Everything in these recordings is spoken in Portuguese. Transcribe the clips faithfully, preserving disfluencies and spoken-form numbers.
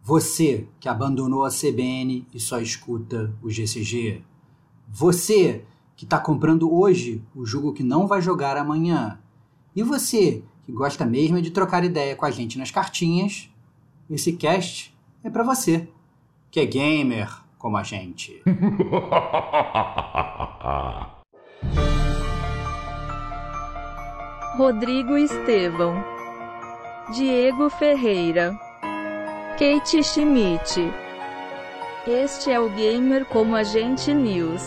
Você que abandonou a C B N e só escuta o G C G. Você que está comprando hoje o jogo que não vai jogar amanhã. E você que gosta mesmo de trocar ideia com a gente nas cartinhas, esse cast é para você, que é gamer como a gente. Rodrigo Estevão, Diego Ferreira, Kate Schmidt. Este é o Gamer como a gente News.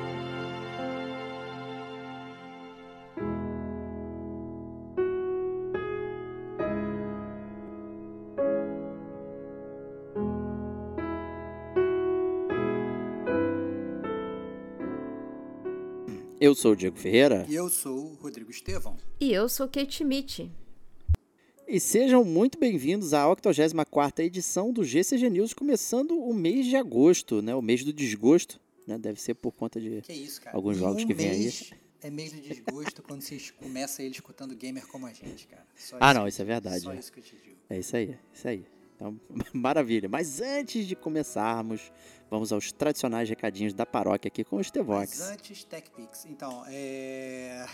Eu sou o Diego Ferreira. E eu sou o Rodrigo Estevão. E eu sou Kate Schmidt. E sejam muito bem-vindos à octogésima quarta edição do G C G News, começando o mês de agosto, né? O mês do desgosto, né? Deve ser por conta de que isso, cara? alguns jogos um que vem aí. É mês do desgosto quando você começa ele escutando gamer como a gente, cara. Só ah, isso não, que, isso é verdade. Só é. isso que eu te digo. É isso aí, isso aí. Então, maravilha. Mas antes de começarmos, vamos aos tradicionais recadinhos da paróquia aqui com o Estevox. Mas antes, TechPix. Então, é...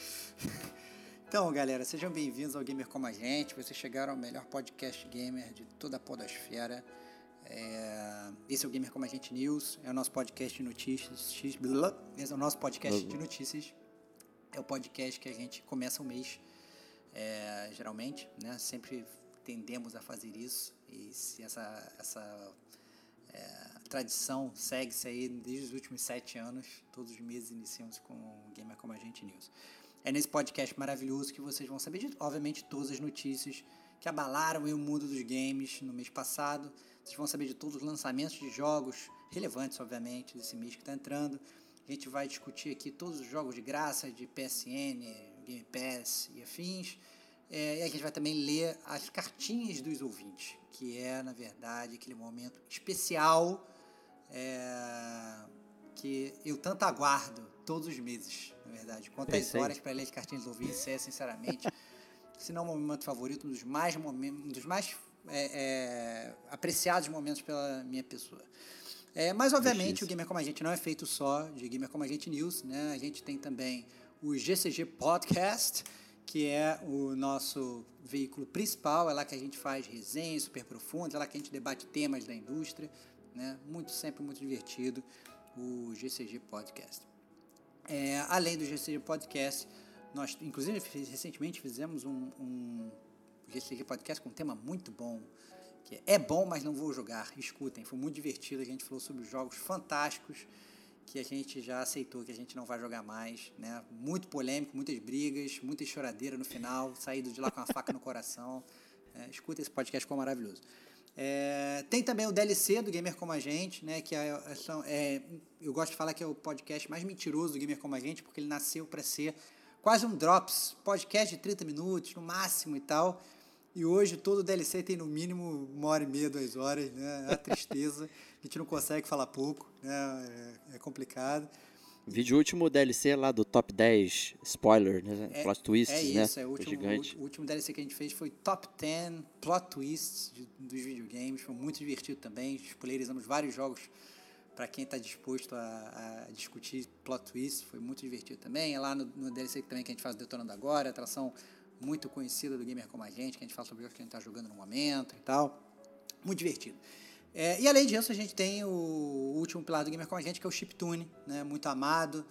Então, galera, sejam bem-vindos ao Gamer Como a Gente. Vocês chegaram ao melhor podcast gamer de toda a podosfera. É... Esse é o Gamer Como a Gente News. É o nosso podcast de notícias. Esse é o nosso podcast de notícias. É o podcast que a gente começa o mês, é, geralmente, né? Sempre tendemos a fazer isso. E se essa, essa é, tradição segue-se aí desde os últimos sete anos, todos os meses iniciamos com o Gamer Como a Gente News. É nesse podcast maravilhoso que vocês vão saber, de, obviamente, todas as notícias que abalaram o mundo dos games no mês passado. Vocês vão saber de todos os lançamentos de jogos relevantes, obviamente, desse mês que está entrando. A gente vai discutir aqui todos os jogos de graça de P S N, Game Pass e afins. É, e a gente vai também ler as cartinhas dos ouvintes, que é, na verdade, aquele momento especial é, que eu tanto aguardo todos os meses, na verdade. Quantas horas para ler as cartinhas dos ouvintes é, sinceramente, se não o meu momento favorito, um dos mais, momentos, um dos mais é, é, apreciados momentos pela minha pessoa. É, mas, obviamente, o Gamer Como a Gente não é feito só de Gamer Como a Gente News, né? A gente tem também o G C G Podcast, que é o nosso veículo principal. É lá que a gente faz resenhas super profundas, é lá que a gente debate temas da indústria, né? Muito, sempre muito divertido, o G C G Podcast. É, além do G C G Podcast, nós, inclusive, recentemente fizemos um, um G C G Podcast com um tema muito bom, que é bom, mas não vou jogar. Escutem, foi muito divertido. A gente falou sobre jogos fantásticos que a gente já aceitou que a gente não vai jogar mais, né? Muito polêmico, muitas brigas, muita choradeira no final, saído de lá com a faca no coração. É, escuta, esse podcast ficou maravilhoso. É, tem também o D L C do Gamer Como a Gente, né? Que é, é, eu gosto de falar que é o podcast mais mentiroso do Gamer Como a Gente, porque ele nasceu para ser quase um Drops, podcast de trinta minutos, no máximo e tal. E hoje todo o D L C tem no mínimo uma hora e meia, duas horas, né? É a tristeza. A gente não consegue falar pouco, né? É, é complicado. Vídeo último D L C lá do top dez spoiler, né? É, plot twists, é né? isso, é o último, gigante. O, o último D L C que a gente fez foi top dez plot twists de, dos videogames. Foi muito divertido também. Spoilerizamos vários jogos para quem está disposto a, a discutir plot twists. Foi muito divertido também. É lá no, no D L C também que a gente faz o Detonando Agora, atração muito conhecida do Gamer Como a Gente, que a gente fala sobre jogos que a gente está jogando no momento e tal. Muito divertido. É, e além disso, a gente tem o, o último pilar do Gamer Como a Gente, que é o Chiptune, né? Muito amado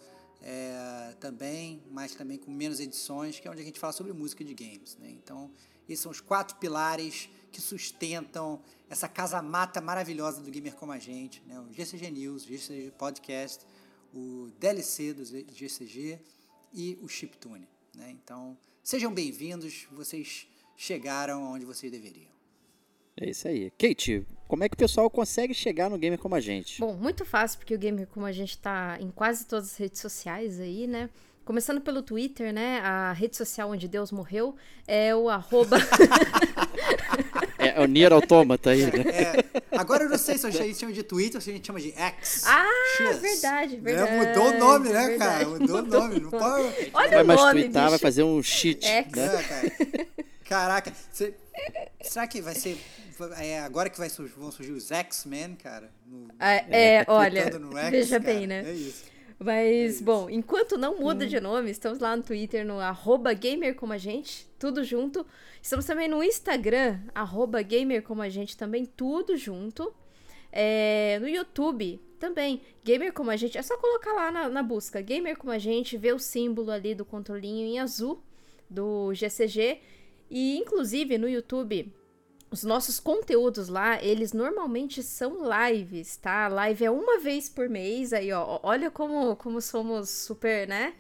é, também, mas também com menos edições, que é onde a gente fala sobre música de games, né? Então, esses são os quatro pilares que sustentam essa casa-mata maravilhosa do Gamer Como a Gente, né? O G C G News, o G C G Podcast, o D L C do G C G e o Chiptune, né? Então, sejam bem-vindos, vocês chegaram onde vocês deveriam. É isso aí. Kate, como é que o pessoal consegue chegar no Gamer Como a Gente? Bom, muito fácil, porque o Gamer Como a Gente tá em quase todas as redes sociais aí, né? Começando pelo Twitter, né? A rede social onde Deus morreu é o arroba... é, é o Nier Automata aí, né? É, agora eu não sei se a gente chama de Twitter ou se a gente chama de X. Ah, X, verdade, né? verdade. Mudou o nome, né, verdade. cara? Mudou o nome. Não pode... Olha vai o mais nome, tweetar, bicho. vai fazer um cheat. X. Né? É, cara. Caraca, cê... será que vai ser é, agora que vai surgir, vão surgir os X-Men, cara. No, é, é olha, no X, veja cara, bem, né? É isso. Mas, é bom, enquanto não muda hum. de nome, estamos lá no Twitter, no arroba gamer como a gente, tudo junto. Estamos também no Instagram, arroba gamer como a gente, também tudo junto. É, no YouTube, também, gamer como a gente, é só colocar lá na, na busca, gamer como a gente, ver o símbolo ali do controlinho em azul do G C G. E, inclusive, no YouTube, os nossos conteúdos lá, eles normalmente são lives, tá? Live é uma vez por mês, aí, ó, olha como, como somos super, né?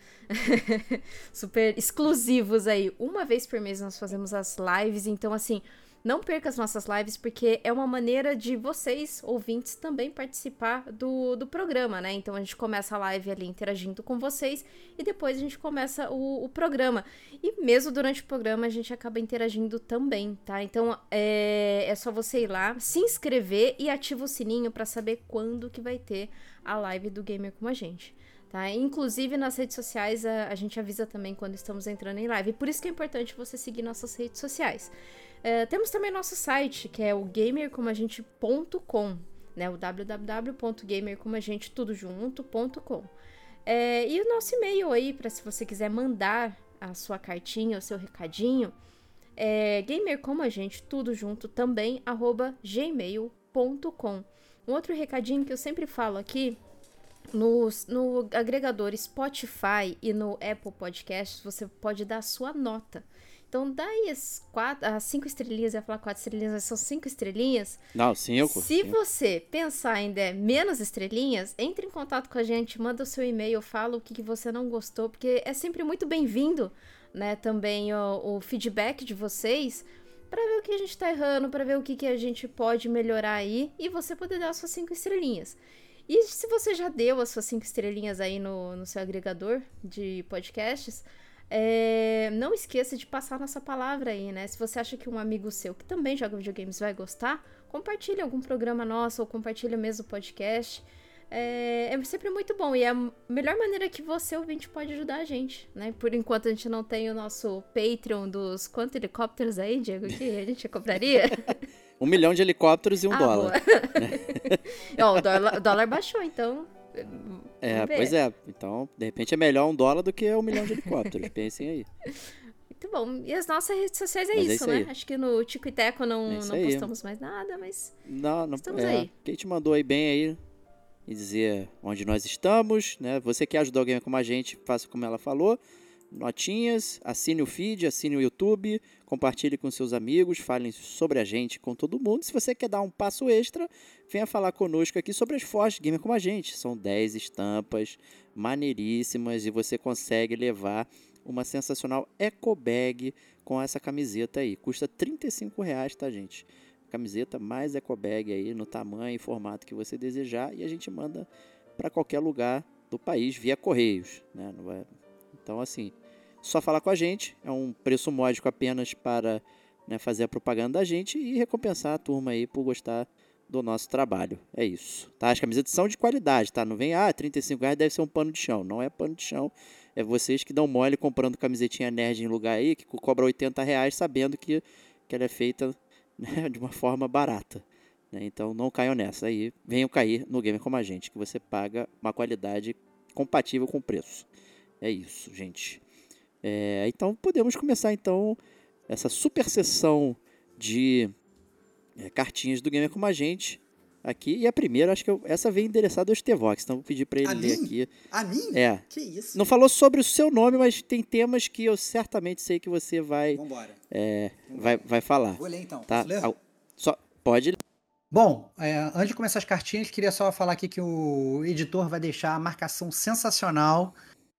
super exclusivos aí. Uma vez por mês nós fazemos as lives, então, assim, não perca as nossas lives, porque é uma maneira de vocês, ouvintes, também participar do, do programa, né? Então a gente começa a live ali interagindo com vocês e depois a gente começa o, o programa. E mesmo durante o programa a gente acaba interagindo também, tá? Então é, é só você ir lá, se inscrever e ativa o sininho para saber quando que vai ter a live do Gamer com a gente. Tá? Inclusive nas redes sociais a, a gente avisa também quando estamos entrando em live. E por isso que é importante você seguir nossas redes sociais. Uh, temos também nosso site, que é o gamer como a gente ponto com, né? O w w w ponto gamer como a gente tudo junto ponto com. É, e o nosso e-mail aí, para se você quiser mandar a sua cartinha, o seu recadinho, é gamercomagente tudo junto também, arroba gmail ponto com. Um outro recadinho que eu sempre falo aqui, no, no agregador Spotify e no Apple Podcasts, você pode dar a sua nota. Então, dá aí as, quatro, as cinco estrelinhas, eu ia falar quatro estrelinhas, mas são cinco estrelinhas. Não, cinco. Se cinco. Você pensar em der menos estrelinhas, entre em contato com a gente, manda o seu e-mail, fala o que, que você não gostou, porque é sempre muito bem-vindo, né, também o, o feedback de vocês, para ver o que a gente tá errando, para ver o que, que a gente pode melhorar aí, e você poder dar as suas cinco estrelinhas. E se você já deu as suas cinco estrelinhas aí no, no seu agregador de podcasts, É, não esqueça de passar nossa palavra aí, né? Se você acha que um amigo seu que também joga videogames vai gostar, compartilhe algum programa nosso ou compartilhe mesmo o podcast. É, é sempre muito bom e é a melhor maneira que você, ouvinte, pode ajudar a gente, né? Por enquanto a gente não tem o nosso Patreon dos quantos helicópteros aí, Diego, que a gente compraria. Um milhão de helicópteros e um ah, dólar. Ó, o dólar. O dólar baixou, então... É, pois é. Então, de repente é melhor um dólar do que um milhão de helicópteros. Pensem aí. Muito bom. E as nossas redes sociais é mas isso, é isso né? aí. Acho que no Tico e Teco não, é não postamos mais nada, mas não, não, estamos é, aí. Quem te mandou aí bem aí e dizer onde nós estamos, né? Você quer ajudar alguém como a gente, faça como ela falou. Notinhas, assine o feed, assine o YouTube, compartilhe com seus amigos, falem sobre a gente com todo mundo. Se você quer dar um passo extra, venha falar conosco aqui sobre as Forge Gamer como a gente. São dez estampas maneiríssimas e você consegue levar uma sensacional eco bag com essa camiseta aí. Custa trinta e cinco reais, tá, gente? Camiseta mais eco bag aí no tamanho e formato que você desejar e a gente manda para qualquer lugar do país via correios, né? Não vai... Então, assim, só falar com a gente, é um preço módico apenas para, né, fazer a propaganda da gente e recompensar a turma aí por gostar do nosso trabalho. É isso, tá? As camisetas são de qualidade, tá? Não vem, ah, trinta e cinco reais deve ser um pano de chão. Não é pano de chão, é vocês que dão mole comprando camisetinha nerd em lugar aí, que cobra oitenta reais sabendo que, que ela é feita, né, de uma forma barata. Né? Então, não caiam nessa aí. Venham cair no Gamer como a gente, que você paga uma qualidade compatível com o preço. É isso, gente. É, então, podemos começar, então, essa super sessão de é, cartinhas do Gamer como a gente aqui. E a primeira, acho que eu, essa veio endereçada ao Stevox, então vou pedir para ele a ler mim? aqui. A mim? É. Que isso? Não falou sobre o seu nome, mas tem temas que eu certamente sei que você vai, Vambora. é, Vambora. vai, vai falar. Vou ler então. Tá? Posso ler? Ah, só, pode ler. Bom, é, antes de começar as cartinhas, queria só falar aqui que o editor vai deixar a marcação sensacional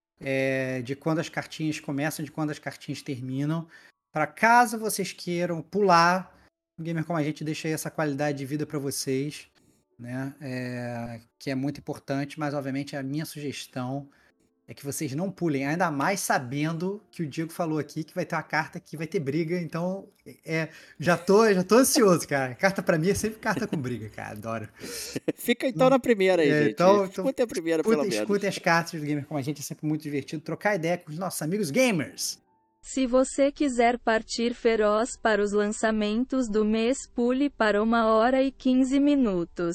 É, de quando as cartinhas começam, de quando as cartinhas terminam, para caso vocês queiram pular, o Gamer como a gente deixa aí essa qualidade de vida para vocês, né? É, que é muito importante, mas obviamente a minha sugestão é que vocês não pulem, ainda mais sabendo que o Diego falou aqui que vai ter uma carta que vai ter briga, então é, já tô, já tô ansioso, cara. Carta para mim é sempre carta com briga, cara, adoro. Fica então na primeira aí, É, gente. então, Escutem a primeira, escutem, pelo menos. Escutem as cartas do Gamer como a gente, é sempre muito divertido. Trocar ideia com os nossos amigos gamers. Se você quiser partir feroz para os lançamentos do mês, pule para uma hora e quinze minutos.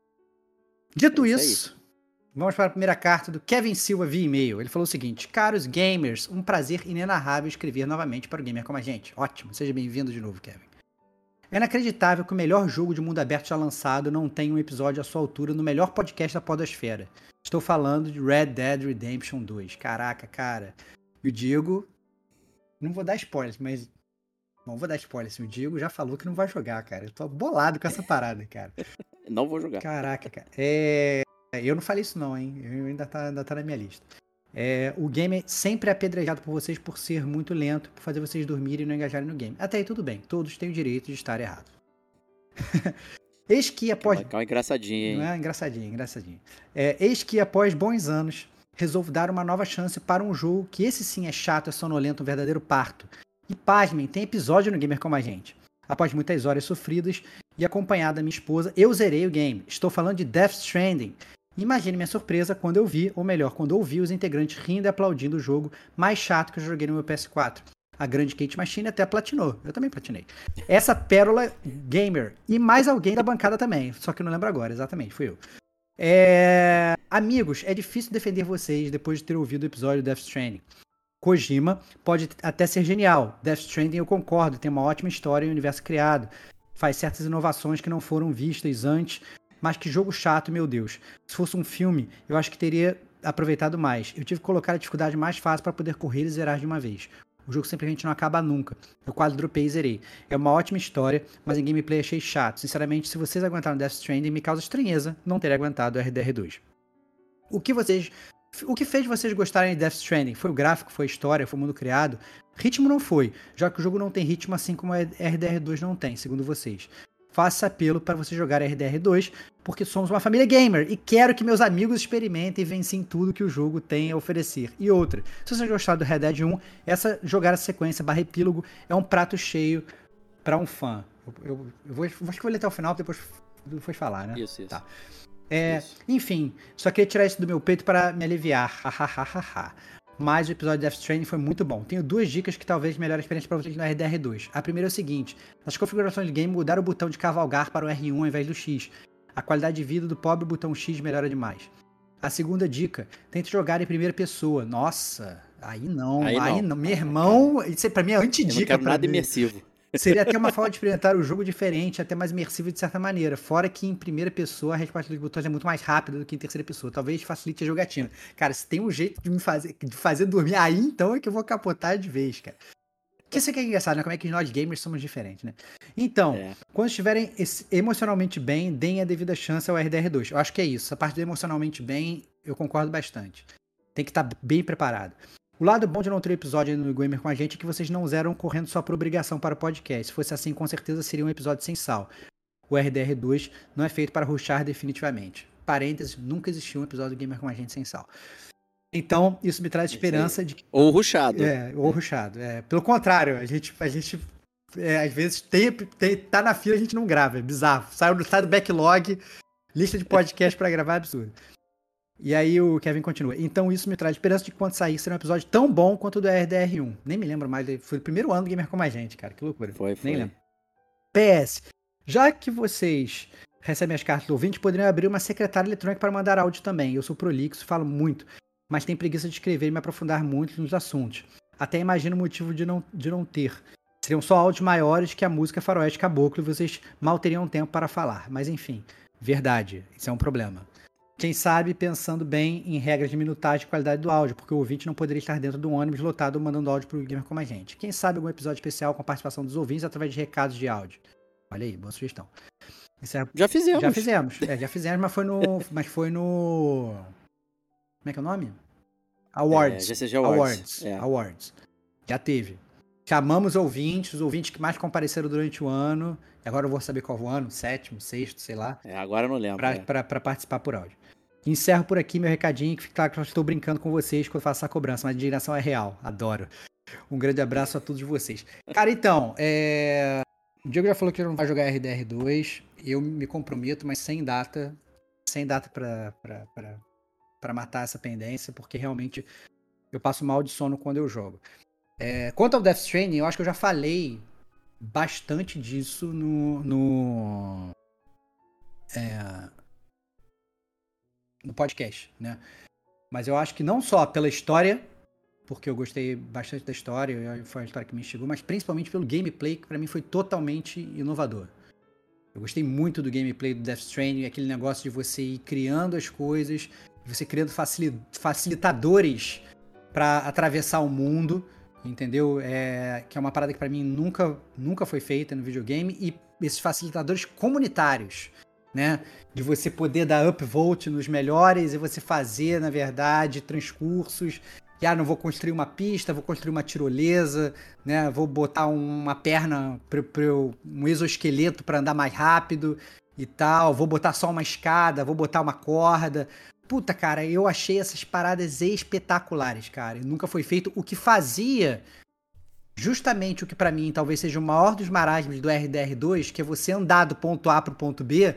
Dito É isso, isso vamos para a primeira carta do Kevin Silva via e-mail. Ele falou o seguinte: caros gamers, um prazer inenarrável escrever novamente para o Gamer Como a Gente. Ótimo, seja bem-vindo de novo, Kevin. É inacreditável que o melhor jogo de mundo aberto já lançado não tenha um episódio à sua altura no melhor podcast da podosfera. Estou falando de Red Dead Redemption dois. Caraca, cara. E o Diego... Não vou dar spoilers, mas... Não vou dar spoilers. O Diego já falou que não vai jogar, cara. Eu tô bolado com essa parada, cara. Não vou jogar. Caraca, cara. É... Eu não falei isso não, hein? Eu ainda tá, ainda tá na minha lista. É... O game sempre é apedrejado por vocês por ser muito lento, por fazer vocês dormirem e não engajarem no game. Até aí tudo bem. Todos têm o direito de estar errado. Eis que após... Calma, calma, engraçadinho, hein? Não é? Engraçadinho, engraçadinho. É, eis que após bons anos, resolvo dar uma nova chance para um jogo que esse sim é chato, é sonolento, um verdadeiro parto. E pasmem, tem episódio no Gamer Como a Gente. Após muitas horas sofridas e acompanhada da minha esposa, eu zerei o game. Estou falando de Death Stranding. Imagine minha surpresa quando eu vi, ou melhor, quando ouvi os integrantes rindo e aplaudindo o jogo mais chato que eu joguei no meu P S quatro. A grande Kate Machine até platinou. Eu também platinei. Essa pérola gamer. E mais alguém da bancada também. Só que eu não lembro agora, exatamente. Fui eu. É... Amigos, é difícil defender vocês depois de ter ouvido o episódio Death Stranding. Kojima pode até ser genial. Death Stranding eu concordo. Tem uma ótima história e um universo criado. Faz certas inovações que não foram vistas antes. Mas que jogo chato, meu Deus. Se fosse um filme, eu acho que teria aproveitado mais. Eu tive que colocar a dificuldade mais fácil para poder correr e zerar de uma vez. O jogo simplesmente não acaba nunca. Eu quase dropei e zerei. É uma ótima história, mas em gameplay achei chato. Sinceramente, se vocês aguentaram Death Stranding, me causa estranheza não ter aguentado o R D R dois. O que vocês... O que fez vocês gostarem de Death Stranding? Foi o gráfico, foi a história, foi o mundo criado? Ritmo não foi, já que o jogo não tem ritmo assim como o R D R dois não tem, segundo vocês. Faço apelo para você jogar R D R dois, porque somos uma família gamer e quero que meus amigos experimentem e vencem tudo que o jogo tem a oferecer. E outra, se vocês gostaram do Red Dead um, essa jogar a sequência barra epílogo é um prato cheio para um fã. Eu, eu, eu vou, acho que vou ler até o final, depois, depois falar, né? Isso, isso. Tá. É, isso. Enfim, só queria tirar isso do meu peito para me aliviar. Mas o episódio de Death Stranding foi muito bom. Tenho duas dicas que talvez melhorem a experiência para vocês no R D R dois. A primeira é o seguinte: nas configurações do game, mudar o botão de cavalgar para o R um ao invés do X. A qualidade de vida do pobre botão X melhora demais. A segunda dica: tente jogar em primeira pessoa. Nossa, aí não, aí, aí não. não. Meu irmão, isso pra mim é antidica. Eu não quero nada mim. imersivo. Seria até uma forma de experimentar o jogo diferente, até mais imersivo de certa maneira. Fora que em primeira pessoa a resposta dos botões é muito mais rápida do que em terceira pessoa. Talvez facilite a jogatina. Cara, se tem um jeito de me fazer, de fazer dormir, aí então é que eu vou capotar de vez, cara. Que isso aqui é engraçado, né? Como é que nós gamers somos diferentes, né? Então, é. quando estiverem emocionalmente bem, deem a devida chance ao R D R dois. Eu acho que é isso. A parte do emocionalmente bem, eu concordo bastante. Tem que estar bem preparado. O lado bom de não ter episódio no Gamer Com a Gente é que vocês não zeram correndo só por obrigação para o podcast. Se fosse assim, com certeza seria um episódio sem sal. O R D R dois não é feito para rushar definitivamente. Parênteses, nunca existiu um episódio do Gamer Com a Gente sem sal. Então, isso me traz esperança de... Ou rushado. É, ou rushado. É, pelo contrário, a gente, a gente é, às vezes tem, tem, tá na fila e a gente não grava. É bizarro. Sai do, sai do backlog, lista de podcast para gravar é absurdo. E aí o Kevin continua. Então isso me traz esperança de que quando sair será um episódio tão bom quanto o do R D R um. Nem me lembro mais. Foi o primeiro ano do Gamer Como a Gente, cara. Que loucura. Foi, foi. Nem lembro. P S. Já que vocês recebem as cartas do ouvinte, poderiam abrir uma secretária eletrônica para mandar áudio também. Eu sou prolixo, falo muito, mas tenho preguiça de escrever e me aprofundar muito nos assuntos. Até imagino o motivo de não, de não ter. Seriam só áudios maiores que a música Faroeste Caboclo e vocês mal teriam tempo para falar. Mas enfim, verdade. Isso é um problema. Quem sabe pensando bem em regras de minutagem e qualidade do áudio, porque o ouvinte não poderia estar dentro de um ônibus lotado mandando áudio pro Gamer Como a Gente. Quem sabe algum episódio especial com a participação dos ouvintes através de recados de áudio. Olha aí, boa sugestão. É... Já fizemos. Já fizemos, é, já fizemos, mas foi no... mas foi no... Como é que é o nome? Awards. É, G C G Awards. Awards. É. Awards. Já teve. Chamamos ouvintes, os ouvintes que mais compareceram durante o ano. E agora eu vou saber qual o ano, sétimo, sexto, sei lá. É, agora eu não lembro. Pra, é. pra, pra participar por áudio. Encerro por aqui meu recadinho, que fica claro que eu estou brincando com vocês quando faço essa cobrança, mas a indignação é real. Adoro. Um grande abraço a todos vocês. Cara, então, é... o Diego já falou que não vai jogar R D R dois. Eu me comprometo, mas sem data. Sem data pra, pra, pra, pra matar essa pendência, porque realmente eu passo mal de sono quando eu jogo. É, quanto ao Death Stranding, eu acho que eu já falei bastante disso no... no é, no podcast, né? Mas eu acho que não só pela história, porque eu gostei bastante da história, foi uma história que me instigou, mas principalmente pelo gameplay, que pra mim foi totalmente inovador. Eu gostei muito do gameplay do Death Stranding, aquele negócio de você ir criando as coisas, você criando facil- facilitadores pra atravessar o mundo, entendeu? É, que é uma parada que pra mim nunca, nunca foi feita no videogame, e esses facilitadores comunitários, né? De você poder dar upvote nos melhores e você fazer, na verdade, transcursos. Que, ah, não vou construir uma pista, vou construir uma tirolesa, né? Vou botar uma perna, pra, pra eu, um exoesqueleto para andar mais rápido e tal. Vou botar só uma escada, vou botar uma corda. Puta, cara, eu achei essas paradas espetaculares, cara. E nunca foi feito. O que fazia justamente o que pra mim talvez seja o maior dos marasmos do R D R dois, que é você andar do ponto A pro ponto B,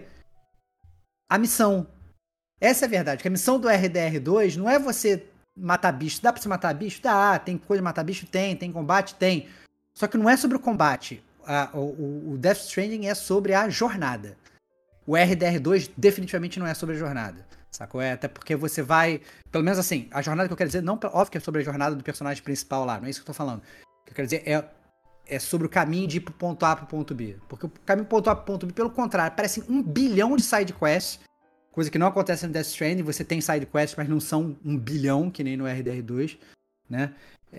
a missão. Essa é a verdade, que a missão do R D R dois não é você matar bicho. Dá pra você matar bicho? Dá. Tem coisa de matar bicho? Tem. Tem combate? Tem. Só que não é sobre o combate. A, o, o Death Stranding é sobre a jornada. O R D R dois definitivamente não é sobre a jornada. Sacou? É, até porque você vai... Pelo menos assim, a jornada que eu quero dizer, não, óbvio que é sobre a jornada do personagem principal lá, não é isso que eu tô falando. O que eu quero dizer é, é sobre o caminho de ir pro ponto A pro ponto B. Porque o caminho do ponto A pro ponto B, pelo contrário, parecem um bilhão de side quests. Coisa que não acontece no Death Stranding, você tem side quests, mas não são um bilhão, que nem no R D R dois, né?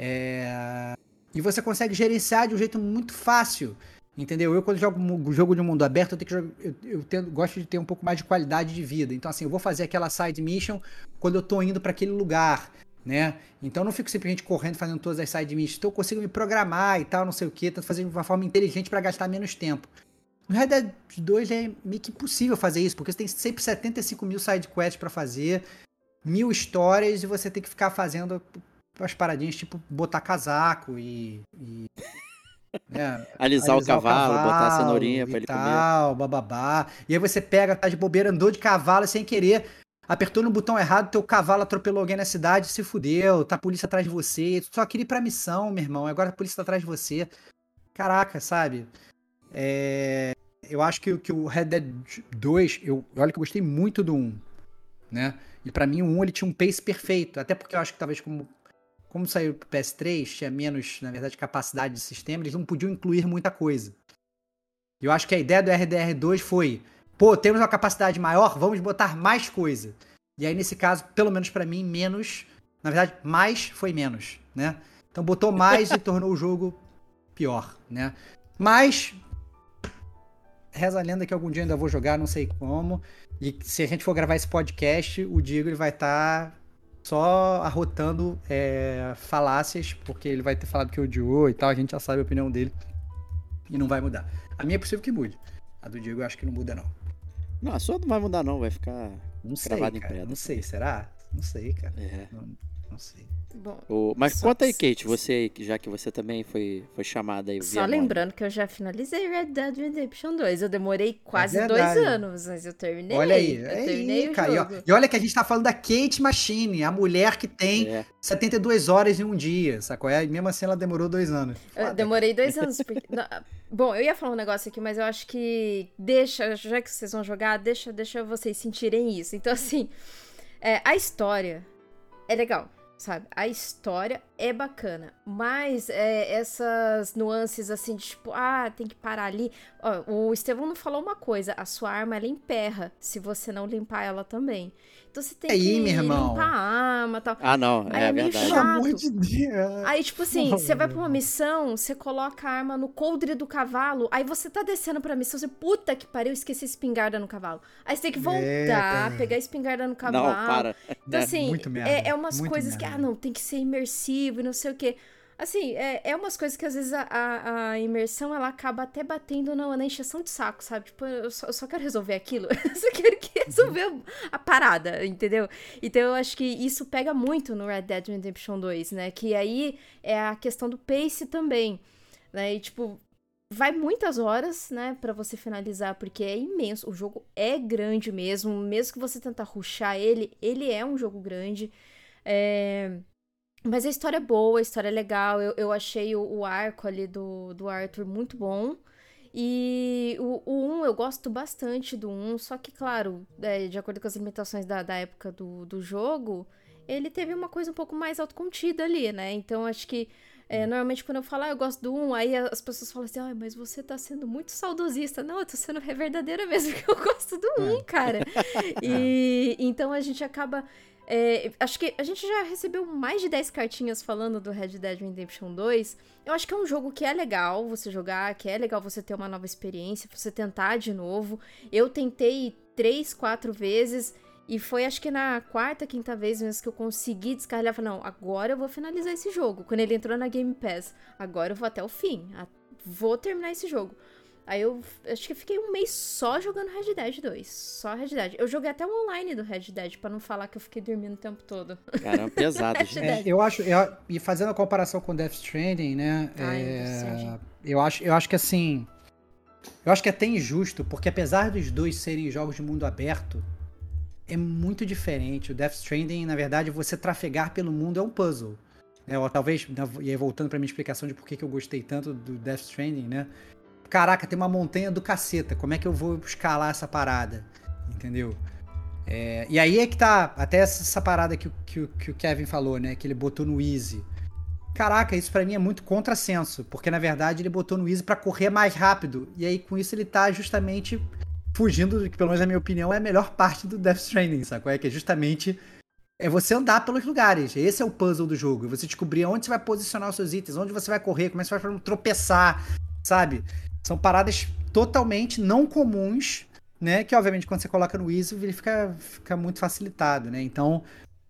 É... E você consegue gerenciar de um jeito muito fácil, entendeu? Eu, quando jogo um jogo de mundo aberto, eu, tenho que jogar, eu, eu tenho, gosto de ter um pouco mais de qualidade de vida. Então, assim, eu vou fazer aquela side mission quando eu tô indo para aquele lugar, né? Então, eu não fico simplesmente correndo, fazendo todas as side missions. Então, eu consigo me programar e tal, não sei o quê, tento fazer de uma forma inteligente para gastar menos tempo. No Red Dead dois é meio que impossível fazer isso, porque você tem sempre setenta e cinco mil sidequests pra fazer, mil histórias, e você tem que ficar fazendo as paradinhas, tipo botar casaco e... e né, alisar, alisar o, cavalo, o cavalo, botar a cenourinha pra ele tal, comer. Bababá. E aí você pega, tá de bobeira, andou de cavalo sem querer, apertou no botão errado, teu cavalo atropelou alguém na cidade, se fudeu, tá a polícia atrás de você, tu só queria ir pra missão, meu irmão, agora a polícia tá atrás de você. Caraca, sabe? É... Eu acho que, que o Red Dead dois, eu, olha que eu gostei muito do um, né? E pra mim o um ele tinha um pace perfeito, até porque eu acho que talvez como, como saiu pro P S três, tinha menos, na verdade, capacidade de sistema, eles não podiam incluir muita coisa. E eu acho que a ideia do R D R dois foi, pô, temos uma capacidade maior, vamos botar mais coisa. E aí nesse caso, pelo menos pra mim, menos, na verdade, mais foi menos, né? Então botou mais e tornou o jogo pior, né? Mas... reza a lenda que algum dia ainda vou jogar, não sei como. E se a gente for gravar esse podcast, o Diego ele vai estar tá só arrotando é, falácias, porque ele vai ter falado que odiou e tal, a gente já sabe a opinião dele. E não vai mudar. A minha é possível que mude. A do Diego eu acho que não muda, não. Não, a sua não vai mudar, não. Vai ficar não sei, gravado cara, em pedra. Não sei, será? Não sei, cara. É. Não, não sei. Bom, o, mas só, conta aí, Kate, você, já que você também foi, foi chamada aí. Só lembrando que eu já finalizei Red Dead Redemption dois. Eu demorei quase é dois anos, mas eu terminei. Olha aí, eu é terminei aí, o cara. jogo. E, ó, e olha que a gente tá falando da Kate Machine, a mulher que tem é. setenta e duas horas em um dia, sacou? E mesmo assim ela demorou dois anos. Eu demorei dois anos. Porque... Não, bom, eu ia falar um negócio aqui, mas eu acho que deixa, já que vocês vão jogar, deixa, deixa vocês sentirem isso. Então, assim, é, a história é legal. Sabe, a história é bacana, mas é, essas nuances assim de tipo, ah, tem que parar ali. Ó, o Estevão não falou uma coisa, a sua arma ela emperra se você não limpar ela também. Então você tem aí, que meu irmão. limpar a arma e tal. Ah, não, aí é, é meio verdade. chato. Pelo amor de Deus. Aí, tipo assim, você vai pra uma missão, você coloca a arma no coldre do cavalo, aí você tá descendo pra missão, você, puta que pariu, esqueci a espingarda no cavalo. Aí você tem que voltar, é, pegar a espingarda no cavalo. Não, para. Então, assim, muito merda, é, é umas muito coisas merda. que, ah, não, tem que ser imersivo e não sei o quê. Assim, é, é umas coisas que às vezes a, a, a imersão, ela acaba até batendo na, na encheção de saco, sabe? Tipo, eu só, eu só quero resolver aquilo, eu só quero que resolver a parada, entendeu? Então eu acho que isso pega muito no Red Dead Redemption dois, né? Que aí é a questão do pace também, né? E tipo, vai muitas horas, né, pra você finalizar, porque é imenso, o jogo é grande mesmo, mesmo que você tentar rushar ele, ele é um jogo grande, é... Mas a história é boa, a história é legal. Eu, eu achei o, o arco ali do, do Arthur muito bom. E o, o um, eu gosto bastante do um, só que, claro, é, de acordo com as limitações da, da época do, do jogo, ele teve uma coisa um pouco mais autocontida ali, né? Então, acho que, é, normalmente, quando eu falo, ah, eu gosto do um, aí as pessoas falam assim, ah, mas você tá sendo muito saudosista. Não, eu tô sendo verdadeira mesmo, que eu gosto do um, cara. E então a gente acaba... É, acho que a gente já recebeu mais de dez cartinhas falando do Red Dead Redemption dois. Eu acho que é um jogo que é legal você jogar, que é legal você ter uma nova experiência, você tentar de novo. Eu tentei três, quatro vezes e foi acho que na quarta, quinta vez mesmo que eu consegui descarregar. Falei, não, agora eu vou finalizar esse jogo. Quando ele entrou na Game Pass, agora eu vou até o fim. Vou terminar esse jogo. Aí eu acho que eu fiquei um mês só jogando Red Dead dois. Só Red Dead. Eu joguei até o online do Red Dead, pra não falar que eu fiquei dormindo o tempo todo. Caramba, pesado, gente. É, eu acho, eu, e fazendo a comparação com Death Stranding, né? Ai, é, Death Stranding. eu, acho, eu acho que assim. Eu acho que é até injusto, porque apesar dos dois serem jogos de mundo aberto, é muito diferente. O Death Stranding, na verdade, você trafegar pelo mundo é um puzzle. É, ou talvez, e aí voltando pra minha explicação de por que eu gostei tanto do Death Stranding, né? Caraca, tem uma montanha do caceta. Como é que eu vou escalar essa parada? Entendeu? É, e aí é que tá até essa, essa parada que, que, que o Kevin falou, né? Que ele botou no Easy. Caraca, isso pra mim é muito contrassenso. Porque, na verdade, ele botou no Easy pra correr mais rápido. E aí, com isso, ele tá justamente fugindo do que, pelo menos na minha opinião, é a melhor parte do Death Stranding, sacou? É que é justamente... É você andar pelos lugares. Esse é o puzzle do jogo. É você descobrir onde você vai posicionar os seus itens, onde você vai correr, como é que você vai tropeçar, sabe? São paradas totalmente não comuns, né? Que, obviamente, quando você coloca no Easy, ele fica, fica muito facilitado, né? Então,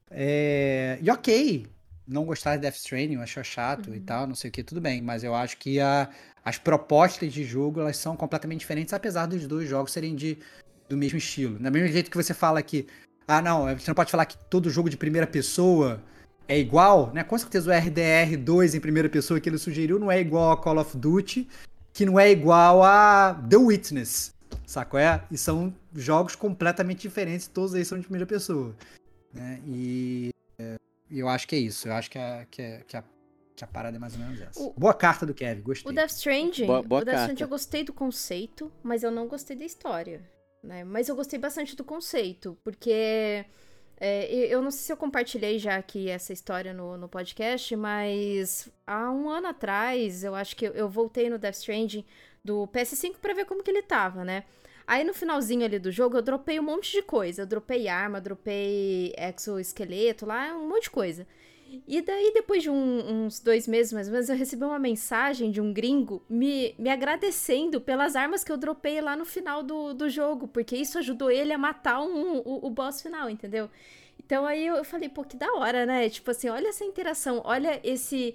é... E ok, não gostar de Death Stranding, eu acho chato uhum. e tal, não sei o que, tudo bem. Mas eu acho que a... as propostas de jogo, elas são completamente diferentes, apesar dos dois jogos serem de... do mesmo estilo. Do mesmo jeito que você fala que, ah, não, você não pode falar que todo jogo de primeira pessoa é igual, né? Com certeza o R D R dois em primeira pessoa que ele sugeriu não é igual a Call of Duty, que não é igual a The Witness, sacou? É? E são jogos completamente diferentes, todos eles são de primeira pessoa, né? E é, eu acho que é isso, eu acho que a, que a, que a, que a parada é mais ou menos essa. O, boa carta do Kevin, gostei. O Death Stranding, boa, boa o Death Stranding carta. eu gostei do conceito, mas eu não gostei da história, né? Mas eu gostei bastante do conceito, porque... É, eu não sei se eu compartilhei já aqui essa história no, no podcast, mas há um ano atrás, eu acho que eu, eu voltei no Death Stranding do P S cinco pra ver como que ele tava, né? Aí no finalzinho ali do jogo eu dropei um monte de coisa. Eu dropei arma, dropei exoesqueleto lá, um monte de coisa. E daí, depois de um, uns dois meses, mais ou menos, eu recebi uma mensagem de um gringo me, me agradecendo pelas armas que eu dropei lá no final do, do jogo, porque isso ajudou ele a matar um, o, o boss final, entendeu? Então aí eu falei, pô, que da hora, né? Tipo assim, olha essa interação, olha esse...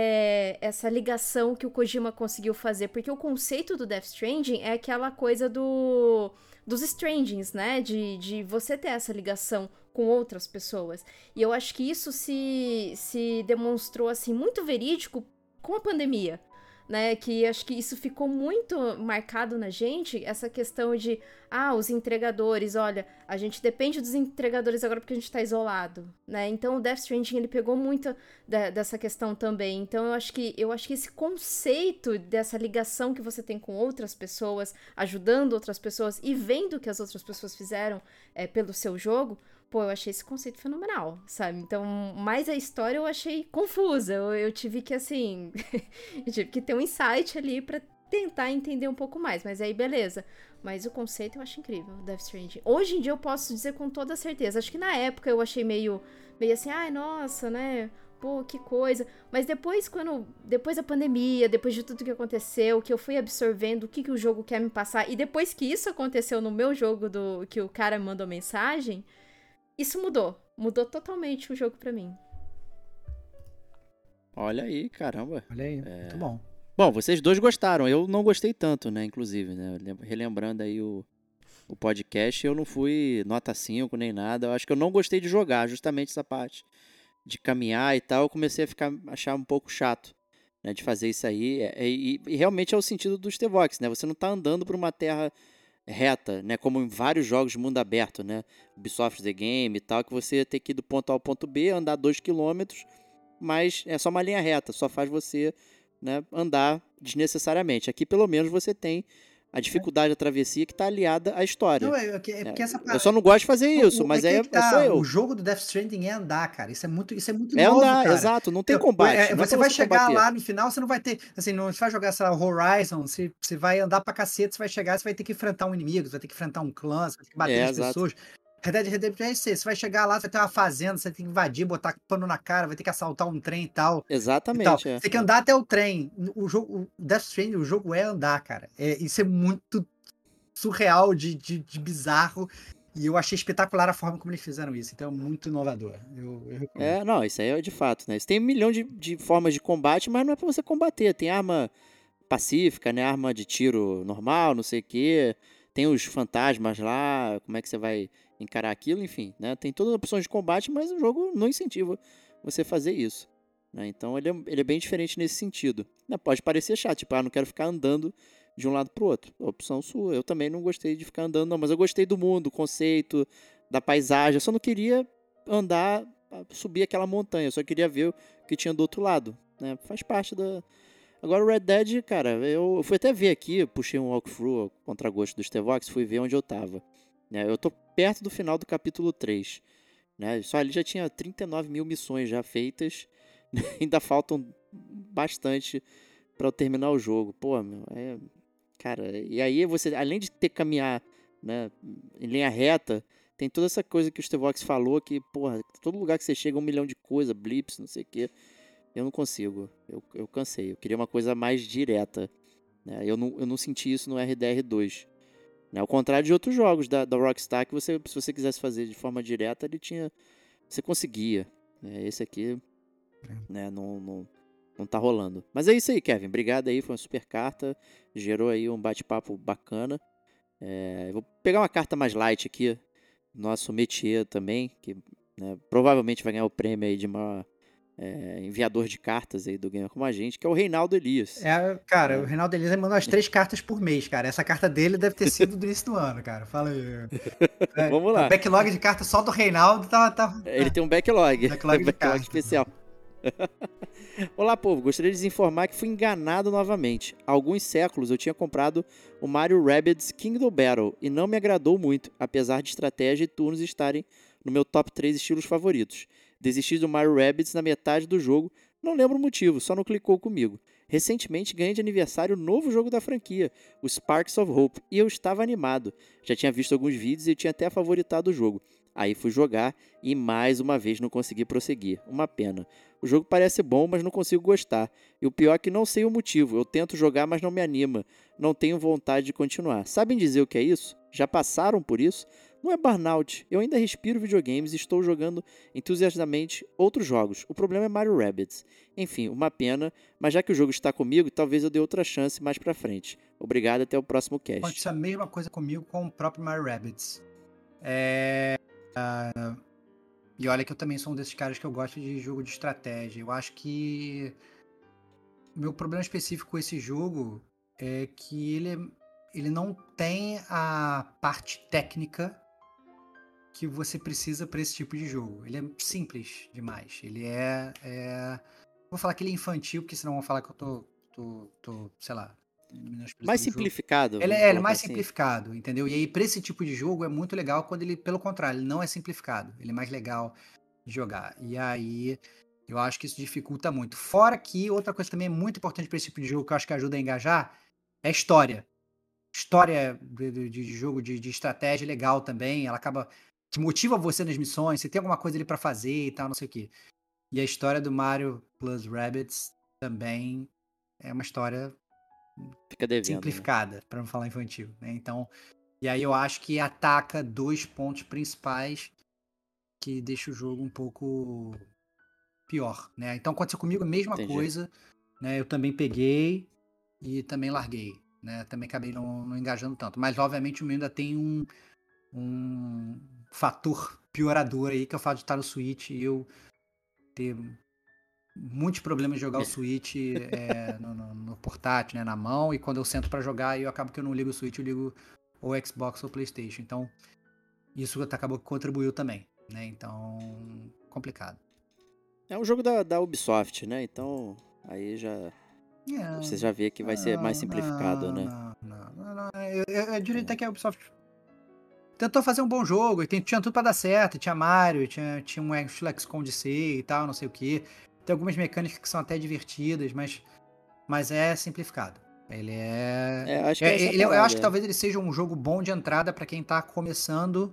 É, essa ligação que o Kojima conseguiu fazer, porque o conceito do Death Stranding é aquela coisa do... dos Strandings, né? De, de você ter essa ligação com outras pessoas. E eu acho que isso se, se demonstrou, assim, muito verídico com a pandemia, né? Que acho que isso ficou muito marcado na gente, essa questão de, ah, os entregadores, olha, a gente depende dos entregadores agora porque a gente tá isolado, né? Então o Death Stranding, ele pegou muito da, dessa questão também. Então eu acho que eu acho que esse conceito dessa ligação que você tem com outras pessoas, ajudando outras pessoas e vendo o que as outras pessoas fizeram é, pelo seu jogo, pô, eu achei esse conceito fenomenal, sabe? Então, mais a história eu achei confusa. Eu, eu tive que, assim... eu tive que ter um insight ali pra tentar entender um pouco mais. Mas aí, beleza. Mas o conceito eu acho incrível, Death Stranding. Hoje em dia eu posso dizer com toda certeza. Acho que na época eu achei meio... Meio assim, ai, nossa, né? Pô, que coisa. Mas depois, quando... Depois da pandemia, depois de tudo que aconteceu, que eu fui absorvendo o que, que o jogo quer me passar. E depois que isso aconteceu no meu jogo, do que o cara mandou mensagem... Isso mudou. Mudou totalmente o jogo pra mim. Olha aí, caramba. Olha aí, é... muito bom. Bom, vocês dois gostaram. Eu não gostei tanto, né, inclusive, né? Relembrando aí o, o podcast, eu não fui nota cinco nem nada. Eu acho que eu não gostei de jogar, justamente essa parte de caminhar e tal. Eu comecei a ficar, achar um pouco chato, né, de fazer isso aí. E, e, e realmente é o sentido do Stevox, né? Você não tá andando por uma terra... reta, né, como em vários jogos de mundo aberto, né, Ubisoft The Game e tal, que você tem que ir do ponto A ao ponto B, andar dois quilômetros mas é só uma linha reta, só faz você, né, andar desnecessariamente. Aqui, pelo menos, você tem a dificuldade da travessia que está aliada à história. Não, é, é, é porque essa Eu só não gosto de fazer isso, o, mas é, aí é, que tá, é só eu. O jogo do Death Stranding é andar, cara. Isso é muito, isso é muito é novo, andar, cara. exato, não tem Então, combate. é, não é você pra vai você chegar combater. lá no final, você não vai ter, assim, não você vai jogar essa Horizon, você, você vai andar pra cacete, você vai chegar, você vai ter que enfrentar um inimigo, você vai ter que enfrentar um clã, você vai ter que bater É, nas exato. pessoas. Red Dead Redemption é isso, você vai chegar lá, você vai ter uma fazenda, você vai ter que invadir, botar pano na cara, vai ter que assaltar um trem e tal. Exatamente, E tal. é. Você tem que é. andar até o trem. O jogo, o Death Stranding, o jogo é andar, cara. É, isso é muito surreal, de, de, de bizarro. E eu achei espetacular a forma como eles fizeram isso. Então é muito inovador. Eu, eu recomendo. É, não, isso aí é de fato, né? Você tem um milhão de, de formas de combate, mas não é pra você combater. Tem arma pacífica, né? Arma de tiro normal, não sei o quê. Tem os fantasmas lá, como é que você vai encarar aquilo, enfim, né? Tem todas as opções de combate, mas o jogo não incentiva você fazer isso, né? Então ele é, ele é bem diferente nesse sentido. Né? Pode parecer chato, tipo, ah, não quero ficar andando de um lado pro outro. Opção sua. Eu também não gostei de ficar andando, não, mas eu gostei do mundo, do conceito, da paisagem. Eu só não queria andar, subir aquela montanha, eu só queria ver o que tinha do outro lado, né? Faz parte da... Agora o Red Dead, cara, eu fui até ver aqui, puxei um walkthrough contra gosto do Stevox, fui ver onde eu tava. Né? Eu tô perto do final do capítulo três. Né? Só ali já tinha trinta e nove mil missões já feitas. Ainda faltam bastante pra eu terminar o jogo. Pô, meu, é... Cara, e aí você, além de ter que caminhar, né, em linha reta, tem toda essa coisa que o Stevox falou, que, porra, todo lugar que você chega, um milhão de coisas, blips, não sei o quê. Eu não consigo, eu, eu cansei, eu queria uma coisa mais direta, né? eu, não, eu não senti isso no R D R dois, né? Ao contrário de outros jogos da, da Rockstar, que você, se você quisesse fazer de forma direta, ele tinha, você conseguia, né? Esse aqui, né, não, não, não tá rolando. Mas é isso aí, Kevin, obrigado aí, foi uma super carta, gerou aí um bate-papo bacana. É, vou pegar uma carta mais light aqui, nosso métier também, que, né, provavelmente vai ganhar o prêmio aí de maior... É, enviador de cartas aí do Gamer Como a Gente, que é o Reinaldo Elias. É, cara, é. o Reinaldo Elias manda umas três cartas por mês, cara. Essa carta dele deve ter sido do início do ano, cara. Fala aí. É, Vamos lá. O backlog de cartas só do Reinaldo tá... tá Ele tem um backlog. Backlog, de backlog especial. Olá, povo. Gostaria de informar que fui enganado novamente. Há alguns séculos eu tinha comprado o Mario Rabbids Kingdom Battle e não me agradou muito, apesar de estratégia e turnos estarem no meu top três estilos favoritos. Desisti do Mario Rabbids na metade do jogo, não lembro o motivo, só não clicou comigo. Recentemente ganhei de aniversário o novo jogo da franquia, o Sparks of Hope, e eu estava animado. Já tinha visto alguns vídeos e tinha até favoritado o jogo. Aí fui jogar e mais uma vez não consegui prosseguir. Uma pena. O jogo parece bom, mas não consigo gostar. E o pior é que não sei o motivo. Eu tento jogar, mas não me anima. Não tenho vontade de continuar. Sabem dizer o que é isso? Já passaram por isso? Não é burnout. Eu ainda respiro videogames e estou jogando entusiasticamente outros jogos. O problema é Mario Rabbids. Enfim, uma pena, mas já que o jogo está comigo, talvez eu dê outra chance mais pra frente. Obrigado, até o próximo cast. Aconteceu a mesma coisa comigo com o próprio Mario Rabbids. É... Uh... E olha que eu também sou um desses caras que eu gosto de jogo de estratégia. Eu acho que o meu problema específico com esse jogo é que ele, ele não tem a parte técnica que você precisa para esse tipo de jogo. Ele é simples demais. Ele é, é... Vou falar que ele é infantil, porque senão vão falar que eu tô, tô, tô sei lá... Mais simplificado. Ele é, ele é mais assim. simplificado, entendeu? E aí, para esse tipo de jogo, é muito legal quando ele, pelo contrário, ele não é simplificado. Ele é mais legal de jogar. E aí, eu acho que isso dificulta muito. Fora que, outra coisa também é muito importante para esse tipo de jogo, que eu acho que ajuda a engajar, é a história. História de, de, de jogo de, de estratégia é legal também. Ela acaba... que motiva você nas missões, você tem alguma coisa ali para fazer e tal, não sei o quê. E a história do Mario plus Rabbids também é uma história... Fica devendo, simplificada, né? Para não falar infantil, né? Então, e aí eu acho que ataca dois pontos principais que deixa o jogo um pouco pior, né? Então aconteceu comigo a mesma Entendi. coisa, né? Eu também peguei e também larguei, né? Também acabei não, não engajando tanto, mas obviamente o meu ainda tem um, um fator piorador aí, que é o fato de estar no Switch e eu ter muitos problemas de jogar o Switch é, no, no, no portátil, né, na mão, e quando eu sento pra jogar, eu acabo que eu não ligo o Switch, eu ligo ou Xbox ou PlayStation. Então, isso acabou que contribuiu também, né? Então, complicado. É um jogo da, da Ubisoft, né? Então, aí já... É, Você já vê que vai ser mais simplificado, não, né? Não, não, não, não. Eu, eu, eu diria até que a Ubisoft tentou fazer um bom jogo, e tem- tinha tudo pra dar certo, tinha Mario, tinha, tinha um estilo X COM de C e tal, não sei o que. Tem algumas mecânicas que são até divertidas, mas, mas é simplificado. Ele é... É, acho que é- essa é a ele- eu parada, acho que é. talvez ele seja um jogo bom de entrada pra quem tá começando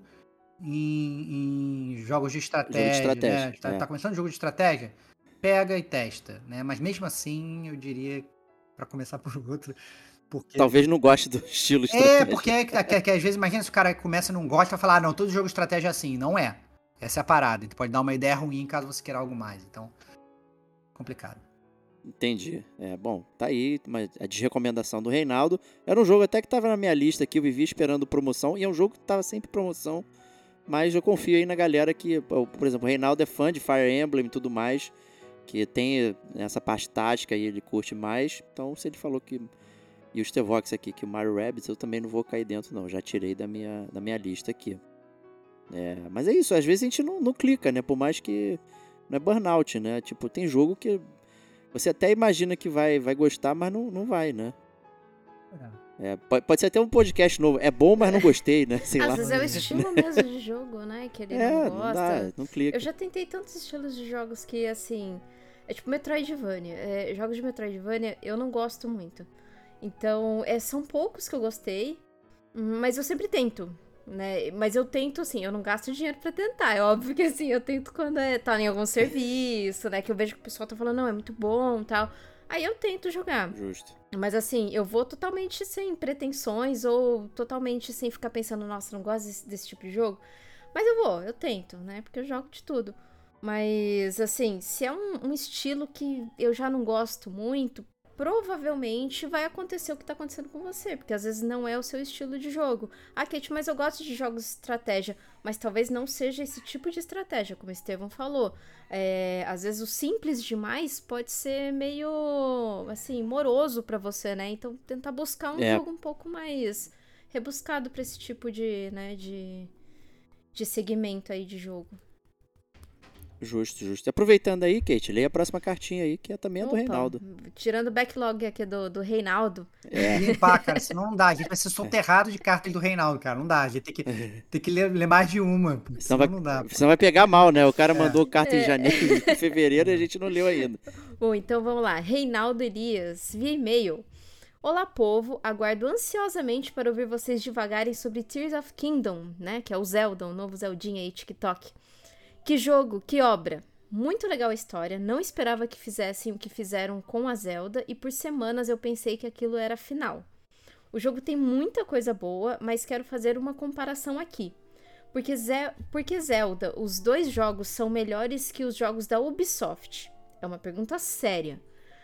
em, em jogos de estratégia, Jogo de estratégia, né? Tá, é. tá começando jogo de estratégia? Pega e testa, né? Mas mesmo assim, eu diria pra começar por outro, porque... Talvez não goste do estilo É, estratégia. porque é que, que- que às vezes, imagina se o cara começa e não gosta, vai falar, ah, não, todo jogo de estratégia é assim. Não é. Essa é a parada. Então pode dar uma ideia ruim caso você queira algo mais. Então, complicado. Entendi. É, bom, tá aí, mas a desrecomendação do Reinaldo. Era um jogo até que tava na minha lista aqui, eu vivia esperando promoção, e é um jogo que tava sempre em promoção, mas eu confio aí na galera que, por exemplo, o Reinaldo é fã de Fire Emblem e tudo mais, que tem essa parte tática e ele curte mais, então se ele falou que... E o Stevox aqui, que o Mario Rabbids, eu também não vou cair dentro não, já tirei da minha, da minha lista aqui. É, mas é isso, às vezes a gente não, não clica, né, por mais que... Não é burnout, né, tipo, tem jogo que... Você até imagina que vai, vai gostar, mas não, não vai, né? É, pode, pode ser até um podcast novo. É bom, mas não gostei, né? Sei Às lá. vezes é o estilo mesmo de jogo, né? Que ele É, não não gosta. dá, não clica. Eu já tentei tantos estilos de jogos que, assim... É tipo Metroidvania. É, jogos de Metroidvania eu não gosto muito. Então, é, são poucos que eu gostei. Mas eu sempre tento, né? Mas eu tento, assim, eu não gasto dinheiro pra tentar. É óbvio que, assim, eu tento quando é, tá em algum serviço, né? Que eu vejo que o pessoal tá falando, não, é muito bom e tal. Aí eu tento jogar. Justo. Mas assim, eu vou totalmente sem pretensões ou totalmente sem ficar pensando, nossa, não gosto desse, desse tipo de jogo. Mas eu vou, eu tento, né? Porque eu jogo de tudo. Mas assim, se é um, um estilo que eu já não gosto muito, provavelmente vai acontecer o que tá acontecendo com você. Porque às vezes não é o seu estilo de jogo. Ah, Kate, mas eu gosto de jogos de estratégia. Mas talvez não seja esse tipo de estratégia, como o Estevão falou. É, às vezes o simples demais pode ser meio, assim, moroso pra você, né? Então tentar buscar um É. jogo um pouco mais rebuscado pra esse tipo de, né, de, de segmento aí de jogo. Justo, justo. Aproveitando aí, Kate, leia a próxima cartinha aí, que é também a do Opa, Reinaldo. Tirando o backlog aqui do, do Reinaldo. É. Limpar, cara, senão não dá. A gente vai ser soterrado de cartas do Reinaldo, cara. Não dá. A gente tem que, tem que ler, ler mais de uma. Senão, Senão vai, não dá. senão vai pegar mal, né? O cara É. mandou carta em É. janeiro, em fevereiro, e a gente não leu ainda. Bom, então vamos lá. Reinaldo Elias, via e-mail. Olá, povo. Aguardo ansiosamente para ouvir vocês divagarem sobre Tears of Kingdom, né? Que é o Zelda, o novo Zeldinha aí, TikTok. Que jogo, que obra. Muito legal a história, não esperava que fizessem o que fizeram com a Zelda e por semanas eu pensei que aquilo era final. O jogo tem muita coisa boa, mas quero fazer uma comparação aqui. Porque, Ze- porque Zelda, os dois jogos são melhores que os jogos da Ubisoft? É uma pergunta séria.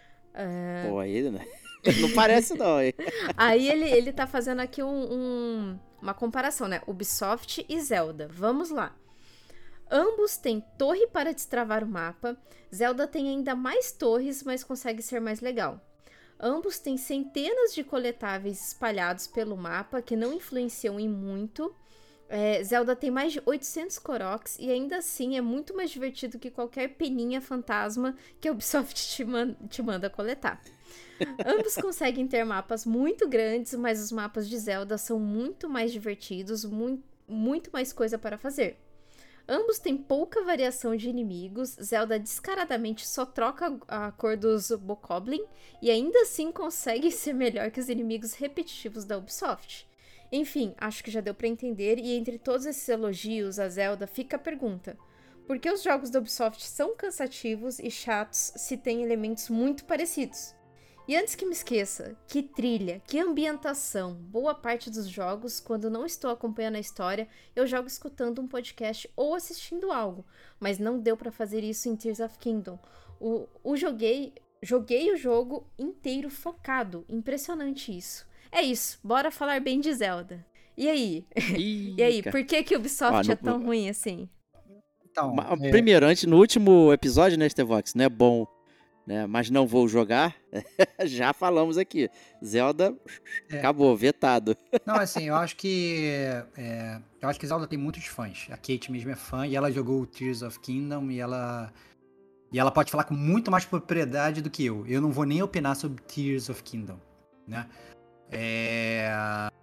Pô, aí, né? Não parece não, hein? Aí ele, ele tá fazendo aqui um, um- uma comparação, né? Ubisoft e Zelda. Vamos lá. Ambos têm torre para destravar o mapa. Zelda tem ainda mais torres, mas consegue ser mais legal. Ambos têm centenas de coletáveis espalhados pelo mapa que não influenciam em muito. É, Zelda tem mais de oitocentos Koroks e ainda assim é muito mais divertido que qualquer peninha fantasma que a Ubisoft te, man- te manda coletar. Ambos conseguem ter mapas muito grandes, mas os mapas de Zelda são muito mais divertidos, muito, muito mais coisa para fazer. Ambos têm pouca variação de inimigos, Zelda descaradamente só troca a cor dos Bokoblin e ainda assim consegue ser melhor que os inimigos repetitivos da Ubisoft. Enfim, acho que já deu pra entender e entre todos esses elogios a Zelda fica a pergunta: por que os jogos da Ubisoft são cansativos e chatos se têm elementos muito parecidos? E antes que me esqueça, que trilha, que ambientação, boa parte dos jogos, quando não estou acompanhando a história, eu jogo escutando um podcast ou assistindo algo, mas não deu pra fazer isso em Tears of Kingdom. O, o joguei, joguei o jogo inteiro focado, impressionante isso. É isso, bora falar bem de Zelda. E aí? Ih, E aí, cara. por que que o Ubisoft Ah, é no- tão ruim assim? Então, Ma- é, Primeiro, antes, no último episódio, né, Stevox, não é bom, né, mas não vou jogar, já falamos aqui. Zelda, É. acabou, vetado. não, assim, eu acho que. é, eu acho que Zelda tem muitos fãs. A Kate mesmo é fã e ela jogou o Tears of Kingdom e ela. E ela pode falar com muito mais propriedade do que eu. Eu não vou nem opinar sobre Tears of Kingdom, né? É...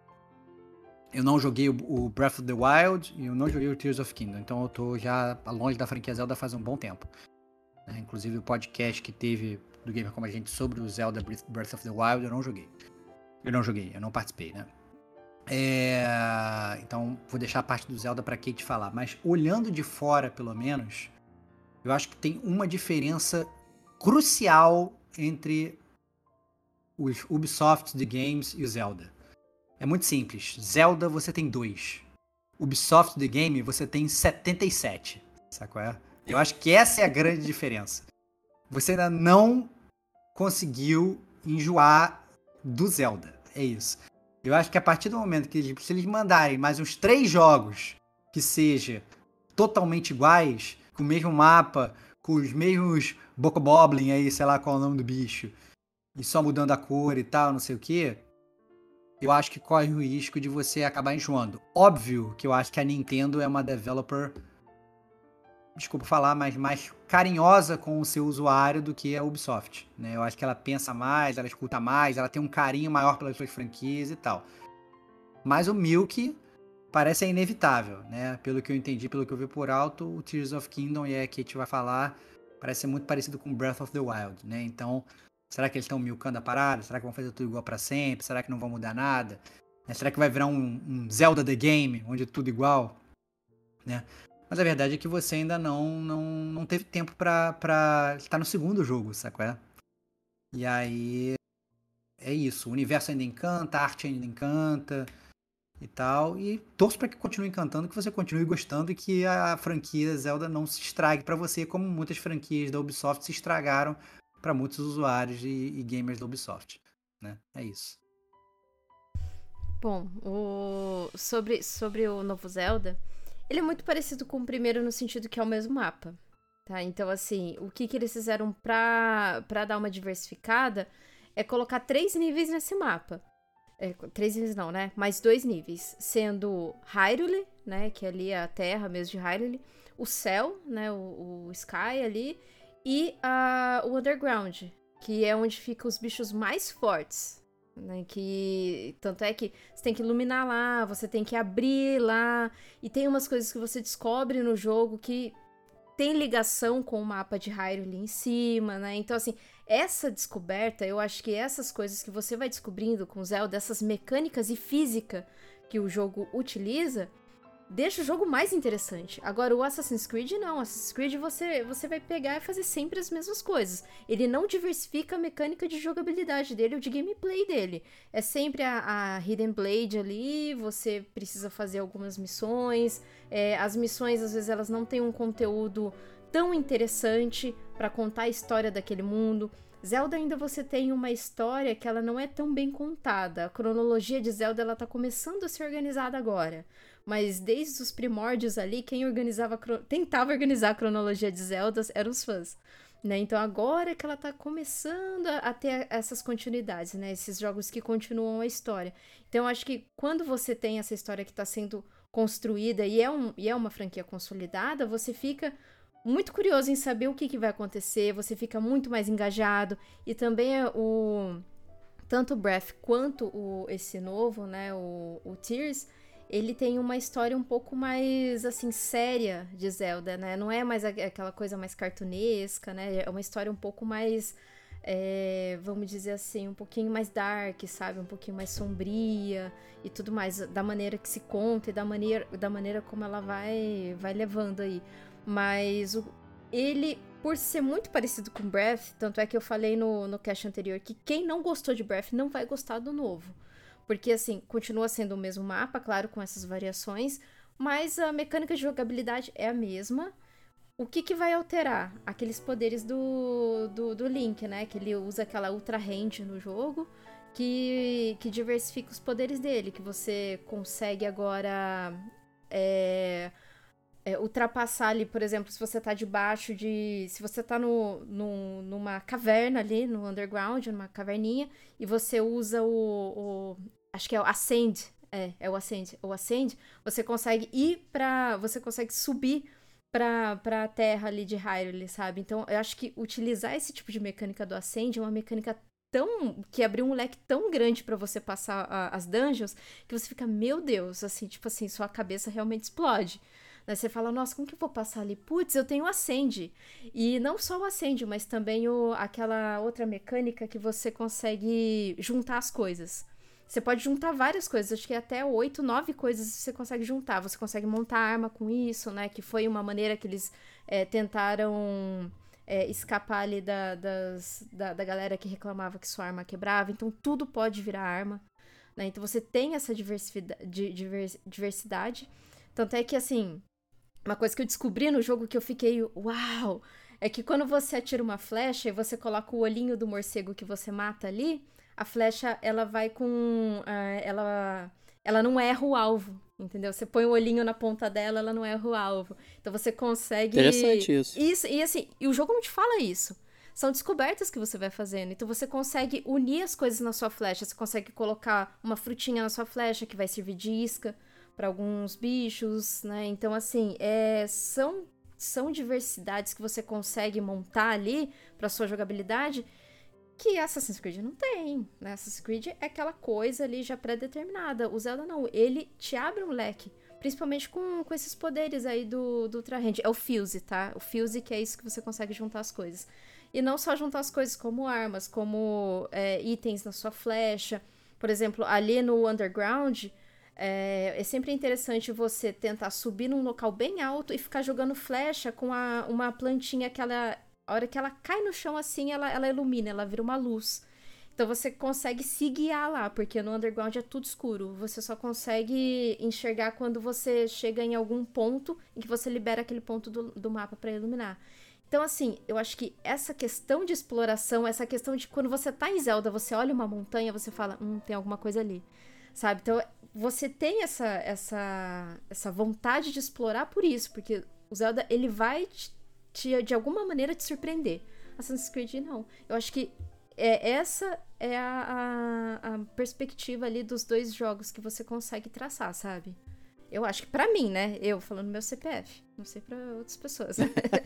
Eu não joguei o Breath of the Wild e eu não joguei o Tears of Kingdom. Então eu tô já longe da franquia Zelda faz um bom tempo. Né? Inclusive o podcast que teve do Gamer Como a Gente sobre o Zelda Breath of the Wild eu não joguei. Eu não joguei, eu não participei, né? É... Então vou deixar a parte do Zelda pra Kate falar. Mas olhando de fora, pelo menos, eu acho que tem uma diferença crucial entre os Ubisoft The Games e o Zelda. É muito simples. Zelda você tem dois. Ubisoft The Game você tem setenta e sete. Sabe qual é? Eu acho que essa é a grande diferença. Você ainda não conseguiu enjoar do Zelda. É isso. Eu acho que a partir do momento que eles, se eles mandarem mais uns três jogos que sejam totalmente iguais, com o mesmo mapa, com os mesmos Bokoblin aí, sei lá qual é o nome do bicho, e só mudando a cor e tal, não sei o que, eu acho que corre o risco de você acabar enjoando. Óbvio que eu acho que a Nintendo é uma developer, desculpa falar, mas mais carinhosa com o seu usuário do que a Ubisoft, né? Eu acho que ela pensa mais, ela escuta mais, ela tem um carinho maior pelas suas franquias e tal. Mas o Milk parece ser inevitável, né? Pelo que eu entendi, pelo que eu vi por alto, o Tears of Kingdom, e a Kate vai falar, parece ser muito parecido com Breath of the Wild, né? Então, será que eles estão milkando a parada? Será que vão fazer tudo igual pra sempre? Será que não vão mudar nada? Né? Será que vai virar um, um Zelda The Game, onde é tudo igual? Né? Mas a verdade é que você ainda não, não, não teve tempo pra, pra estar no segundo jogo, sacou? É? E aí, é isso. O universo ainda encanta, a arte ainda encanta e tal. E torço pra que continue encantando, que você continue gostando e que a franquia Zelda não se estrague pra você, como muitas franquias da Ubisoft se estragaram para muitos usuários e, e gamers da Ubisoft, né? É isso. Bom, o... sobre, sobre o novo Zelda, ele é muito parecido com o primeiro no sentido que é o mesmo mapa, tá? Então, assim, o que, que eles fizeram pra, pra dar uma diversificada é colocar três níveis nesse mapa. É, três níveis não, né? Mais dois níveis, sendo Hyrule, né? Que ali é a terra mesmo de Hyrule, o céu, né? O, o Sky ali, e uh, o Underground, que é onde ficam os bichos mais fortes, né? Que, tanto é que você tem que iluminar lá, você tem que abrir lá, e tem umas coisas que você descobre no jogo que tem ligação com o mapa de Hyrule em cima, né? Então, assim, essa descoberta, eu acho que essas coisas que você vai descobrindo com o Zelda, essas mecânicas e física que o jogo utiliza, deixa o jogo mais interessante. Agora, o Assassin's Creed não. Assassin's Creed você, você vai pegar e fazer sempre as mesmas coisas. Ele não diversifica a mecânica de jogabilidade dele ou de gameplay dele. É sempre a, a Hidden Blade ali, você precisa fazer algumas missões. É, as missões, às vezes, elas não têm um conteúdo tão interessante para contar a história daquele mundo. Zelda ainda você tem uma história que ela não é tão bem contada. A cronologia de Zelda ela tá começando a ser organizada agora. Mas desde os primórdios ali, quem organizava, tentava organizar a cronologia de Zelda eram os fãs, né? Então agora que ela tá começando a ter essas continuidades, né? Esses jogos que continuam a história. Então eu acho que quando você tem essa história que tá sendo construída e é, um, e é uma franquia consolidada, você fica muito curioso em saber o que, que vai acontecer, você fica muito mais engajado. E também o tanto o Breath quanto o, esse novo, né? O, o Tears, ele tem uma história um pouco mais, assim, séria de Zelda, né? Não é mais aquela coisa mais cartunesca, né? É uma história um pouco mais, é, vamos dizer assim, um pouquinho mais dark, sabe? Um pouquinho mais sombria e tudo mais, da maneira que se conta e da maneira, da maneira como ela vai, vai levando aí. Mas o, ele, por ser muito parecido com Breath, tanto é que eu falei no, no cast anterior que quem não gostou de Breath não vai gostar do novo. Porque, assim, continua sendo o mesmo mapa, claro, com essas variações, mas a mecânica de jogabilidade é a mesma. O que que vai alterar? Aqueles poderes do, do, do Link, né? Que ele usa aquela Ultra Hand no jogo, que, que diversifica os poderes dele, que você consegue agora é, é, ultrapassar ali, por exemplo, se você tá debaixo de... Se você tá no, no, numa caverna ali, no underground, numa caverninha, e você usa o... o acho que é o Ascend, é, é o Ascend, o Ascend, você consegue ir pra, você consegue subir pra, pra terra ali de Hyrule, sabe? Então, eu acho que utilizar esse tipo de mecânica do Ascend é uma mecânica tão... que abriu um leque tão grande pra você passar a, as dungeons, que você fica, meu Deus, assim, tipo assim, sua cabeça realmente explode. Daí você fala, nossa, como que eu vou passar ali? Putz, eu tenho o Ascend. E não só o Ascend, mas também o, aquela outra mecânica que você consegue juntar as coisas. Você pode juntar várias coisas, acho que até oito, nove coisas você consegue juntar. Você consegue montar arma com isso, né? Que foi uma maneira que eles é, tentaram é, escapar ali da, das, da, da galera que reclamava que sua arma quebrava. Então tudo pode virar arma, né? Então você tem essa diversidade, diversidade. Tanto é que, assim... Uma coisa que eu descobri no jogo que eu fiquei, uau, é que quando você atira uma flecha e você coloca o olhinho do morcego que você mata ali, a flecha, ela vai com... Uh, ela, ela não erra o alvo, entendeu? Você põe o olhinho na ponta dela, ela não erra o alvo. Então você consegue... Interessante isso. Isso, e assim, e o jogo não te fala isso. São descobertas que você vai fazendo. Então você consegue unir as coisas na sua flecha. Você consegue colocar uma frutinha na sua flecha que vai servir de isca para alguns bichos, né? Então, assim, é, são, são diversidades que você consegue montar ali para sua jogabilidade que Assassin's Creed não tem, né? Assassin's Creed é aquela coisa ali já pré-determinada. O Zelda não, ele te abre um leque, principalmente com, com esses poderes aí do, do Ultra Hand. É o Fuse, tá? O Fuse que é isso que você consegue juntar as coisas. E não só juntar as coisas como armas, como é, itens na sua flecha. Por exemplo, ali no Underground... É, é sempre interessante você tentar subir num local bem alto e ficar jogando flecha com a, uma plantinha que ela, a hora que ela cai no chão assim, ela, ela ilumina, ela vira uma luz. Então você consegue se guiar lá, porque no Underground é tudo escuro. Você só consegue enxergar quando você chega em algum ponto em que você libera aquele ponto do, do mapa para iluminar. Então, assim, eu acho que essa questão de exploração, essa questão de quando você tá em Zelda, você olha uma montanha, você fala, hum, tem alguma coisa ali, sabe? Então, você tem essa, essa, essa vontade de explorar por isso, porque o Zelda, ele vai te, te, de alguma maneira te surpreender. Assassin's Creed, não. Eu acho que é, essa é a, a, a perspectiva ali dos dois jogos que você consegue traçar, sabe? Eu acho que pra mim, né? Eu falando meu C P F. Não sei pra outras pessoas.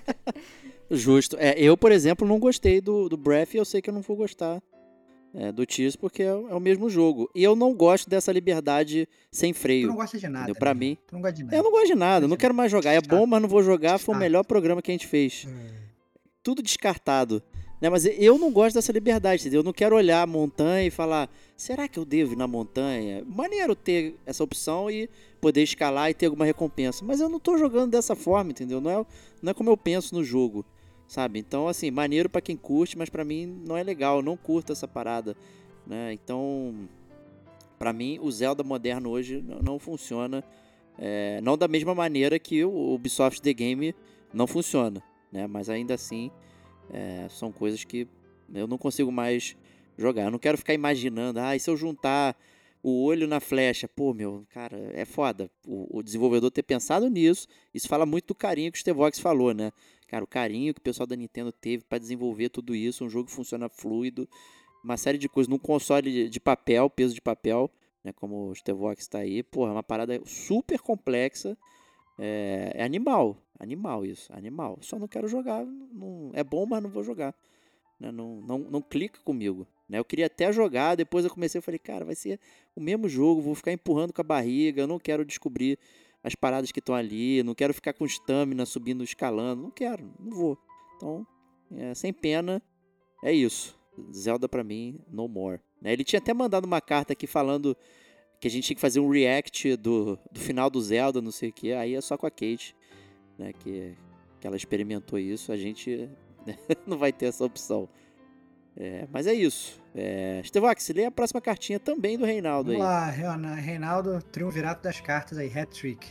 Justo. É, eu, por exemplo, não gostei do, do Breath e eu sei que eu não vou gostar É, do Tears, porque é, é o mesmo jogo. E eu não gosto dessa liberdade sem freio. Tu não gosta de nada, entendeu? Pra né? mim. Tu não gosta de nada. Eu não gosto de nada, Não não quero mais jogar. É bom, mas não vou jogar. Foi o melhor programa que a gente fez. Hum. Tudo descartado. Né? Mas eu não gosto dessa liberdade, entendeu? Eu não quero olhar a montanha e falar, será que eu devo ir na montanha? Maneiro ter essa opção e poder escalar e ter alguma recompensa. Mas eu não tô jogando dessa forma, entendeu? Não é, não é como eu penso no jogo, sabe? Então, assim, maneiro pra quem curte, mas pra mim não é legal. Eu não curto essa parada. Né? Então, pra mim, o Zelda moderno hoje não funciona, é, não da mesma maneira que o Ubisoft The Game não funciona, né? Mas ainda assim, é, são coisas que eu não consigo mais jogar. Eu não quero ficar imaginando, ah, e se eu juntar o olho na flecha? Pô, meu, cara, é foda o, o desenvolvedor ter pensado nisso. Isso fala muito do carinho que o Stevox falou, né? Cara, o carinho que o pessoal da Nintendo teve pra desenvolver tudo isso, um jogo que funciona fluido, uma série de coisas num console de papel, peso de papel, né, como o Stevox tá aí. Porra, é uma parada super complexa. É, é animal, animal isso, animal. Só não quero jogar, não, é bom, mas não vou jogar. Né, não, não, não clica comigo. Né, eu queria até jogar, depois eu comecei e falei, cara, vai ser o mesmo jogo, vou ficar empurrando com a barriga, eu não quero descobrir as paradas que estão ali, não quero ficar com estamina subindo, escalando, não quero, não vou. Então, é, sem pena, é isso. Zelda pra mim, no more. Né? Ele tinha até mandado uma carta aqui falando que a gente tinha que fazer um react do, do final do Zelda, não sei o que. Aí é só com a Kate, né? que, que ela experimentou isso. A gente não vai ter essa opção. É, mas é isso. É, Stevox, lê a próxima cartinha também do Reinaldo. Vamos aí. lá, Reinaldo, triunvirato das cartas aí, hat-trick.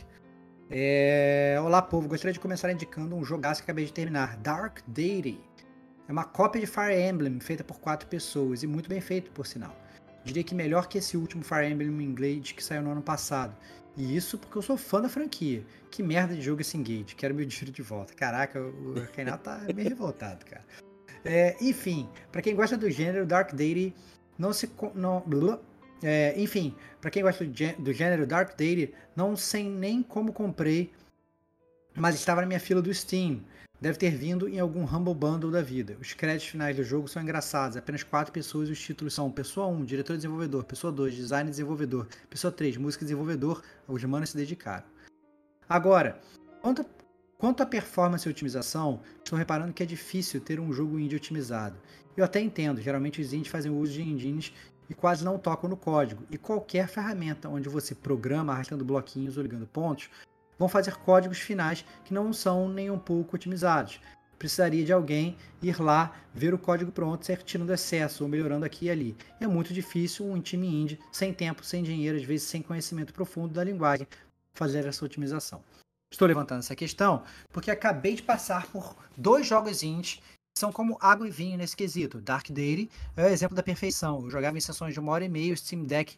É, olá, povo. Gostaria de começar indicando um jogaço que acabei de terminar, Dark Deity. É uma cópia de Fire Emblem, feita por quatro pessoas, e muito bem feito, por sinal. Diria que melhor que esse último Fire Emblem Engage que saiu no ano passado. E isso porque eu sou fã da franquia. Que merda de jogo esse Engage, quero meu dinheiro de volta. Caraca, o Renato tá meio revoltado, cara. É, enfim, pra quem gosta do gênero, Dark Deity não se... Não, é, enfim, pra quem gosta do gênero Dark Deity, não sei nem como comprei mas estava na minha fila do Steam. Deve ter vindo em algum Humble Bundle da vida. Os créditos finais do jogo são engraçados. Apenas quatro pessoas e os títulos são Pessoa um, Diretor e Desenvolvedor. Pessoa dois, Design e Desenvolvedor. Pessoa três, Música e Desenvolvedor. Os manos se dedicaram. Agora, quanto, quanto à performance e otimização, estou reparando que é difícil ter um jogo indie otimizado. Eu até entendo, geralmente os indies fazem uso de engines e quase não tocam no código. E qualquer ferramenta onde você programa arrastando bloquinhos ou ligando pontos, vão fazer códigos finais que não são nem um pouco otimizados. Precisaria de alguém ir lá, ver o código pronto, certo, tirando excesso ou melhorando aqui e ali. É muito difícil um time indie, sem tempo, sem dinheiro, às vezes sem conhecimento profundo da linguagem, fazer essa otimização. Estou levantando essa questão porque acabei de passar por dois jogos indies que são como água e vinho nesse quesito. Dark Deity é o exemplo da perfeição. Eu jogava em sessões de uma hora e meia, o Steam Deck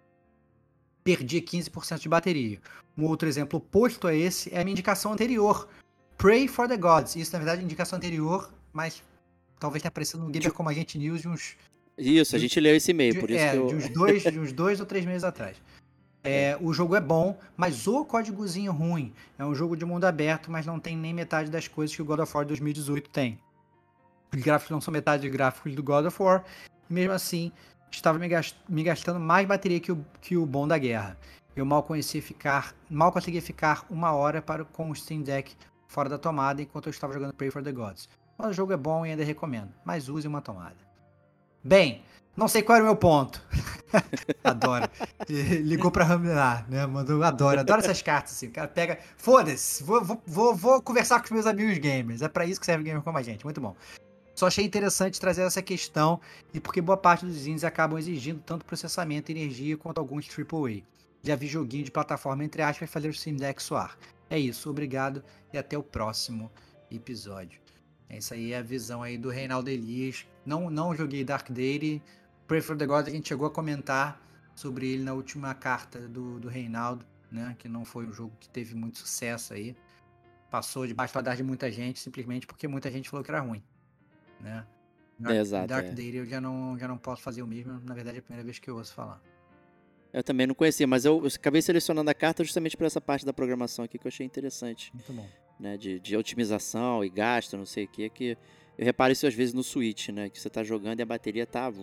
perdia quinze por cento de bateria. Um outro exemplo oposto a esse é a minha indicação anterior, Pray for the Gods. Isso, na verdade, é indicação anterior, mas talvez tenha aparecido no Gamer Como a Gente News de uns... Isso, a gente leu esse e-mail, por isso é, que eu... de uns dois, de uns dois ou três meses atrás. É, o jogo é bom, mas o códigozinho ruim. É um jogo de mundo aberto, mas não tem nem metade das coisas que o God of War dois mil e dezoito tem. Os gráficos não são metade dos gráficos do God of War, e mesmo assim, estava me, gast- me gastando mais bateria que o, que o bom da guerra. Eu mal, conhecia ficar, mal conseguia ficar uma hora para, com o Steam Deck fora da tomada enquanto eu estava jogando Pray for the Gods. Mas o jogo é bom e ainda recomendo, mas use uma tomada. Bem, não sei qual era o meu ponto. Adoro. Ligou pra Ramilar, né? Mandou, adoro, adoro essas cartas assim. O cara pega, foda-se, vou, vou, vou, vou conversar com os meus amigos gamers. É pra isso que serve o Gamer Como a Gente, muito bom. Só achei interessante trazer essa questão e porque boa parte dos indies acabam exigindo tanto processamento e energia quanto alguns triplo A. Já vi joguinho de plataforma, entre aspas, fazer o Steam Deck soar. É isso, obrigado e até o próximo episódio. Essa aí é a visão aí do Reinaldo Elias. Não, não joguei Dark Deity. Pray for the Gods, a gente chegou a comentar sobre ele na última carta do, do Reinaldo, né? Que não foi um jogo que teve muito sucesso aí. Passou debaixo do radar de muita gente, simplesmente porque muita gente falou que era ruim, né? Dark, É, exato, Dark é. Deity eu já não, já não posso fazer o mesmo. Na verdade é a primeira vez que eu ouço falar. Eu também não conhecia, mas eu, eu acabei selecionando a carta justamente por essa parte da programação aqui que eu achei interessante. Muito bom. Né, de, de otimização e gasto, não sei o que, que eu reparo isso às vezes no Switch, né, que você tá jogando e a bateria tá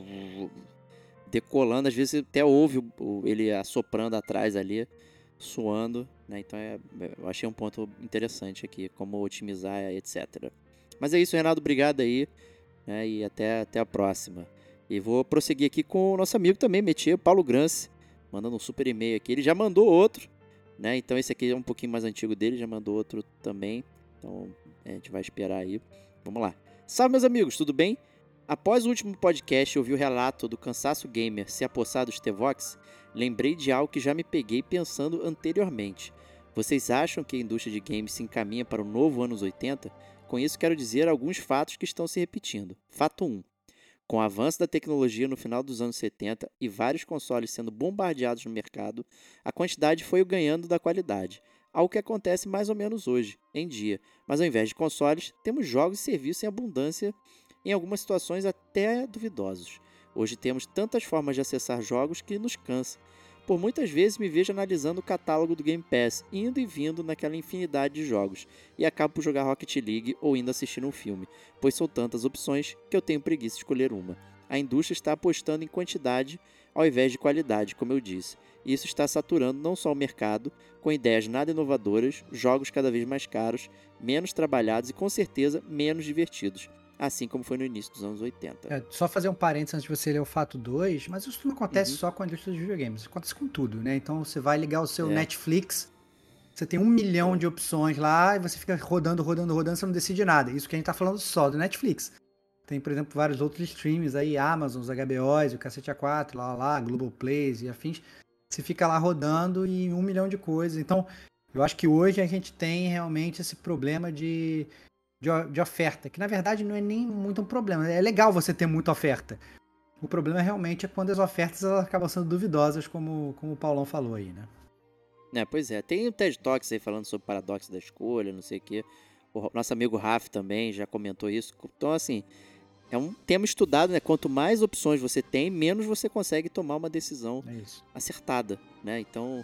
decolando, às vezes você até ouve o, o, ele assoprando atrás ali, suando, né, então é, eu achei um ponto interessante aqui, como otimizar, etcétera. Mas é isso, Renato, obrigado aí, né, e até, até a próxima. E vou prosseguir aqui com o nosso amigo também, Metier, Paulo Grance, mandando um super e-mail aqui, ele já mandou outro, né? Então esse aqui é um pouquinho mais antigo dele, já mandou outro também. Então a gente vai esperar aí. Vamos lá. Salve, meus amigos, tudo bem? Após o último podcast eu ouvi o relato do Cansaço Gamer se apossar dos T-Vox, lembrei de algo que já me peguei pensando anteriormente. Vocês acham que a indústria de games se encaminha para o novo anos oitenta? Com isso quero dizer alguns fatos que estão se repetindo. Fato um. Com o avanço da tecnologia no final dos anos setenta e vários consoles sendo bombardeados no mercado, a quantidade foi ganhando da qualidade, algo que acontece mais ou menos hoje, em dia. Mas ao invés de consoles, temos jogos e serviços em abundância, em algumas situações até duvidosos. Hoje temos tantas formas de acessar jogos que nos cansa. Por muitas vezes me vejo analisando o catálogo do Game Pass, indo e vindo naquela infinidade de jogos, e acabo por jogar Rocket League ou indo assistir um filme, pois são tantas opções que eu tenho preguiça de escolher uma. A indústria está apostando em quantidade ao invés de qualidade, como eu disse, e isso está saturando não só o mercado, com ideias nada inovadoras, jogos cada vez mais caros, menos trabalhados e com certeza menos divertidos. Assim como foi no início dos anos oitenta. É, só fazer um parênteses antes de você ler o fato dois, mas isso não acontece Uhum. só com a indústria dos videogames, isso acontece com tudo, né? Então você vai ligar o seu É. Netflix, você tem um milhão de opções lá e você fica rodando, rodando, rodando, você não decide nada. Isso que a gente tá falando só do Netflix. Tem, por exemplo, vários outros streams aí, Amazon, os H B Os, o Cacete A quatro, lá, lá, Global Plays e afins. Você fica lá rodando e um milhão de coisas. Então, eu acho que hoje a gente tem realmente esse problema de... De, de oferta, que na verdade não é nem muito um problema. É legal você ter muita oferta. O problema realmente é quando as ofertas elas acabam sendo duvidosas, como, como o Paulão falou aí, né? É, pois é. Tem o TED Talks aí falando sobre o paradoxo da escolha, não sei o quê. O nosso amigo Raf também já comentou isso. Então, assim, é um tema estudado, né? Quanto mais opções você tem, menos você consegue tomar uma decisão É isso. acertada, né? Então,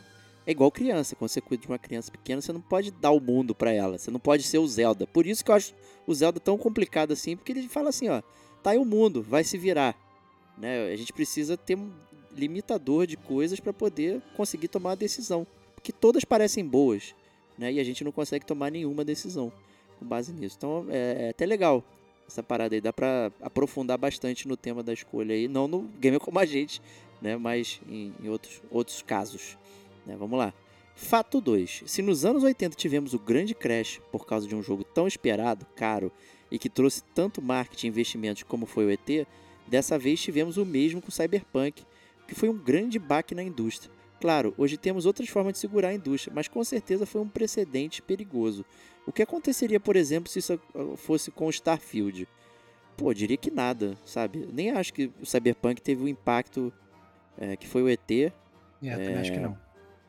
é igual criança. Quando você cuida de uma criança pequena, você não pode dar o mundo pra ela. Você não pode ser o Zelda. Por isso que eu acho o Zelda tão complicado assim, porque ele fala assim, ó, tá aí o mundo, vai se virar. Né? A gente precisa ter um limitador de coisas pra poder conseguir tomar uma decisão. Porque todas parecem boas, né? E a gente não consegue tomar nenhuma decisão com base nisso. Então é, é até legal essa parada aí. Dá pra aprofundar bastante no tema da escolha aí. Não no Gamer Como a Gente, né? Mas em, em outros, outros casos. Né? Vamos lá. Fato dois. Se nos anos oitenta tivemos o grande crash por causa de um jogo tão esperado, caro, e que trouxe tanto marketing e investimentos como foi o E T, dessa vez tivemos o mesmo com o Cyberpunk, que foi um grande baque na indústria. Claro, hoje temos outras formas de segurar a indústria, mas com certeza foi um precedente perigoso. O que aconteceria, por exemplo, se isso fosse com o Starfield? Pô, eu diria que nada, sabe? Nem acho que o Cyberpunk teve o impacto é, que foi o E T. É, eu também acho que não.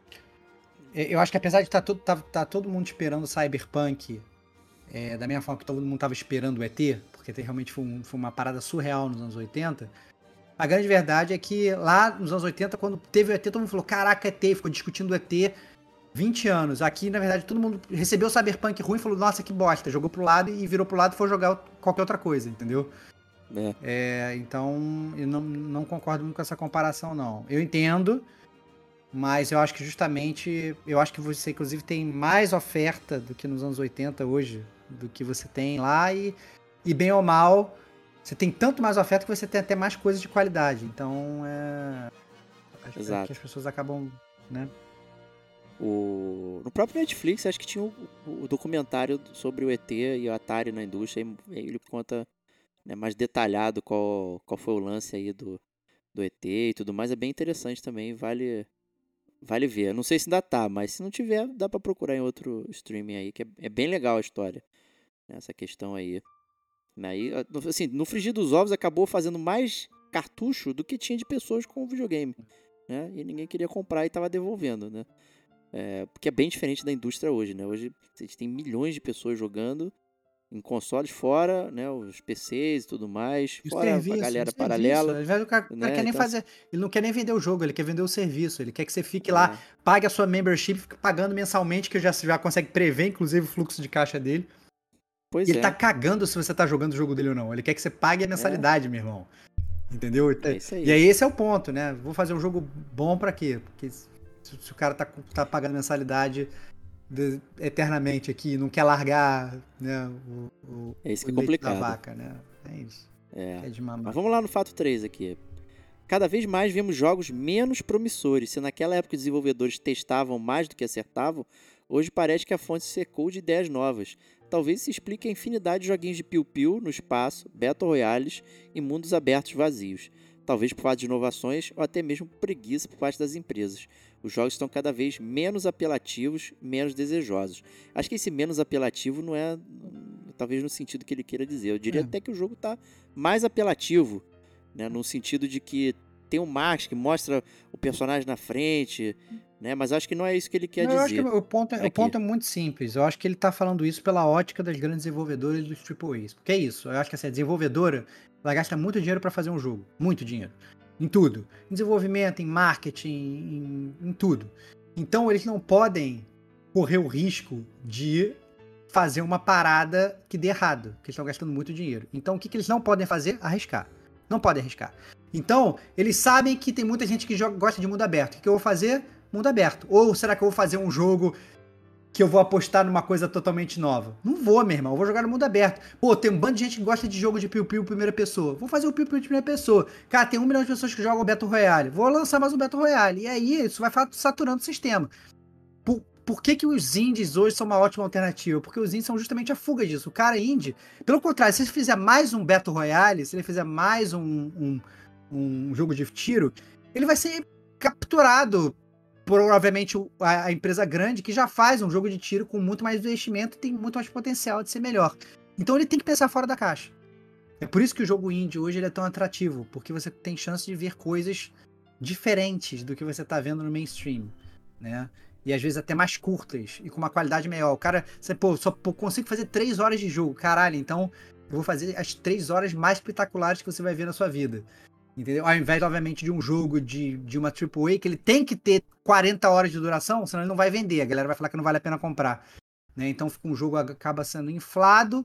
Eu acho que apesar de estar tá todo, tá, tá todo mundo esperando o Cyberpunk, é, da mesma forma que todo mundo estava esperando o E T, porque realmente foi, um, foi uma parada surreal nos anos oitenta, a grande verdade é que lá nos anos oitenta, quando teve o E T, todo mundo falou, caraca, E T, ficou discutindo o E T vinte anos. Aqui, na verdade, todo mundo recebeu o Cyberpunk ruim e falou, nossa, que bosta, jogou pro lado e virou pro lado e foi jogar qualquer outra coisa, entendeu? É. É, então, eu não, não concordo muito com essa comparação, não. Eu entendo, mas eu acho que justamente, eu acho que você, inclusive, tem mais oferta do que nos anos oitenta hoje, do que você tem lá, e, e bem ou mal, você tem tanto mais oferta que você tem até mais coisas de qualidade. Então, é... acho Exato. que as pessoas acabam, né? O... No próprio Netflix, acho que tinha o, o documentário sobre o E T e o Atari na indústria, e ele conta, né, mais detalhado qual, qual foi o lance aí do, do E T e tudo mais. É bem interessante também, vale, vale ver. Não sei se ainda tá, mas se não tiver, dá pra procurar em outro streaming aí, que é, é bem legal a história, né, essa questão aí. Aí, assim, no frigir dos ovos acabou fazendo mais cartucho do que tinha de pessoas com videogame, né? E ninguém queria comprar e tava devolvendo, né? É, porque é bem diferente da indústria hoje, né? Hoje a gente tem milhões de pessoas jogando em consoles, fora, né, os P Cs e tudo mais, E fora serviço, a galera serviço. paralela. Às vezes o cara, né? quer nem Então, fazer, ele não quer nem vender o jogo, ele quer vender o serviço. Ele quer que você fique É. lá, pague a sua membership, fique pagando mensalmente, que já, já consegue prever, inclusive, o fluxo de caixa dele. Pois E ele é. tá cagando se você tá jogando o jogo dele ou não. Ele quer que você pague a mensalidade, meu irmão. Entendeu? É isso aí. E aí esse é o ponto, né? Vou fazer um jogo bom pra quê? Porque se, se o cara tá, tá pagando mensalidade de, eternamente aqui, não quer largar, né, o, o, É isso que o é leite da complicado. vaca, né? É isso. É. É de mamar. Mas vamos lá no fato três aqui. Cada vez mais vemos jogos menos promissores. Se naquela época os desenvolvedores testavam mais do que acertavam, hoje parece que a fonte secou de ideias novas. Talvez se explique a infinidade de joguinhos de piu-piu no espaço, Battle Royales e mundos abertos vazios. Talvez por falta de inovações ou até mesmo preguiça por parte das empresas. Os jogos estão cada vez menos apelativos, menos desejosos. Acho que esse menos apelativo não é, talvez no sentido que ele queira dizer. Eu diria É. até que o jogo está mais apelativo, né, no sentido de que tem um marketing que mostra o personagem na frente, né, mas acho que não é isso que ele quer Não, eu acho dizer. que o ponto, é, o aqui. ponto é muito simples. Eu acho que ele tá falando isso pela ótica das grandes desenvolvedoras dos triplo A's. Porque é isso. Eu acho que assim, a desenvolvedora, ela gasta muito dinheiro para fazer um jogo. Muito dinheiro. Em tudo. Em desenvolvimento, em marketing, em, em tudo. Então eles não podem correr o risco de fazer uma parada que dê errado. Porque eles estão gastando muito dinheiro. Então o que, que eles não podem fazer? Arriscar. Não podem arriscar. Então, eles sabem que tem muita gente que joga, gosta de mundo aberto. O que, que eu vou fazer? Mundo aberto. Ou será que eu vou fazer um jogo que eu vou apostar numa coisa totalmente nova? Não vou, meu irmão. Eu vou jogar no mundo aberto. Pô, tem um bando de gente que gosta de jogo de piu-piu primeira pessoa. Vou fazer o piu-piu de primeira pessoa. Cara, tem um milhão de pessoas que jogam Battle Royale. Vou lançar mais um Battle Royale. E aí, isso vai saturando o sistema. Por, por que que os indies hoje são uma ótima alternativa? Porque os indies são justamente a fuga disso. O cara indie... Pelo contrário, se ele fizer mais um Battle Royale, se ele fizer mais um, um, um jogo de tiro, ele vai ser capturado provavelmente a, a empresa grande que já faz um jogo de tiro com muito mais investimento e tem muito mais potencial de ser melhor. Então ele tem que pensar fora da caixa. É por isso que o jogo indie hoje ele é tão atrativo, porque você tem chance de ver coisas diferentes do que você está vendo no mainstream, né? E às vezes até mais curtas e com uma qualidade melhor. O cara, você, pô, só pô, consigo fazer três horas de jogo. Caralho, então eu vou fazer as três horas mais espetaculares que você vai ver na sua vida. Entendeu? Ao invés, obviamente, de um jogo de, de uma triplo A, que ele tem que ter quarenta horas de duração, senão ele não vai vender. A galera vai falar que não vale a pena comprar. Né? Então um jogo acaba sendo inflado,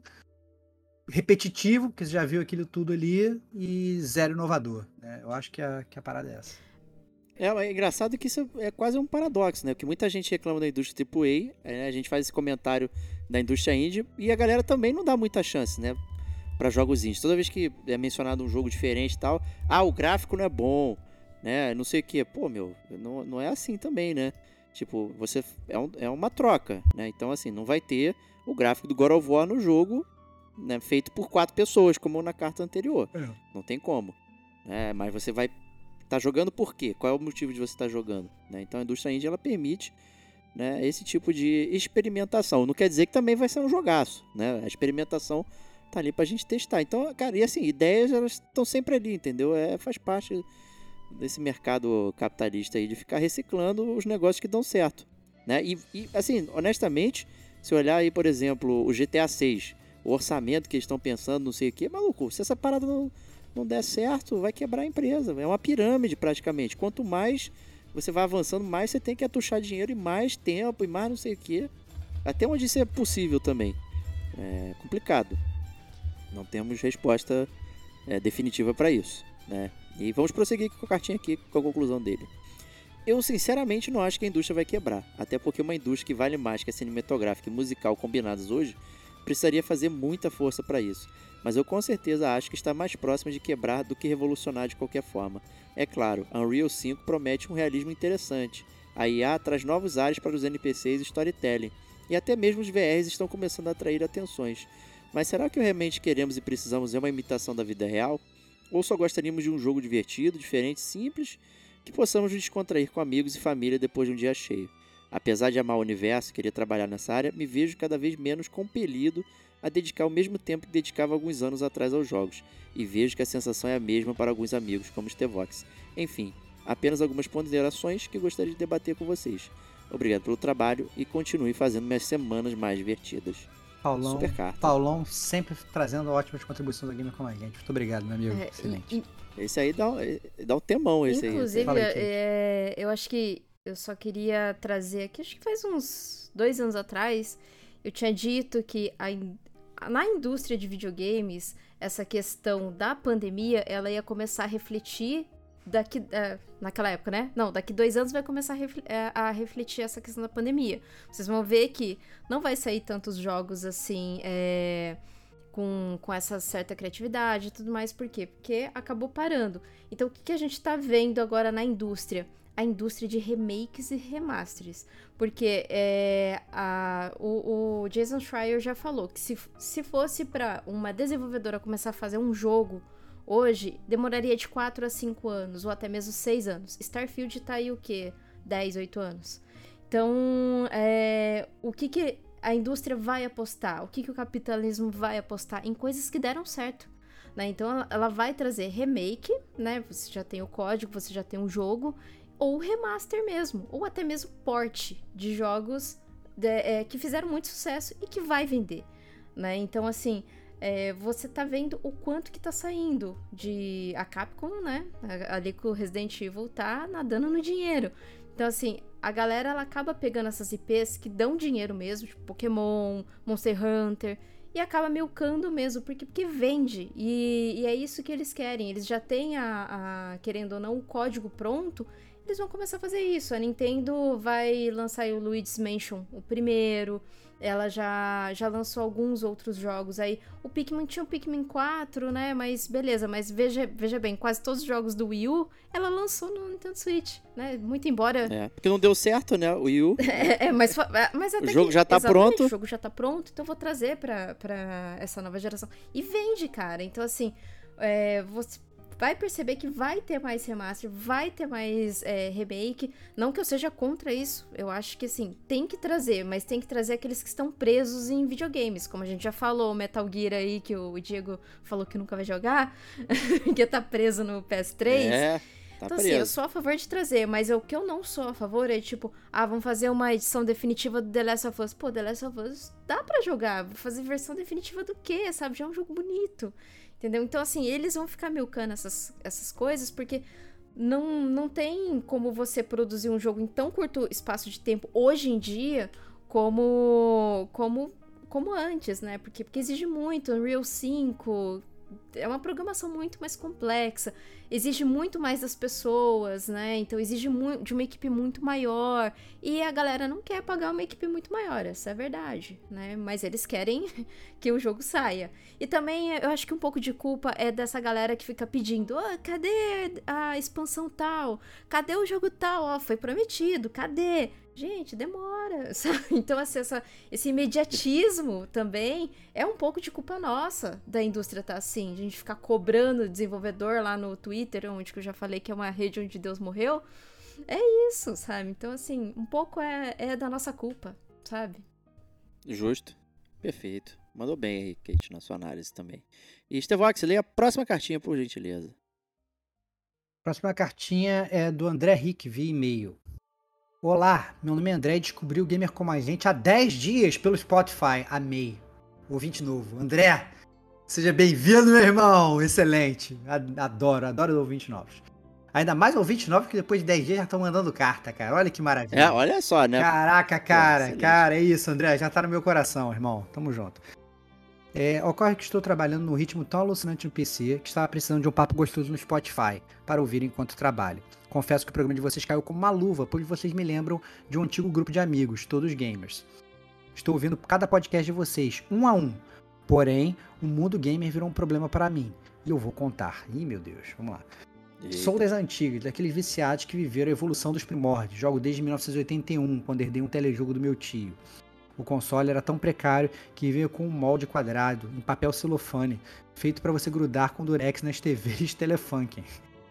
repetitivo, porque você já viu aquilo tudo ali, e zero inovador. Né? Eu acho que a, que a parada é essa. É, é engraçado que isso é quase um paradoxo, né? Porque muita gente reclama da indústria triplo A, é, a gente faz esse comentário da indústria indie, e a galera também não dá muita chance, né? Para jogos indies. Toda vez que é mencionado um jogo diferente e tal, ah, o gráfico não é bom, né? Não sei o que. Pô, meu, não, não é assim também, né? Tipo, você é, um, é uma troca, né? Então, assim, não vai ter o gráfico do God of War no jogo, né, feito por quatro pessoas, como na carta anterior. É. Não tem como. Né? Mas você vai tá jogando por quê? Qual é o motivo de você estar tá jogando? Né? Então, a indústria indie, ela permite, né, esse tipo de experimentação. Não quer dizer que também vai ser um jogaço, né? A experimentação tá ali pra gente testar. Então, cara, e assim, ideias, elas estão sempre ali, entendeu? É, faz parte desse mercado capitalista aí de ficar reciclando os negócios que dão certo, né? E, e assim, honestamente, se olhar aí, por exemplo, o G T A seis, o orçamento que eles estão pensando, não sei o que, maluco, se essa parada não, não der certo, vai quebrar a empresa. É uma pirâmide praticamente. Quanto mais você vai avançando, mais você tem que atuchar dinheiro e mais tempo e mais não sei o que. Até onde isso é possível também. É complicado. Não temos resposta é, definitiva para isso, né? E vamos prosseguir com a cartinha aqui, com a conclusão dele. Eu sinceramente não acho que a indústria vai quebrar, até porque uma indústria que vale mais que a cinematográfica e musical combinadas hoje precisaria fazer muita força para isso. Mas eu com certeza acho que está mais próxima de quebrar do que revolucionar de qualquer forma. É claro, Unreal cinco promete um realismo interessante. A I A traz novos ares para os N P Cs e storytelling, e até mesmo os V Rs estão começando a atrair atenções. Mas será que realmente queremos e precisamos ver uma imitação da vida real? Ou só gostaríamos de um jogo divertido, diferente, simples, que possamos nos descontrair com amigos e família depois de um dia cheio? Apesar de amar o universo e querer trabalhar nessa área, me vejo cada vez menos compelido a dedicar o mesmo tempo que dedicava alguns anos atrás aos jogos, e vejo que a sensação é a mesma para alguns amigos, como Stevox. Enfim, apenas algumas ponderações que gostaria de debater com vocês. Obrigado pelo trabalho e continue fazendo minhas semanas mais divertidas. Paulão, Super carta. Paulão sempre trazendo ótimas contribuições ao game como a gente. Muito obrigado, meu amigo. É, Excelente. E, esse aí dá, dá um temão, esse inclusive, aí. Inclusive, é, eu acho que eu só queria trazer aqui, acho que faz uns dois anos atrás, eu tinha dito que a, na indústria de videogames, essa questão da pandemia, ela ia começar a refletir daqui, uh, naquela época, né? Não, daqui dois anos vai começar a, refl- a refletir essa questão da pandemia. Vocês vão ver que não vai sair tantos jogos assim, é, com, com essa certa criatividade e tudo mais. Por quê? Porque acabou parando. Então, o que, que a gente tá vendo agora na indústria? A indústria de remakes e remasters. Porque é, a, o, o Jason Schreier já falou que se, se fosse para uma desenvolvedora começar a fazer um jogo hoje, demoraria de quatro a cinco anos, ou até mesmo seis anos. Starfield tá aí o quê? dez, oito anos. Então, é, o que, que a indústria vai apostar? O que, que o capitalismo vai apostar? Em coisas que deram certo. Né? Então, ela vai trazer remake, né? Você já tem o código, você já tem o jogo, ou remaster mesmo, ou até mesmo port de jogos de, é, que fizeram muito sucesso e que vai vender. Né? Então, assim... É, você tá vendo o quanto que tá saindo de a Capcom, né? Ali que o Resident Evil tá nadando no dinheiro. Então, assim, a galera, ela acaba pegando essas I Ps que dão dinheiro mesmo, tipo Pokémon, Monster Hunter, e acaba milcando mesmo, porque, porque vende. E, e é isso que eles querem. Eles já têm, a, a, querendo ou não, o código pronto, eles vão começar a fazer isso. A Nintendo vai lançar aí o Luigi's Mansion, o primeiro... Ela já, já lançou alguns outros jogos aí. O Pikmin tinha o Pikmin quatro, né? Mas beleza, mas veja, veja bem, quase todos os jogos do Wii U, ela lançou no Nintendo Switch, né? Muito embora... É, porque não deu certo, né? O Wii U. é, é, mas, mas até o jogo que, já tá pronto. O jogo já tá pronto, então eu vou trazer pra, pra essa nova geração. E vende, cara. Então, assim, é, você... vai perceber que vai ter mais remaster, vai ter mais é, remake. Não que eu seja contra isso. Eu acho que, assim, tem que trazer, mas tem que trazer aqueles que estão presos em videogames. Como a gente já falou, Metal Gear aí, que o Diego falou que nunca vai jogar, que tá preso no P S três. É. Tá então, preso. assim, eu sou a favor de trazer, mas o que eu não sou a favor é, tipo, ah, vamos fazer uma edição definitiva do The Last of Us. Pô, The Last of Us dá pra jogar. Vou fazer versão definitiva do quê, sabe? Já é um jogo bonito, entendeu? Então, assim, eles vão ficar milcando essas, essas coisas, porque não, não tem como você produzir um jogo em tão curto espaço de tempo, hoje em dia, como, como, como antes, né? Porque, porque exige muito, Unreal cinco... É uma programação muito mais complexa, exige muito mais das pessoas, né? Então exige muito, de uma equipe muito maior. E a galera não quer pagar uma equipe muito maior, essa é a verdade, né? Mas eles querem que o jogo saia. E também eu acho que um pouco de culpa é dessa galera que fica pedindo: oh, cadê a expansão tal? Cadê o jogo tal? Ó, oh, foi prometido, cadê? Gente, demora, sabe? Então, assim, essa, esse imediatismo também é um pouco de culpa nossa da indústria tá assim. A gente ficar cobrando o desenvolvedor lá no Twitter, onde que eu já falei que é uma rede onde Deus morreu. É isso, sabe? Então, assim, um pouco é, é da nossa culpa, sabe? Justo. Perfeito. Mandou bem aí, Kate, na sua análise também. E Stevox, leia a próxima cartinha, por gentileza. Próxima cartinha é do André Rick, via e-mail. Olá, meu nome é André e descobri o Gamer Como a Gente há dez dias pelo Spotify. Amei. Ouvinte novo. André, seja bem-vindo, meu irmão. Excelente. Adoro, adoro ouvintes novos. Ainda mais ouvintes novos que depois de dez dias já estão mandando carta, cara. Olha que maravilha. É, olha só, né? Caraca, cara. Pô, cara, é isso, André. Já tá no meu coração, irmão. Tamo junto. É, ocorre que estou trabalhando num ritmo tão alucinante no P C que estava precisando de um papo gostoso no Spotify para ouvir enquanto trabalho. Confesso que o programa de vocês caiu como uma luva, pois vocês me lembram de um antigo grupo de amigos, todos gamers. Estou ouvindo cada podcast de vocês, um a um. Porém, o mundo gamer virou um problema para mim. E eu vou contar. Ih, meu Deus, vamos lá. Eita. Sou das antigas, daqueles viciados que viveram a evolução dos primórdios. Jogo desde mil novecentos e oitenta e um, quando herdei um telejogo do meu tio. O console era tão precário que veio com um molde quadrado, em papel celofane, feito para você grudar com durex nas T Vs Telefunken,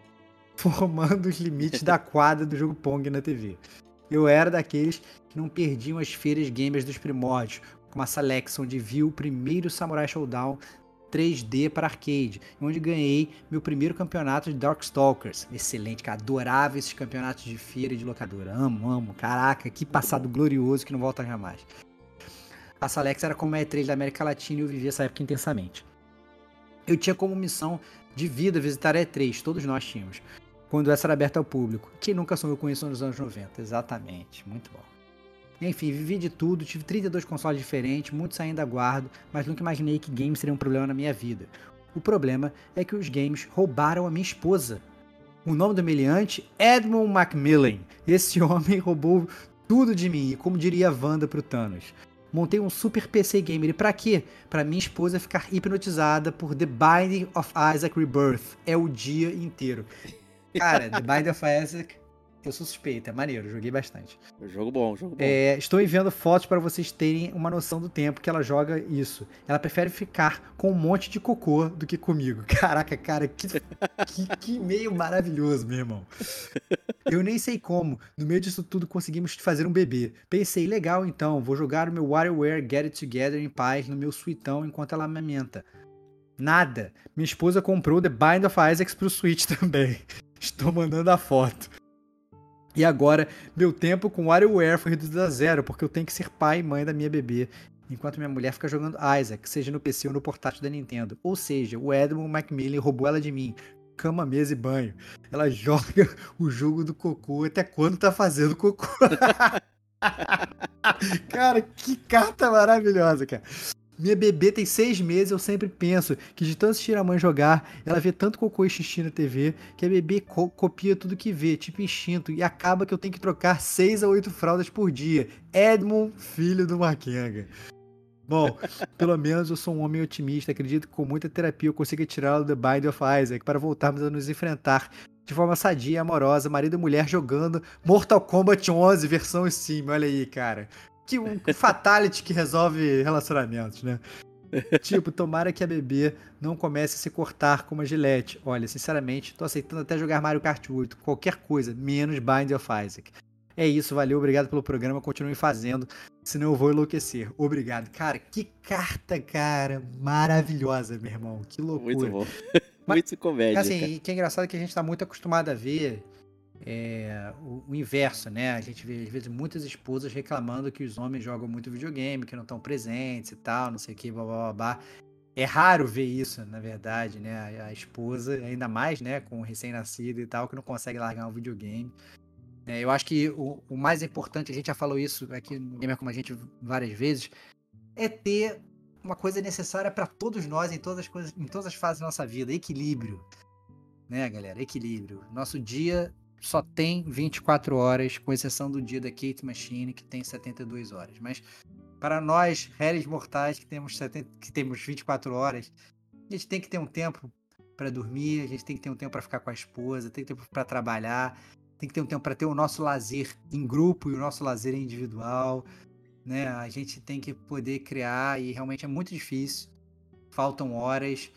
formando os limites da quadra do jogo Pong na T V. Eu era daqueles que não perdiam as feiras gamers dos primórdios, como a Selex, onde vi o primeiro Samurai Showdown três D para arcade, onde ganhei meu primeiro campeonato de Darkstalkers. Excelente, cara, adorava esses campeonatos de feira e de locadora. Amo, amo, caraca, que passado glorioso que não volta jamais. A Salex era como a E três da América Latina e eu vivia essa época intensamente. Eu tinha como missão de vida visitar a E três, todos nós tínhamos, quando essa era aberta ao público. Quem nunca sonhou com isso nos anos noventa? Exatamente, muito bom. Enfim, vivi de tudo, tive trinta e dois consoles diferentes, muitos ainda guardo, mas nunca imaginei que games seriam um problema na minha vida. O problema é que os games roubaram a minha esposa. O nome do meliante? Edmund Macmillan. Esse homem roubou tudo de mim, e como diria a Wanda pro Thanos. Montei um super P C gamer. E pra quê? Pra minha esposa ficar hipnotizada por The Binding of Isaac Rebirth. É o dia inteiro. Cara, The Binding of Isaac, eu sou suspeito, é maneiro, joguei bastante. Jogo bom, jogo bom. É, estou enviando fotos para vocês terem uma noção do tempo que ela joga isso. Ela prefere ficar com um monte de cocô do que comigo. Caraca, cara, que, que, que e-mail maravilhoso, meu irmão. Eu nem sei como, no meio disso tudo conseguimos fazer um bebê. Pensei, legal então, vou jogar o meu WarioWare Get It Together em paz no meu suitão enquanto ela amamenta. Nada. Minha esposa comprou The Binding of Isaac pro Switch também. Estou mandando a foto. E agora, meu tempo com WarioWare foi reduzido a zero, porque eu tenho que ser pai e mãe da minha bebê, enquanto minha mulher fica jogando Isaac, seja no P C ou no portátil da Nintendo. Ou seja, o Edmund Macmillan roubou ela de mim. Cama, mesa e banho. Ela joga o jogo do cocô até quando tá fazendo cocô. Cara, que carta maravilhosa, cara. Minha bebê tem seis meses, eu sempre penso que de tanto assistir a mãe jogar, ela vê tanto cocô e xixi na T V, que a bebê co- copia tudo que vê, tipo instinto, e acaba que eu tenho que trocar seis a oito fraldas por dia. Edmund, filho do Maquenga. Bom, pelo menos eu sou um homem otimista, acredito que com muita terapia eu consiga tirá-lo do Binding of Isaac para voltarmos a nos enfrentar de forma sadia e amorosa, marido e mulher jogando Mortal Kombat onze versão Steam, olha aí, cara. Que um fatality que resolve relacionamentos, né? Tipo, tomara que a bebê não comece a se cortar com uma gilete. Olha, sinceramente, tô aceitando até jogar Mario Kart oito, qualquer coisa, menos Binding of Isaac. É isso, valeu, obrigado pelo programa, continue fazendo, senão eu vou enlouquecer. Obrigado. Cara, que carta, cara, maravilhosa, meu irmão, que loucura. Muito bom. muito comédia. Assim, cara. e que é engraçado que a gente tá muito acostumado a ver é, o, o inverso, né? A gente vê, às vezes, muitas esposas reclamando que os homens jogam muito videogame, que não estão presentes e tal, não sei o que, blá, blá, blá, blá. É raro ver isso, na verdade, né? A, a esposa, ainda mais, né, com o recém-nascido e tal, que não consegue largar um videogame. É, eu acho que o, o mais importante, a gente já falou isso aqui no Gamer Como a Gente várias vezes, é ter uma coisa necessária para todos nós em todas as coisas, em todas as fases da nossa vida, equilíbrio, né, galera? Equilíbrio. Nosso dia só tem vinte e quatro horas, com exceção do dia da Kate Machine, que tem setenta e duas horas. Mas para nós, réis mortais, que temos, setenta, que temos vinte e quatro horas, a gente tem que ter um tempo para dormir, a gente tem que ter um tempo para ficar com a esposa, tem que ter um tempo para trabalhar, tem que ter um tempo para ter o nosso lazer em grupo e o nosso lazer individual, né? A gente tem que poder criar, e realmente é muito difícil, faltam horas,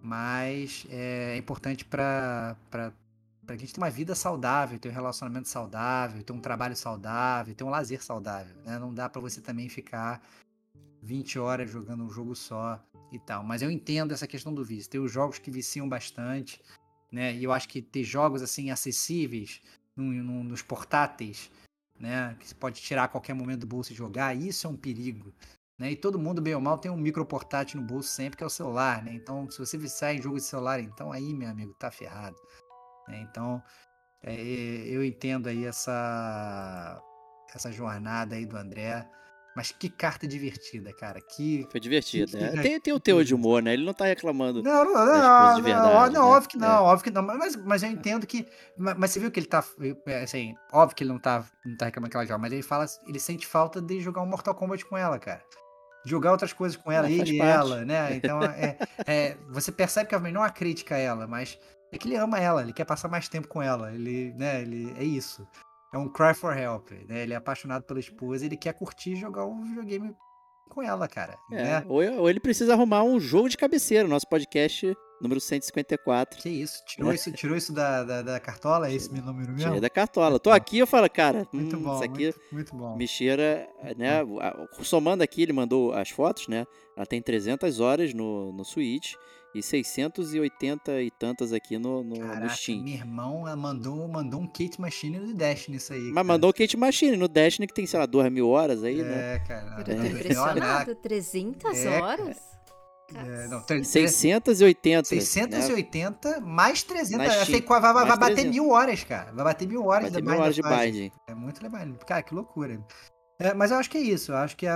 mas é importante para para a gente ter uma vida saudável, ter um relacionamento saudável, ter um trabalho saudável, ter um lazer saudável, né? Não dá para você também ficar vinte horas jogando um jogo só e tal. Mas eu entendo essa questão do vício. Tem os jogos que viciam bastante, né? E eu acho que ter jogos assim acessíveis no, no, nos portáteis, né? Que você pode tirar a qualquer momento do bolso e jogar, isso é um perigo, né? E todo mundo, bem ou mal, tem um micro portátil no bolso sempre, que é o celular, né? Então, se você viciar em jogo de celular, então aí, meu amigo, tá ferrado. Então, é, eu entendo aí essa, essa jornada aí do André, mas que carta divertida, cara. Que, Foi divertido. que, É. que, Tem, tem o teor de humor, né? Ele não tá reclamando não, não, das não, coisas de não, verdade. não, né? óbvio que não, É. óbvio que não, mas, mas eu entendo que, mas, mas você viu que ele tá, assim, óbvio que ele não tá, não tá reclamando que ela joga, mas ele fala, ele sente falta de jogar um Mortal Kombat com ela, cara. Jogar outras coisas com ela, Ah, faz ele e parte. ela, né? Então, é, é, você percebe que não é uma crítica a ela, mas é que ele ama ela, ele quer passar mais tempo com ela, ele, né, ele, é isso. É um cry for help, né? Ele é apaixonado pela esposa, ele quer curtir e jogar um videogame com ela, cara, É, né? ou, ou ele precisa arrumar um jogo de cabeceira, nosso podcast número cento e cinquenta e quatro. Que isso? Tirou isso, tirou isso da, da, da cartola? É esse meu número mesmo? Tirei da cartola. Tô aqui, eu falo, cara, Muito hum, bom, isso aqui muito, muito bom. me cheira, né? Somando aqui, ele mandou as fotos, né? Ela tem trezentas horas no, no Switch e seiscentas e oitenta e tantas aqui no, no, Caraca, no Steam. meu irmão ela mandou, mandou um Kate Machine do Destiny nisso aí. Mas cara. mandou o Kate Machine no Destiny, que tem, sei lá, duas mil horas aí, né? É, cara. Eu tô É. impressionada. trezentas É, horas? É, não, tre- tre- seiscentas e oitenta. seiscentas e oitenta mais trezentas. Na Eu Steam, sei que vai, vai, vai mais bater trezentas. mil horas, cara. Vai bater mil horas Vai ter de mil horas de Binding. binding. É muito legal. Cara, que loucura. É, mas eu acho que é isso. Eu acho que a,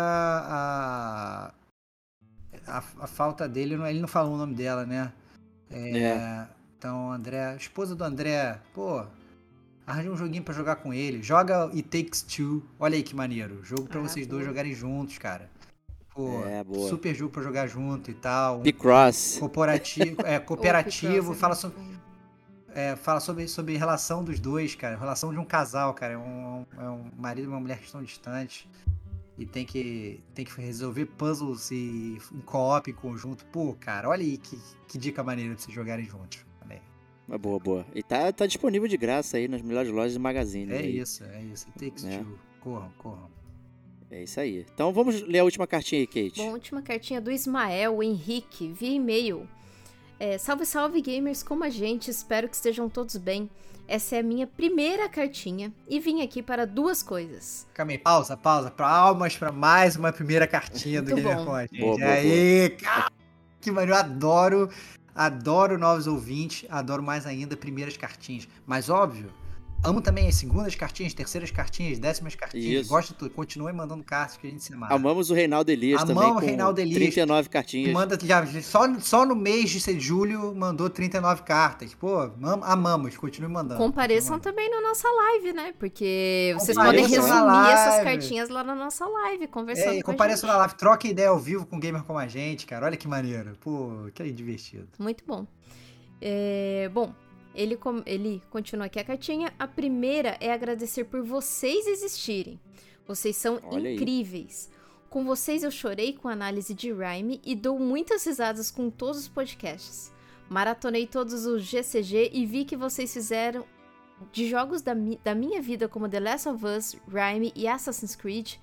a, a, a falta dele, ele não falou o nome dela, né? É, É. Então, André, esposa do André, pô, arranja um joguinho pra jogar com ele. Joga It Takes Two. Olha aí que maneiro. Jogo pra Ah, vocês dois boa. jogarem juntos, cara. Pô, É, boa. super jogo pra jogar junto e tal. Picross. Cooperativo, é, cooperativo O Picross é fala, muito so, bom. é, fala sobre, sobre relação dos dois, cara. Relação de um casal, cara. É um, é um marido e uma mulher que estão distantes. E tem que, tem que resolver puzzles e, em co-op, em conjunto. Pô, cara, olha aí que, que dica maneira pra vocês jogarem juntos. Olha aí. Uma boa, boa. E tá, tá disponível de graça aí nas melhores lojas de magazine. É aí. isso, é isso. It Takes Né? Two. Corram, corram. É isso aí. Então vamos ler a última cartinha aí, Kate. Bom, última cartinha do Ismael Henrique, via e-mail. É, salve, salve, gamers como a gente, espero que estejam todos bem. Essa é a minha primeira cartinha e vim aqui para duas coisas. Calma aí, pausa, pausa. Palmas pra mais uma primeira cartinha do Muito Gamer bom. com a gente. Boa, boa, aí, cara, que maneiro. Eu adoro, adoro novos ouvintes, adoro mais ainda primeiras cartinhas. Mas óbvio, amo também as segundas cartinhas, terceiras cartinhas, décimas cartinhas. Isso. Gosto de tudo. Continue mandando cartas que a gente se amarra. Amamos o Reinaldo Elias Amamos também o com Reinaldo Elias. trinta e nove cartinhas. Manda, já, só, só no mês de julho mandou trinta e nove cartas. Pô, am- amamos, continue mandando. Compareçam continue também na nossa live, né? Porque vocês Compareçam podem na resumir essas live. cartinhas lá na nossa live, conversando É, com a compareça gente. na live, troca ideia ao vivo com um gamer como a gente, cara. Olha que maneiro. Pô, que divertido. Muito bom. É, bom, ele, com- ele continua aqui a cartinha. A primeira é agradecer por vocês existirem. Vocês são Olha aí. incríveis. Com vocês eu chorei com a análise de Rhyme e dou muitas risadas com todos os podcasts. Maratonei todos os G C G e vi que vocês fizeram de jogos da, mi- da minha vida como The Last of Us, Rhyme e Assassin's Creed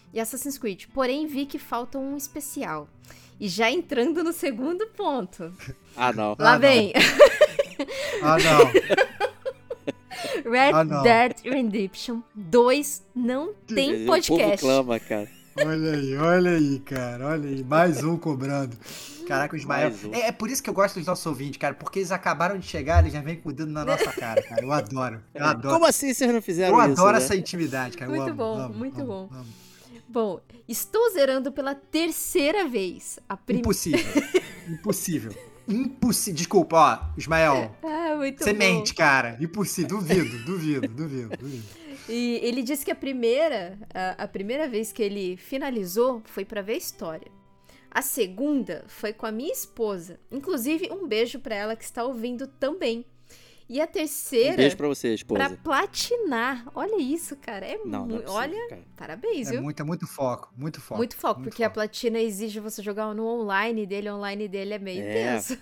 e Assassin's Creed. Porém, vi que falta um especial. E já entrando no segundo ponto. Ah, não. Lá Ah, vem. Ah, não. Red Ah, não. Dead Redemption dois não tem O podcast. povo clama, cara. Olha aí, olha aí, cara. Olha aí. Mais um cobrando. Caraca, o Ismael. Mais um. É, é por isso que eu gosto dos nossos ouvintes, cara. Porque eles acabaram de chegar, eles já vêm com o dedo na nossa cara, cara. Eu adoro. Eu adoro. Como assim vocês não fizeram Eu isso, adoro né? essa intimidade, cara. Eu Muito amo, bom, amo, muito amo, bom. amo. Bom, estou zerando pela terceira vez. A prim... Impossível. Impossível. Impossível. Desculpa, ó, Ismael. Ah, muito Você bom. mente, cara. Impossível. Duvido, duvido, duvido, duvido. E ele disse que a primeira, a, a primeira vez que ele finalizou foi pra ver a história. A segunda foi com a minha esposa. Inclusive, um beijo pra ela que está ouvindo também. E a terceira, Um beijo pra você, esposa. pra platinar. Olha isso, cara. É Não, não é muito. possível, Olha, cara. parabéns, É viu? muito, é muito foco, muito foco. Muito foco, muito porque a foco. platina exige você jogar no online dele. O online dele é meio É. tenso.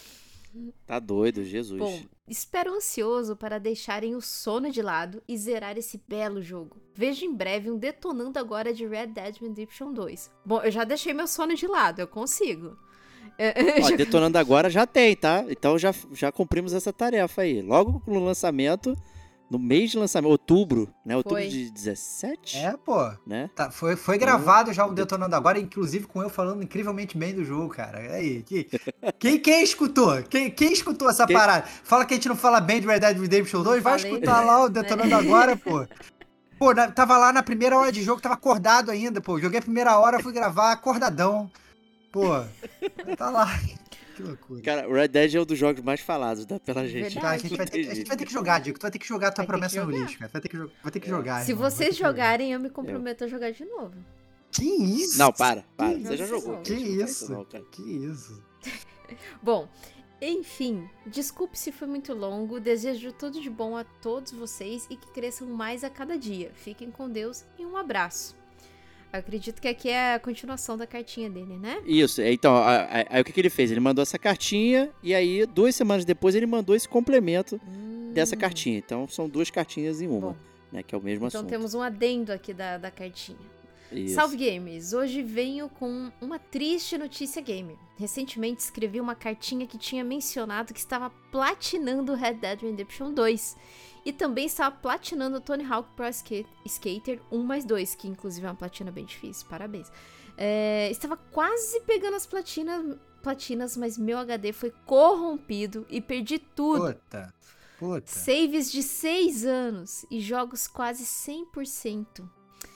Tá doido, Jesus. Bom, espero ansioso para deixarem o sono de lado e zerar esse belo jogo. Vejo em breve um detonando agora de Red Dead Redemption dois. Bom, eu já deixei meu sono de lado, eu consigo. É, Ó, detonando agora já tem, tá? Então já, já cumprimos essa tarefa aí. Logo no lançamento, no mês de lançamento, outubro, né? Outubro Foi. de dezessete, É, pô. né? Tá, foi, foi gravado já o Detonando Agora, inclusive com eu falando incrivelmente bem do jogo, cara. E aí, que, quem, quem escutou? Quem, quem escutou essa Quem- parada? Fala que a gente não fala bem de Red Dead Redemption dois, vai Falei. escutar lá o Detonando Agora, pô. Pô, na- tava lá na primeira hora de jogo, tava acordado ainda, pô. Joguei a primeira hora, fui gravar acordadão. Pô, tá lá. Que loucura. Cara, o Red Dead é um dos jogos mais falados, tá? Pela gente. Verdade. Tá, a, gente vai ter, a gente vai ter que jogar, Diego. Tu vai ter que jogar a tua Vai ter que promessa no jogar. lixo, cara. Tu vai ter que, jo- vai ter que É. jogar. Se irmão. Vai ter vocês que jogar. jogarem, eu me comprometo a jogar de novo. Que isso? Não, para, para. Que Você já isso? jogou. Que gente, não faz isso? não, cara. Que isso? Bom, enfim, desculpe se foi muito longo. Desejo tudo de bom a todos vocês e que cresçam mais a cada dia. Fiquem com Deus e um abraço. Eu acredito que aqui é a continuação da cartinha dele, né? Isso, é, então, a- a- aí o que, que ele fez? Ele mandou essa cartinha e aí, duas semanas depois, ele mandou esse complemento Hum, dessa cartinha. Então, são duas cartinhas em uma, Bom, né? Que é o mesmo então assunto. temos um adendo aqui da, da cartinha. Isso. Salve gamers! Hoje venho com uma triste notícia gamer. Recentemente escrevi uma cartinha que tinha mencionado que estava platinando Red Dead Redemption dois. E também estava platinando Tony Hawk Pro Skate- Skater um mais dois, que inclusive é uma platina bem difícil, parabéns. É, estava quase pegando as platinas, platinas, mas meu H D foi corrompido e perdi tudo. Puta. Puta. Saves de seis anos e jogos quase cem por cento.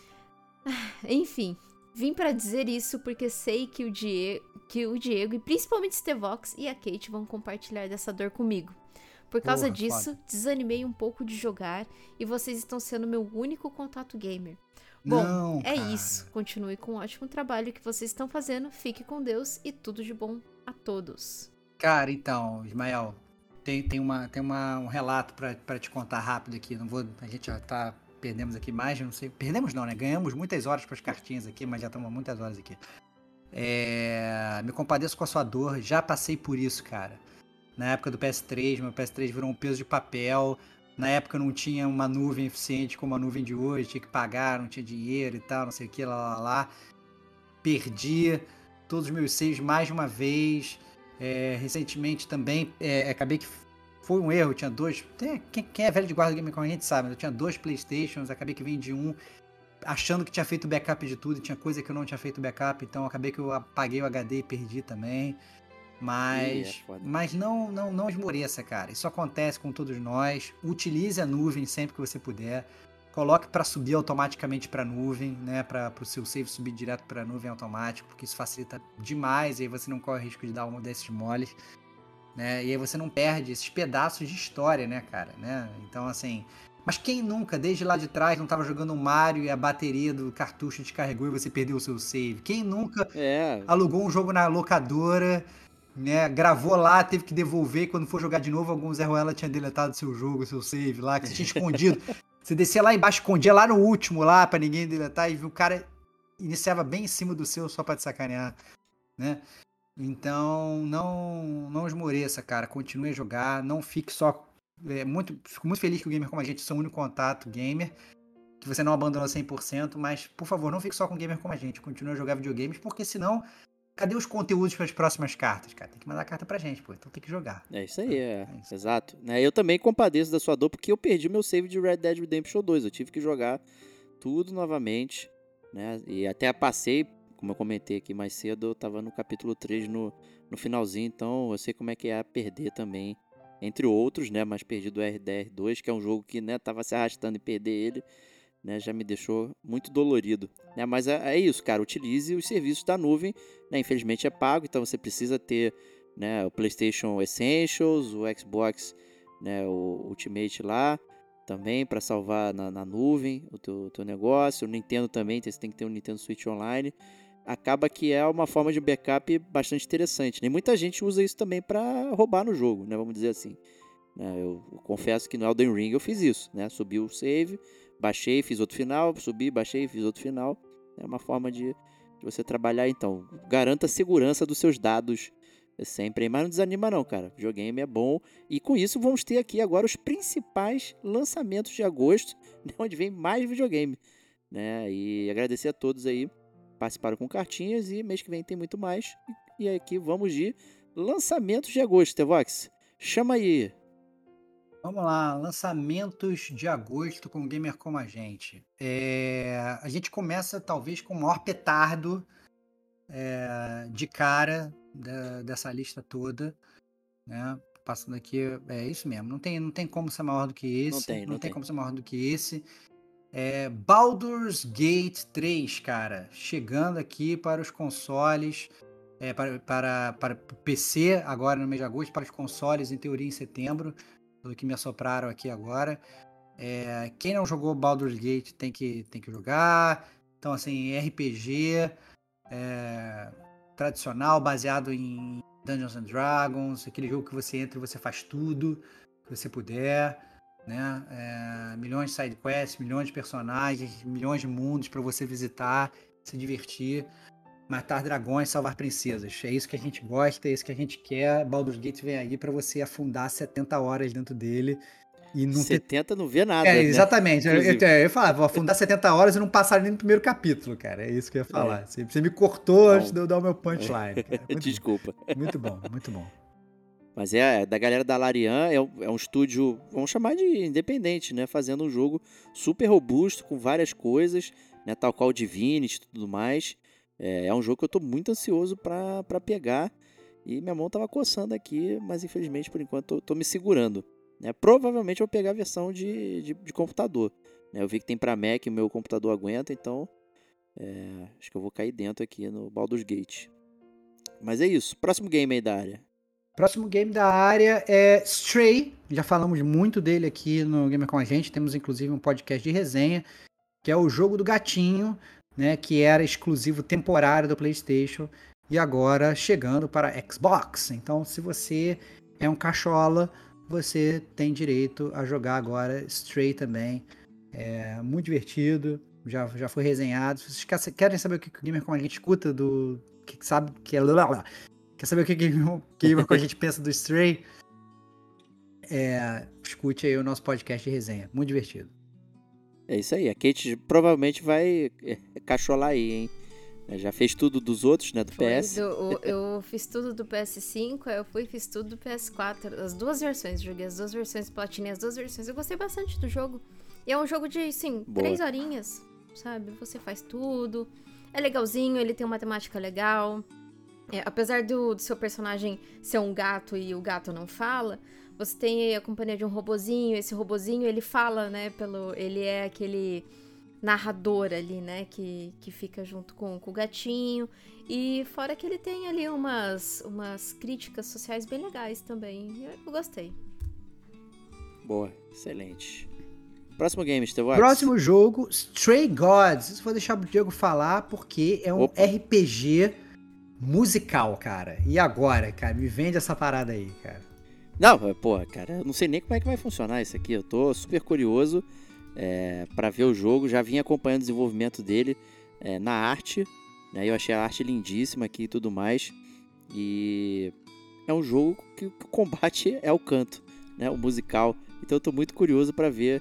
Enfim, vim pra dizer isso porque sei que o, Die que o Diego e principalmente Stevox e a Kate vão compartilhar dessa dor comigo. Por causa Porra, disso, foda. desanimei um pouco de jogar e vocês estão sendo meu único contato gamer. Bom, Não, é cara. isso. Continue com o ótimo trabalho que vocês estão fazendo. Fique com Deus e tudo de bom a todos. Cara, então, Ismael, tem, tem, uma, tem uma, um relato pra, pra te contar rápido aqui. Não vou, a gente já tá, perdemos aqui mais, não sei, perdemos não, né? Ganhamos muitas horas pras cartinhas aqui, mas já estamos há muitas horas aqui. É, me compadeço com a sua dor, já passei por isso, cara. Na época do P S três, meu P S três virou um peso de papel. Na época não tinha uma nuvem eficiente como a nuvem de hoje, tinha que pagar, não tinha dinheiro e tal, não sei o que, lá, lá, lá. Perdi todos os meus saves mais de uma vez. É, recentemente também, é, acabei que foi um erro, eu tinha dois. Tem, quem, quem é velho de guarda game como a gente sabe, eu tinha dois Playstations, acabei que vendi um, achando que tinha feito backup de tudo, e tinha coisa que eu não tinha feito backup, então acabei que eu apaguei o H D e perdi também. Mas, Ih, é foda. mas não, não, não esmoreça, cara. Isso acontece com todos nós. Utilize a nuvem sempre que você puder. Coloque para subir automaticamente para a nuvem, né? Para o seu save subir direto para a nuvem automático, porque isso facilita demais. E aí você não corre risco de dar um desses moles, né? E aí você não perde esses pedaços de história, né, cara? Né? Então, assim. Mas quem nunca, desde lá de trás, não estava jogando um Mario e a bateria do cartucho descarregou e você perdeu o seu save? Quem nunca É, alugou um jogo na locadora, né, gravou lá, teve que devolver, e quando for jogar de novo, algum Zé Ruela tinha deletado seu jogo, seu save lá, que você tinha escondido. Você descia lá embaixo, escondia lá no último, lá, pra ninguém deletar, e viu o cara iniciava bem em cima do seu só pra te sacanear, né? Então, não, não esmoreça, cara, continue a jogar, não fique só... É, muito, fico muito feliz que o Gamer Como a Gente é o único contato gamer, que você não abandonou cem por cento, mas, por favor, não fique só com gamer como a gente. Continue a jogar videogames, porque senão, cadê os conteúdos para as próximas cartas, cara? Tem que mandar carta pra gente, pô. Então tem que jogar. É isso aí, é. É isso. Exato. Né, eu também compadeço da sua dor, porque eu perdi meu save de Red Dead Redemption dois. Eu tive que jogar tudo novamente, né? E até passei, como eu comentei aqui mais cedo, eu tava no capítulo três no, no finalzinho, então eu sei como é que é perder também, entre outros, né? Mas perdi do R D R dois, que é um jogo que, né, tava se arrastando e perder ele, né, já me deixou muito dolorido, né? Mas é, é isso, cara, utilize os serviços da nuvem, né? Infelizmente é pago, então você precisa ter, né, o PlayStation Essentials, o Xbox, né, o Ultimate lá também para salvar na, na nuvem o teu, teu negócio, o Nintendo também, você tem que ter um Nintendo Switch Online. Acaba que é uma forma de backup bastante interessante, né? E muita gente usa isso também para roubar no jogo, né? Vamos dizer assim. Eu, eu confesso que no Elden Ring eu fiz isso, né? Subi o save, baixei, fiz outro final, subi, baixei, fiz outro final. É uma forma de, de você trabalhar, então. Garanta a segurança dos seus dados sempre, mas não desanima não, cara. Videogame é bom. E com isso vamos ter aqui agora os principais lançamentos de agosto, né? Onde vem mais videogame, né? E agradecer a todos aí que participaram com cartinhas, e mês que vem tem muito mais. E aqui vamos de lançamentos de agosto, Tevox. Chama aí. Vamos lá, lançamentos de agosto com gamer como a gente. É, a gente começa talvez com o maior petardo é, de cara da, dessa lista toda, né? Passando aqui, é isso mesmo. Não tem, não tem como ser maior do que esse. Não tem, não não tem, tem. como ser maior do que esse. É, Baldur's Gate três, cara, chegando aqui para os consoles, é, para, para, para o P C agora no mês de agosto, para os consoles em teoria em setembro, pelo que me assopraram aqui agora. É, quem não jogou Baldur's Gate tem que, tem que jogar. Então, assim, R P G é, tradicional, baseado em Dungeons and Dragons, aquele jogo que você entra e você faz tudo que você puder, né? É, milhões de side quests, milhões de personagens, milhões de mundos para você visitar, se divertir, matar dragões, salvar princesas. É isso que a gente gosta, é isso que a gente quer. Baldur's Gate vem aí para você afundar setenta horas dentro dele e não setenta ter... não vê nada, É, né? exatamente. Eu, eu, eu ia falar, vou afundar setenta horas e não passar nem no primeiro capítulo, cara. É isso que eu ia falar. É. Você, você me cortou Não. antes de eu dar o meu punchline. Cara. Muito Desculpa. Bom. Muito bom, muito bom. Mas é, da galera da Larian, é um, é um estúdio, vamos chamar de independente, né? Fazendo um jogo super robusto, com várias coisas, né? Tal qual o Divinity e tudo mais. É, é um jogo que eu tô muito ansioso pra, pra pegar. E minha mão tava coçando aqui, mas infelizmente, por enquanto, tô, tô me segurando. Né? Provavelmente eu vou pegar a versão de, de, de computador. Né? Eu vi que tem pra Mac, o meu computador aguenta, então é, acho que eu vou cair dentro aqui no Baldur's Gate. Mas é isso. Próximo game aí da área. Próximo game da área é Stray. Já falamos muito dele aqui no Gamer com a gente. Temos inclusive um podcast de resenha, que é o jogo do gatinho, né? Que era exclusivo temporário do PlayStation e agora chegando para Xbox. Então, se você é um cachola, você tem direito a jogar agora Stray também. É muito divertido, já, já foi resenhado. Se vocês querem saber o que o Gamer com a gente escuta, do que sabe que é... Quer saber o que o Gamer com a gente pensa do Stray? É, escute aí o nosso podcast de resenha, muito divertido. É isso aí, a Kate provavelmente vai cacholar aí, hein? Já fez tudo dos outros, né, do Foi P S. Do, eu fiz tudo do P S cinco, eu fui e fiz tudo do P S quatro. As duas versões, joguei as duas versões, platinei as duas versões. Eu gostei bastante do jogo. E é um jogo de, assim, Boa. três horinhas, sabe? Você faz tudo. É legalzinho, ele tem uma temática legal. É, apesar do, do seu personagem ser um gato e o gato não fala, você tem aí a companhia de um robozinho. Esse robozinho, ele fala, né, pelo... Ele é aquele... narrador ali, né, que, que fica junto com, com o gatinho, e fora que ele tem ali umas, umas críticas sociais bem legais também, eu gostei. Boa, excelente. Próximo game, Steve. Próximo jogo, Stray Gods. Isso eu vou deixar o Diego falar, porque é um Opa. R P G musical, cara. E agora, cara, me vende essa parada aí, cara. Não, pô, cara, eu não sei nem como é que vai funcionar isso aqui, eu tô super curioso. É, para ver o jogo, já vim acompanhando o desenvolvimento dele é, na arte, né? Eu achei a arte lindíssima aqui e tudo mais, e é um jogo que, que o combate é o canto, né? O musical, então eu tô muito curioso para ver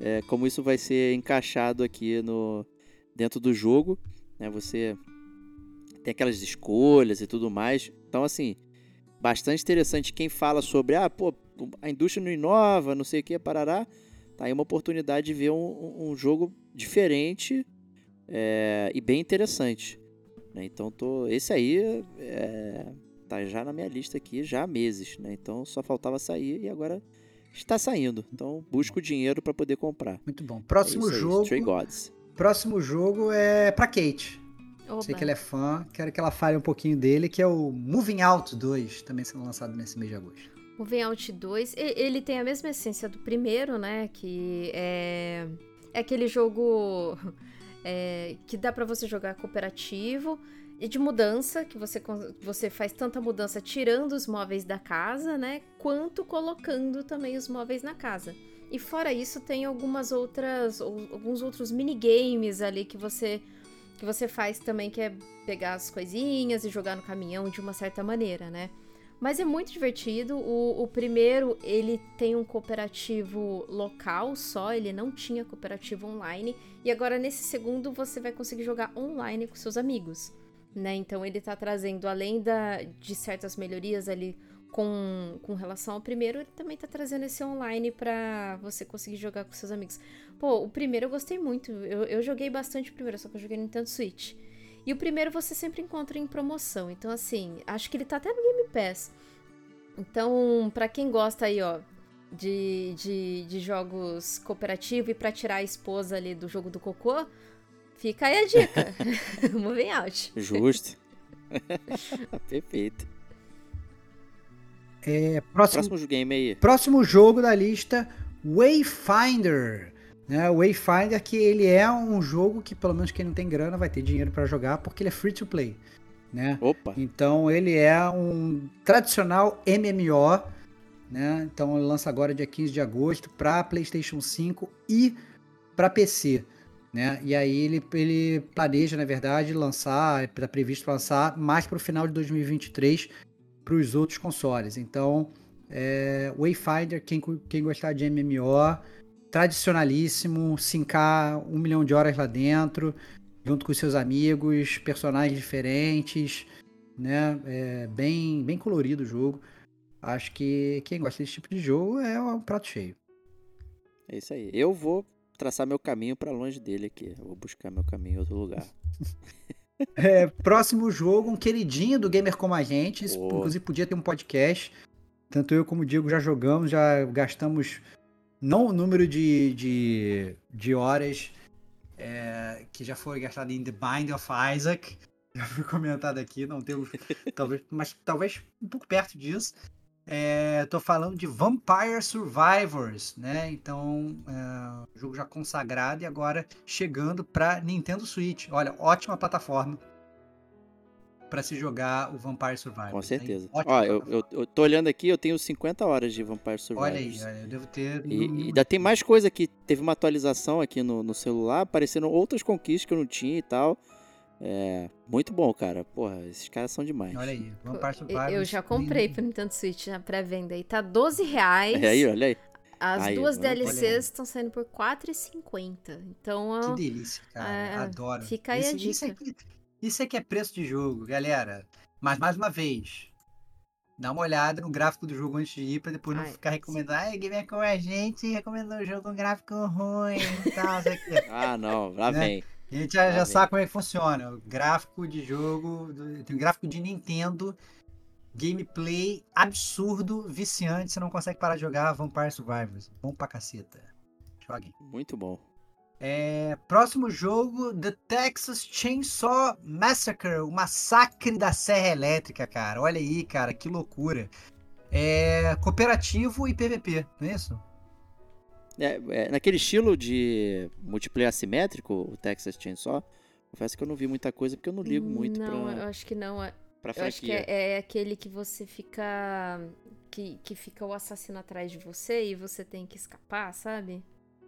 é, como isso vai ser encaixado aqui no, dentro do jogo, né? Você tem aquelas escolhas e tudo mais. Então, assim, bastante interessante. Quem fala sobre, ah, pô, a indústria não inova, não sei o que, parará, tá aí uma oportunidade de ver um, um jogo diferente é, e bem interessante. Né? Então, tô, esse aí é, tá já na minha lista aqui já há meses. Né? Então, só faltava sair e agora está saindo. Então, busco dinheiro para poder comprar. Muito bom. Próximo é jogo. Stray Gods. Próximo jogo é pra Kate. Oba. Sei que ela é fã, quero que ela fale um pouquinho dele, que é o Moving Out dois, também sendo lançado nesse mês de agosto. Moving Out dois, ele tem a mesma essência do primeiro, né? Que é, é aquele jogo é, que dá pra você jogar cooperativo e de mudança, que você, você faz tanta mudança tirando os móveis da casa, né? Quanto colocando também os móveis na casa. E fora isso, tem algumas outras, alguns outros minigames ali que você... que você faz também, que é pegar as coisinhas e jogar no caminhão de uma certa maneira, né? Mas é muito divertido. O, o primeiro, ele tem um cooperativo local só, ele não tinha cooperativo online. E agora, nesse segundo, você vai conseguir jogar online com seus amigos, né? Então, ele tá trazendo, além da, de certas melhorias ali com, com relação ao primeiro, ele também tá trazendo esse online pra você conseguir jogar com seus amigos. Pô, o primeiro eu gostei muito. Eu, eu joguei bastante o primeiro, só que eu joguei no Nintendo Switch. E o primeiro você sempre encontra em promoção. Então, assim, acho que ele tá até no Game Pass. Então, pra quem gosta aí, ó, de, de, de jogos cooperativos e pra tirar a esposa ali do jogo do cocô, fica aí a dica. Moving Out. Justo. Perfeito. É, próximo, Próximo game aí. próximo jogo da lista, Wayfinder. Né? O Wayfinder, que ele é um jogo que, pelo menos quem não tem grana, vai ter dinheiro para jogar, porque ele é free to play. Né? Opa! Então ele é um tradicional M M O. Né? Então ele lança agora dia quinze de agosto para PlayStation cinco e para P C. Né? E aí ele, ele planeja, na verdade, lançar, está previsto lançar mais para o final de dois mil e vinte e três para os outros consoles. Então, é, Wayfinder, quem, quem gostar de M M O, tradicionalíssimo, cincar um milhão de horas lá dentro, junto com seus amigos, personagens diferentes, né? É bem, bem colorido o jogo. Acho que quem gosta desse tipo de jogo é um prato cheio. É isso aí. Eu vou traçar meu caminho para longe dele aqui. Eu vou buscar meu caminho em outro lugar. É, próximo jogo, um queridinho do Gamer Como a Gente. Isso, Oh. inclusive, podia ter um podcast. Tanto eu como o Diego já jogamos, já gastamos não o número de, de, de horas é, que já foi gastado em The Bind of Isaac. Já foi comentado aqui, não temos, talvez, mas talvez um pouco perto disso. É, tô falando de Vampire Survivors, né? Então, é, jogo já consagrado e agora chegando para Nintendo Switch. Olha, ótima plataforma para se jogar o Vampire Survivors. Com certeza. Né? Ó, eu, eu, eu tô olhando aqui, eu tenho cinquenta horas de Vampire Survivors. Olha aí, olha, eu devo ter... E, e ainda tem mais coisa aqui. Teve uma atualização aqui no, no celular, aparecendo outras conquistas que eu não tinha e tal. É, muito bom, cara. Porra, esses caras são demais. Olha aí, Vampire Survivors. Eu já comprei pro Nintendo Switch na pré-venda e tá doze reais. É aí, olha aí. As aí, duas olha D L Cs aí. estão saindo por quatro reais e cinquenta centavos. Então, Que delícia, cara. é, Adoro. fica aí isso, a dica. Isso aqui, isso aqui é preço de jogo, galera. Mas, mais uma vez, dá uma olhada no gráfico do jogo antes de ir, pra depois não Ai, ficar recomendando. Ai, Gamer com a gente recomendou um jogo com gráfico ruim e tal, isso aqui. Ah, não, lá Né? vem. A gente já, Lá já vem. sabe como é que funciona. O gráfico de jogo, do- tem um gráfico de Nintendo, gameplay absurdo, viciante, você não consegue parar de jogar Vampire Survivors. Bom pra caceta. Joguem. Muito bom. É, próximo jogo, The Texas Chainsaw Massacre, o massacre da Serra Elétrica, cara. Olha aí, cara, que loucura. É cooperativo e P V P, não é isso? É, é, naquele estilo de multiplayer assimétrico, o Texas Chainsaw, confesso que eu não vi muita coisa porque eu não ligo muito não, pra, eu acho que não. é- pra Eu acho que franquia. é, é aquele que você fica. Que, que fica o assassino atrás de você e você tem que escapar, sabe?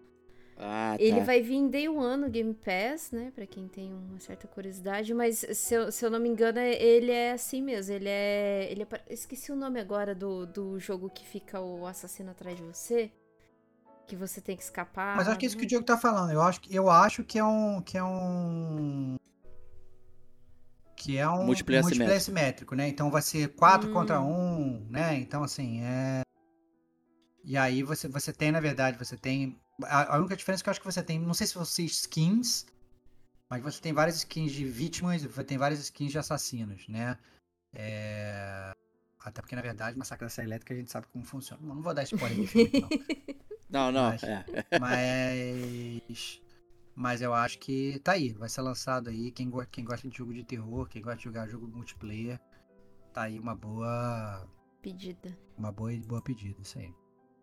Ah, Ele tá. vai vir em Day One no Game Pass, né? Pra quem tem uma certa curiosidade, mas se eu, se eu não me engano, é- ele é assim mesmo. Ele é. Ele é pa- Esqueci o nome agora do, do jogo que fica o assassino atrás de você. que você tem que escapar. Mas acho que é isso não- que o Diego tá falando. Eu acho, que- eu acho que é um. Que é um. Que é um Multiplayer multiplayer assimétrico. simétrico, né? Então vai ser quatro contra Hum. um, né? Então, assim, é. E aí você, você tem, na verdade, você tem. A, a única diferença é que eu acho que você tem. Não sei se você skins, mas você tem várias skins de vítimas e você tem várias skins de assassinos, né? É. Até porque, na verdade, Massacre da Serra Elétrica a gente sabe como funciona. Não, não vou dar spoiler de filme, não. Não, não, Mas, é. mas, mas eu acho que tá aí, vai ser lançado aí. Quem, go- quem gosta de jogo de terror, quem gosta de jogar jogo multiplayer, tá aí uma boa, Pedida. uma boa, boa pedida, isso aí.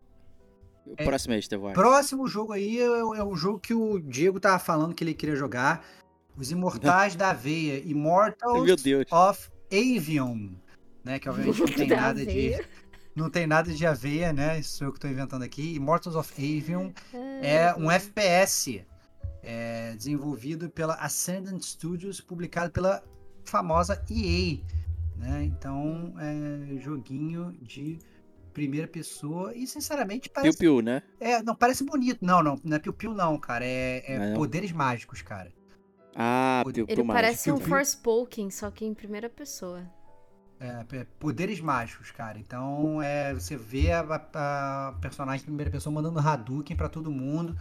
O próximo aí, Steve Wars. Próximo jogo aí é, o- é o jogo que o Diego tava falando que ele queria jogar, Os Imortais da Aveia, Immortals Meu Deus. of Avion, né? Que obviamente não tem Da nada de, aveia. não tem nada de aveia, né? Isso sou eu que tô inventando aqui. Immortals of Avion é um F P S é, desenvolvido pela Ascendant Studios, publicado pela famosa E A, né? Então, é joguinho de primeira pessoa e, sinceramente, Piu parece... Piu, né? É, não, parece bonito. Não, não, não é piu-piu não, cara. É, é Não é não? poderes mágicos, cara. Ah, Pod- Piu Ele Piu mágico. parece um Piu-piu. Forspoken, só que em primeira pessoa. É, é, poderes mágicos, cara. Então, é, você vê a, a- a personagem em primeira pessoa mandando Hadouken pra todo mundo.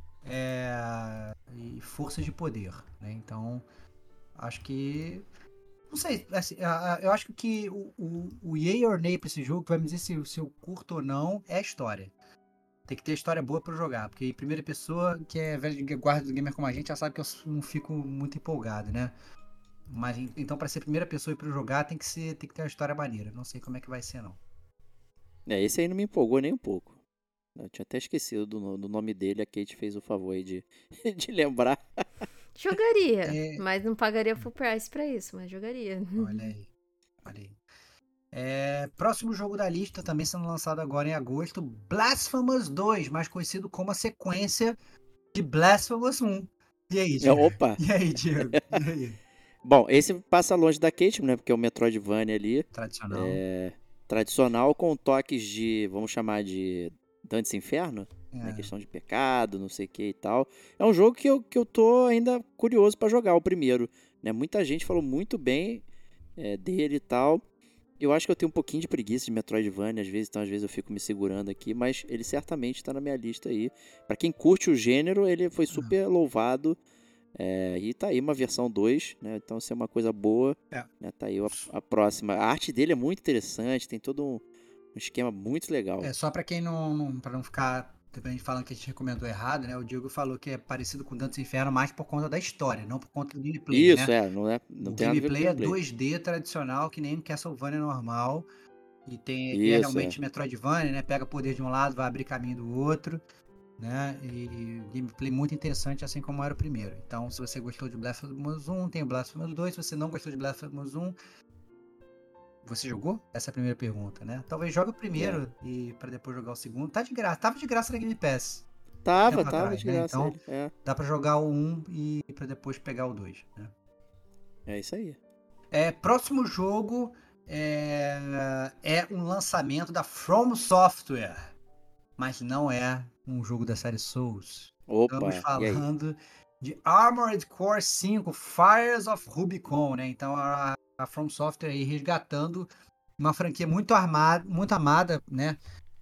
É, e força de poder, né? Então, acho que... Não sei, assim, a- a- eu acho que o, o, o yay or nay pra esse jogo, que vai me dizer se, se eu curto ou não, é a história. Tem que ter história boa pra jogar, porque em primeira pessoa, que é velho de guarda do gamer como a gente, já sabe que eu não fico muito empolgado, né? Mas en- então, pra ser primeira pessoa e pra eu jogar, tem que ser, tem que ter uma história maneira. Não sei como é que vai ser, não. É, esse aí não me empolgou nem um pouco. Eu tinha até esquecido do, no- do nome dele, a Kate fez o favor aí de, de lembrar. Jogaria, É. mas não pagaria full price pra isso, mas jogaria. Olha aí, olha aí. É, próximo jogo da lista, também sendo lançado agora em agosto, Blasphemous dois, mais conhecido como a sequência de Blasphemous um. E aí, É, Diego? opa! E aí, Diego? E aí? Bom, esse passa longe da Kate, né? Porque é o Metroidvania ali. Tradicional. É, tradicional, com toques de, vamos chamar de Dantes Inferno, né? É. Questão de pecado, não sei o que e tal. É um jogo que eu, que eu tô ainda curioso pra jogar, o primeiro, né? Muita gente falou muito bem é, dele e tal. Eu acho que eu tenho um pouquinho de preguiça de Metroidvania, às vezes, então às vezes eu fico me segurando aqui, mas ele certamente tá na minha lista aí. Pra quem curte o gênero, ele foi super louvado. É, e tá aí uma versão dois, né? Então, se é uma coisa boa, É. né? Tá aí a, a próxima. A arte dele é muito interessante, tem todo um, um esquema muito legal. É só pra quem não, não para não ficar também falando que a gente recomendou errado, né? O Diego falou que é parecido com Dantes Inferno mais por conta da história, não por conta do gameplay, Isso, né? é, não, é, não O tem nada a ver com gameplay é gameplay. dois D tradicional, que nem um Castlevania normal. E, tem, e é Isso, realmente Metroidvania, né? Pega poder de um lado, vai abrir caminho do outro, né? E gameplay muito interessante, assim como era o primeiro. Então, se você gostou de Blasphemous um, tem o Blasphemous dois. Se você não gostou de Blasphemous um, você jogou? Essa é a primeira pergunta, né? Talvez jogue o primeiro e para depois jogar o segundo. Tá de graça, tava de graça na Game Pass. Tava, tempo tava atrás, de né? graça Então, ele. É, dá pra jogar o um e para depois pegar o dois, né? é isso aí. É, próximo jogo é, é um lançamento da From Software, mas não é um jogo da série Souls. Opa, Estamos e aí? falando de Armored Core cinco, Fires of Rubicon, né? Então a, a From Software aí resgatando uma franquia muito armada, muito amada, né?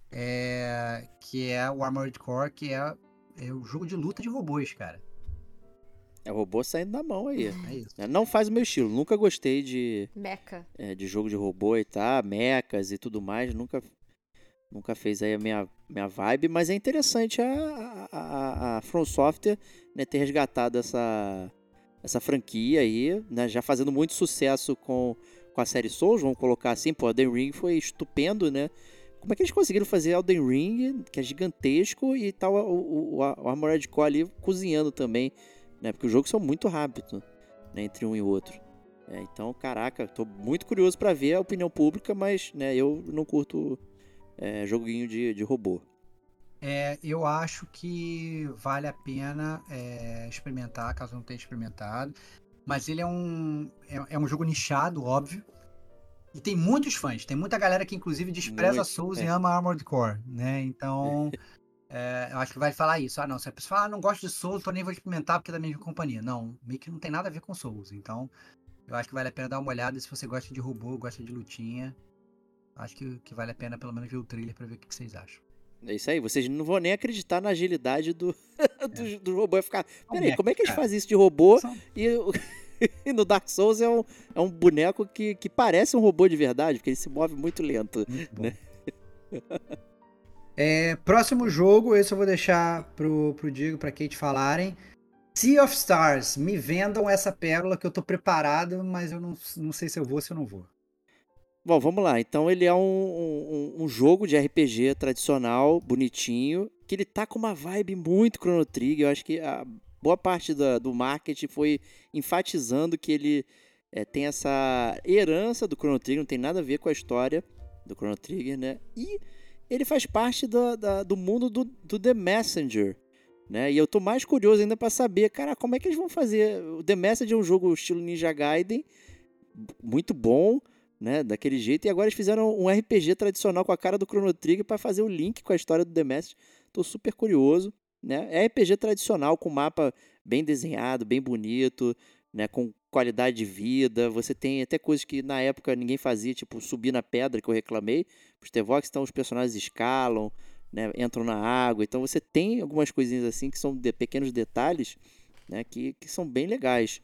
É, que é o Armored Core, que é, é o jogo de luta de robôs, cara. É o robô saindo da mão aí. É isso. Não faz o meu estilo. Nunca gostei de, Mecha. é, de jogo de robô e tal, mechas e tudo mais. Nunca, nunca fez aí a minha, minha vibe. Mas é interessante a, a, a From Software, né, ter resgatado essa, essa franquia aí, né, já fazendo muito sucesso com, com a série Souls, vamos colocar assim. Pô, Elden Ring foi estupendo, né? Como é que eles conseguiram fazer Elden Ring, que é gigantesco, e tal o, o, o Armored Core ali cozinhando também, né? Porque os jogos são muito rápidos, né, entre um e outro. É, então, caraca, tô muito curioso pra ver a opinião pública, mas, né, eu não curto é, joguinho de, de robô. É, eu acho que vale a pena é, experimentar, caso não tenha experimentado. Mas ele é um, é, é um jogo nichado, óbvio. E tem muitos fãs, tem muita galera que inclusive despreza Muito, Souls é. e ama Armored Core, né? Então, É, eu acho que vai falar isso. Ah, não, se a pessoa fala, ah, não gosto de Souls, então nem vou experimentar porque é da mesma companhia. Não, meio que não tem nada a ver com Souls. Então, eu acho que vale a pena dar uma olhada se você gosta de robô, gosta de lutinha. Acho que, que vale a pena pelo menos ver o trailer pra ver o que, que vocês acham. É isso aí, vocês não vão nem acreditar na agilidade do, do, É. do robô. Vai ficar, peraí, é, como é que eles cara. fazem isso de robô São- e, o- e no Dark Souls é um, é um boneco que, que parece um robô de verdade, porque ele se move muito lento. Muito bom. Né? É, próximo jogo, esse eu vou deixar pro, pro Diego e pra Kate falarem. Sea of Stars, me vendam essa pérola que eu tô preparado, mas eu não, não sei se eu vou ou se eu não vou. Bom, vamos lá. Então ele é um, um, um jogo de R P G tradicional, bonitinho, que ele tá com uma vibe muito Chrono Trigger. Eu acho que a boa parte da, do marketing foi enfatizando que ele é, tem essa herança do Chrono Trigger, não tem nada a ver com a história do Chrono Trigger, né? E ele faz parte do, da, do mundo do, do The Messenger, né? E eu tô mais curioso ainda pra saber, cara, como é que eles vão fazer. O The Messenger é um jogo estilo Ninja Gaiden, muito bom, né, daquele jeito, e agora eles fizeram um R P G tradicional com a cara do Chrono Trigger para fazer o link com a história do The Messenger. Tô super curioso, né? É R P G tradicional com mapa bem desenhado, bem bonito, né, com qualidade de vida. Você tem até coisas que na época ninguém fazia, tipo subir na pedra, que eu reclamei. Os T-Vox, então os personagens escalam, né, entram na água. Então você tem algumas coisinhas assim que são de pequenos detalhes, né, que, que são bem legais.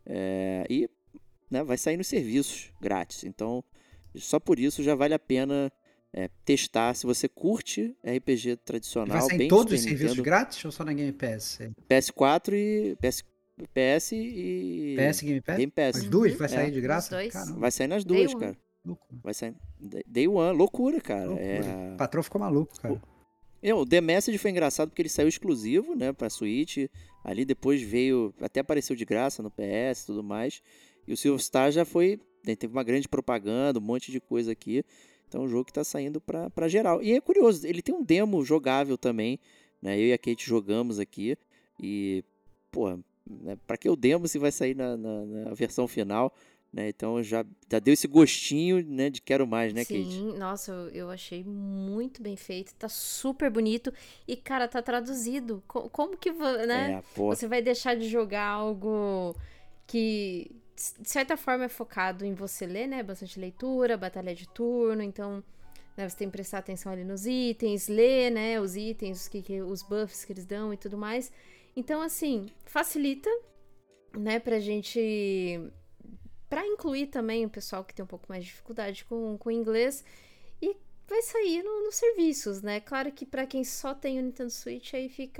É, e né, vai sair nos serviços grátis. Então, só por isso já vale a pena é, testar. Se você curte R P G tradicional, Vai sair bem em todos Super os serviços Nintendo, grátis ou só na Game Pass? É, P S quatro e P S, P S e P S Game Pass? Game Pass. As duas? Uhum. Vai sair É. de graça? dois. Caramba, Vai sair nas Day duas, one. cara. loucura. Vai sair Day One, loucura, cara. loucura. É... O patrão ficou maluco, cara. É, o The Message foi engraçado porque ele saiu exclusivo, né, pra Switch. Ali depois veio, até apareceu de graça no P S e tudo mais. E o Silver Star já foi, teve uma grande propaganda, um monte de coisa aqui. Então é um jogo que tá saindo pra, pra geral. E é curioso, ele tem um demo jogável também, né? Eu e a Kate jogamos aqui. E, pô, né, pra que o demo se vai sair na, na, na versão final, né? Então já, já deu esse gostinho, né, de quero mais, né, Kate? Sim, nossa, eu, eu achei muito bem feito, tá super bonito e, cara, tá traduzido. Co- Como que, vo- né? É, pô. Você vai deixar de jogar algo que, de certa forma, é focado em você ler, né? Bastante leitura, batalha de turno, então, né, você tem que prestar atenção ali nos itens, ler, né? Os itens, os, que, que- os buffs que eles dão e tudo mais. Então, assim, facilita, né, pra gente... Pra incluir também o pessoal que tem um pouco mais de dificuldade com o inglês. E vai sair no- nos serviços, né? Claro que pra quem só tem o Nintendo Switch, aí fica...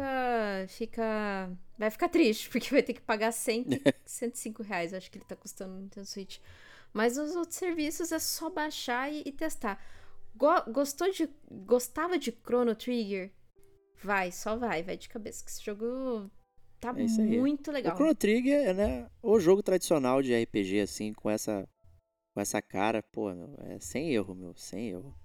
fica vai ficar triste, porque vai ter que pagar cem, cento e cinco reais. Acho que ele tá custando no Nintendo Switch. Mas os outros serviços é só baixar e, e testar. Go- gostou de, gostava de Chrono Trigger? Vai, só vai. Vai de cabeça, que esse jogo tá É isso aí. muito legal. O Chrono Trigger é, né, o jogo tradicional de R P G, assim, com essa, com essa cara, pô, meu, é sem erro, meu, sem erro.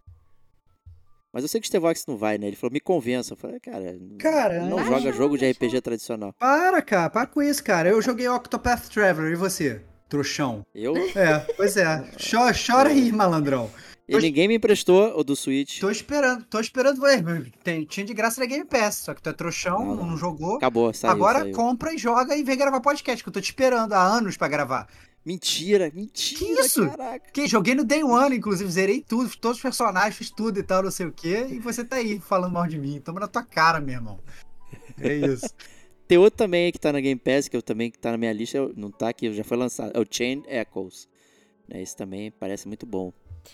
Mas eu sei que o Stevox não vai, né? Ele falou, me convença. Eu falei, cara, Cara, não vai joga jogar, jogo de vai R P G jogar. tradicional. Para, cara, para com isso, cara. Eu joguei Octopath Traveler, e você? Trouxão. Eu? É, pois é. Cho- Chora aí, malandrão. E ninguém me emprestou o do Switch. Tô esperando, tô esperando. Ué, tem- tinha de graça na Game Pass, só que tu é trouxão, Não, não, não. jogou. Acabou, saiu, Agora saiu. compra e joga e vem gravar podcast, que eu tô te esperando há anos pra gravar. Mentira, mentira, Que isso? caraca. Que joguei no Day One, inclusive, zerei tudo, fiz todos os personagens, fiz tudo e tal, não sei o quê, e você tá aí falando mal de mim. Toma na tua cara, meu irmão. É isso. Tem outro também que tá na Game Pass, que eu também que tá na minha lista, eu- não tá aqui, já foi lançado. É o Chain Echoes. Né, esse também parece muito bom.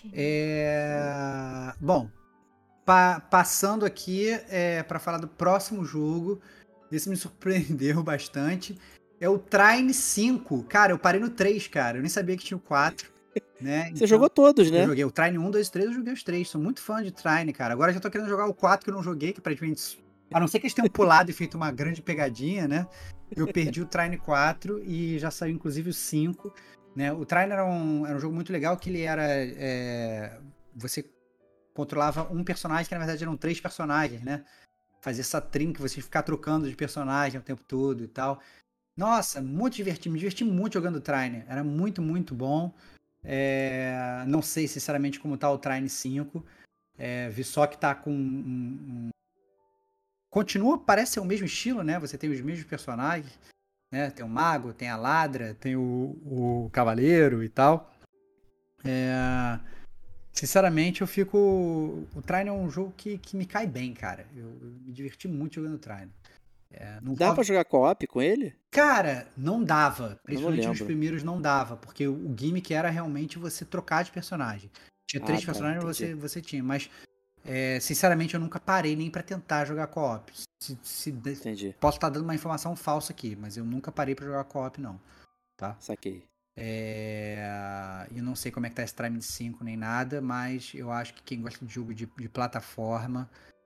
É... Bom, pa- passando aqui é, para falar do próximo jogo, esse me surpreendeu bastante. É o Trine cinco. Cara, eu parei no três, cara. Eu nem sabia que tinha o quatro. Né? Você jogou todos, né? Eu joguei o Trine um, dois, três, eu joguei os três. Sou muito fã de Trine, cara. Agora eu já tô querendo jogar o quatro que eu não joguei, que aparentemente. A não ser que eles tenham pulado e feito uma grande pegadinha, né? Eu perdi o Trine quatro e já saiu inclusive o cinco. Né? O Trine era um, era um jogo muito legal, que ele era... É, você controlava um personagem, que na verdade eram três personagens, né? Fazia essa trinca, você ficar trocando de personagem o tempo todo e tal. Nossa, muito divertido. Me diverti muito jogando o Trine. Era muito, muito bom. É, não sei sinceramente como tá o Trine cinco. É, vi só que tá com um, um, continua, parece ser o mesmo estilo, né? Você tem os mesmos personagens, né? Tem o mago, tem a ladra, tem o, o cavaleiro e tal. É... Sinceramente, eu fico... O Trine é um jogo que, que me cai bem, cara. Eu, eu me diverti muito jogando Trine. É, não Dá vou... pra jogar co-op com ele? Cara, não dava. Eu não Principalmente nos lembro. primeiros não dava. Porque o gimmick era realmente você trocar de personagem. Tinha Ah, três tá, personagens entendi. você, você tinha. Mas, é, sinceramente, eu nunca parei nem pra tentar jogar co-op. Se, se, Entendi, posso estar dando uma informação falsa aqui, mas eu nunca parei pra jogar co-op, não. Tá? saquei. É, eu não sei como é que tá esse Trine cinco nem nada, mas eu acho que quem gosta de jogo de, de plataforma,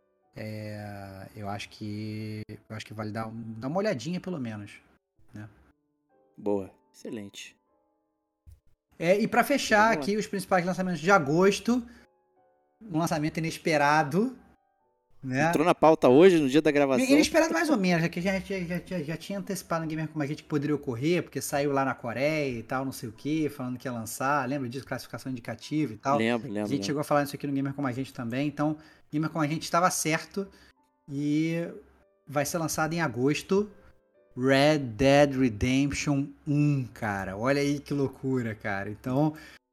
é, eu acho que eu acho que vale dar, um- dar uma olhadinha pelo menos. Boa, excelente. É, e pra fechar Vamos lá. aqui os principais lançamentos de agosto, um lançamento inesperado, né? Entrou na pauta hoje, no dia da gravação. Inesperado mais ou menos, já que já, já, já, já, já tinha antecipado no Gamer Como a Gente que poderia ocorrer, porque saiu lá na Coreia e tal, não sei o que, falando que ia lançar, lembra disso, classificação indicativa e tal. Lembro, A lembro, gente lembro. chegou a falar isso aqui no Gamer Como a Gente também, então Gamer Como a Gente estava certo e vai ser lançado em agosto Red Dead Redemption um, cara. Olha aí que loucura, cara. Então,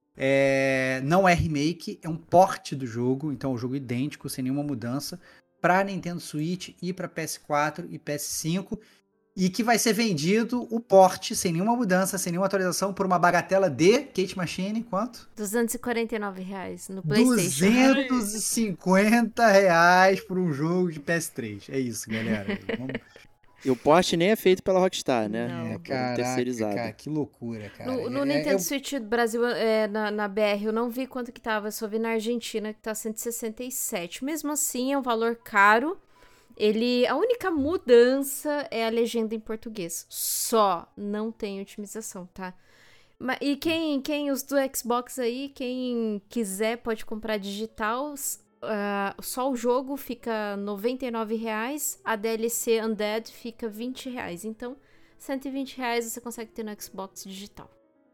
é, não é remake, é um port do jogo, então é um jogo idêntico, sem nenhuma mudança, para Nintendo Switch e para P S quatro e P S cinco, e que vai ser vendido o port, sem nenhuma mudança, sem nenhuma atualização, por uma bagatela de, Kate Machine, quanto? duzentos e quarenta e nove reais no PlayStation. duzentos e cinquenta reais por um jogo de P S três. É isso, galera. Vamos... E o port nem é feito pela Rockstar, né? Não. É, Foram caraca, terceirizados. cara, que loucura, cara. No, no É- Nintendo é- Switch Brasil, é, na, na B R, eu não vi quanto que tava, eu só vi na Argentina que tá cento e sessenta e sete. Mesmo assim, é um valor caro. Ele, a única mudança é a legenda em português. Só não tem otimização, tá? Ma- E quem, quem os do Xbox aí, quem quiser pode comprar digital. s- ah, só o jogo fica noventa e nove reais, a D L C Undead fica vinte reais. Então, cento e vinte reais você consegue ter no Xbox digital.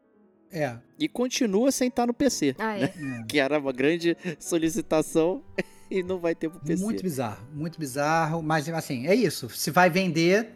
é, E continua sem estar no P C, Ah, é. que era uma grande solicitação e não vai ter pro P C. muito bizarro, muito bizarro, mas assim, é isso. Se vai vender,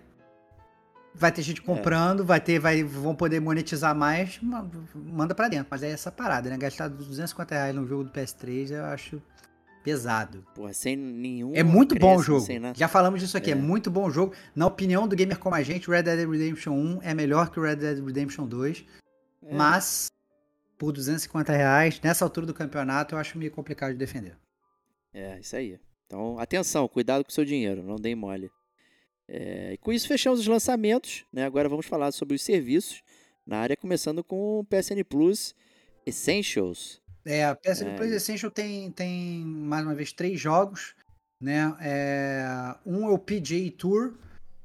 vai ter gente comprando, vai ter, vai, vão poder monetizar mais, ma- manda pra dentro. Mas é essa parada, né? Gastar duzentos e cinquenta reais num jogo do P S três, eu acho pesado. Porra, sem nenhum É muito bom o acréscimo, jogo. sem nada. Já falamos disso aqui, é. É. muito bom o jogo. Na opinião do gamer como a gente, Red Dead Redemption um é melhor que o Red Dead Redemption dois, É. mas por duzentos e cinquenta reais, nessa altura do campeonato, eu acho meio complicado de defender. É, isso aí. Então, atenção, cuidado com o seu dinheiro, não deem mole. É, e com isso fechamos os lançamentos, né? Agora vamos falar sobre os serviços na área, começando com o P S N Plus Essentials. É, a P S N É, Plus e- Essential tem, tem, mais uma vez, três jogos, né? É, um é o P G A Tour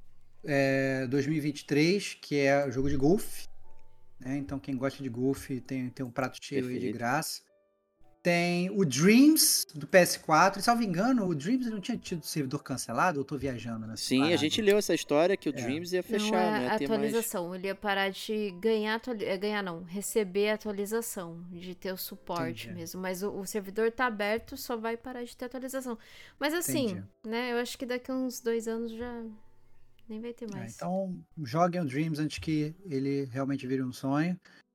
é, dois mil e vinte e três, que é o jogo de golfe, né? Então, quem gosta de golfe tem, tem um prato cheio aí de Perfeito. graça. Tem o Dreams do P S quatro, e salvo engano, o Dreams não tinha tido servidor cancelado, ou eu tô viajando nessa Sim, a parada? gente leu essa história que o É. Dreams ia Não fechar, não, é ia ter mais. atualização, ele ia parar de ganhar, atuali- é, ganhar não, receber atualização, de ter o suporte Entendi. mesmo. Mas o, o servidor tá aberto, só vai parar de ter atualização. Mas assim, Entendi. né, eu acho que daqui a uns dois anos já nem vai ter É, mais. então, joguem o Dreams antes que ele realmente vire um sonho.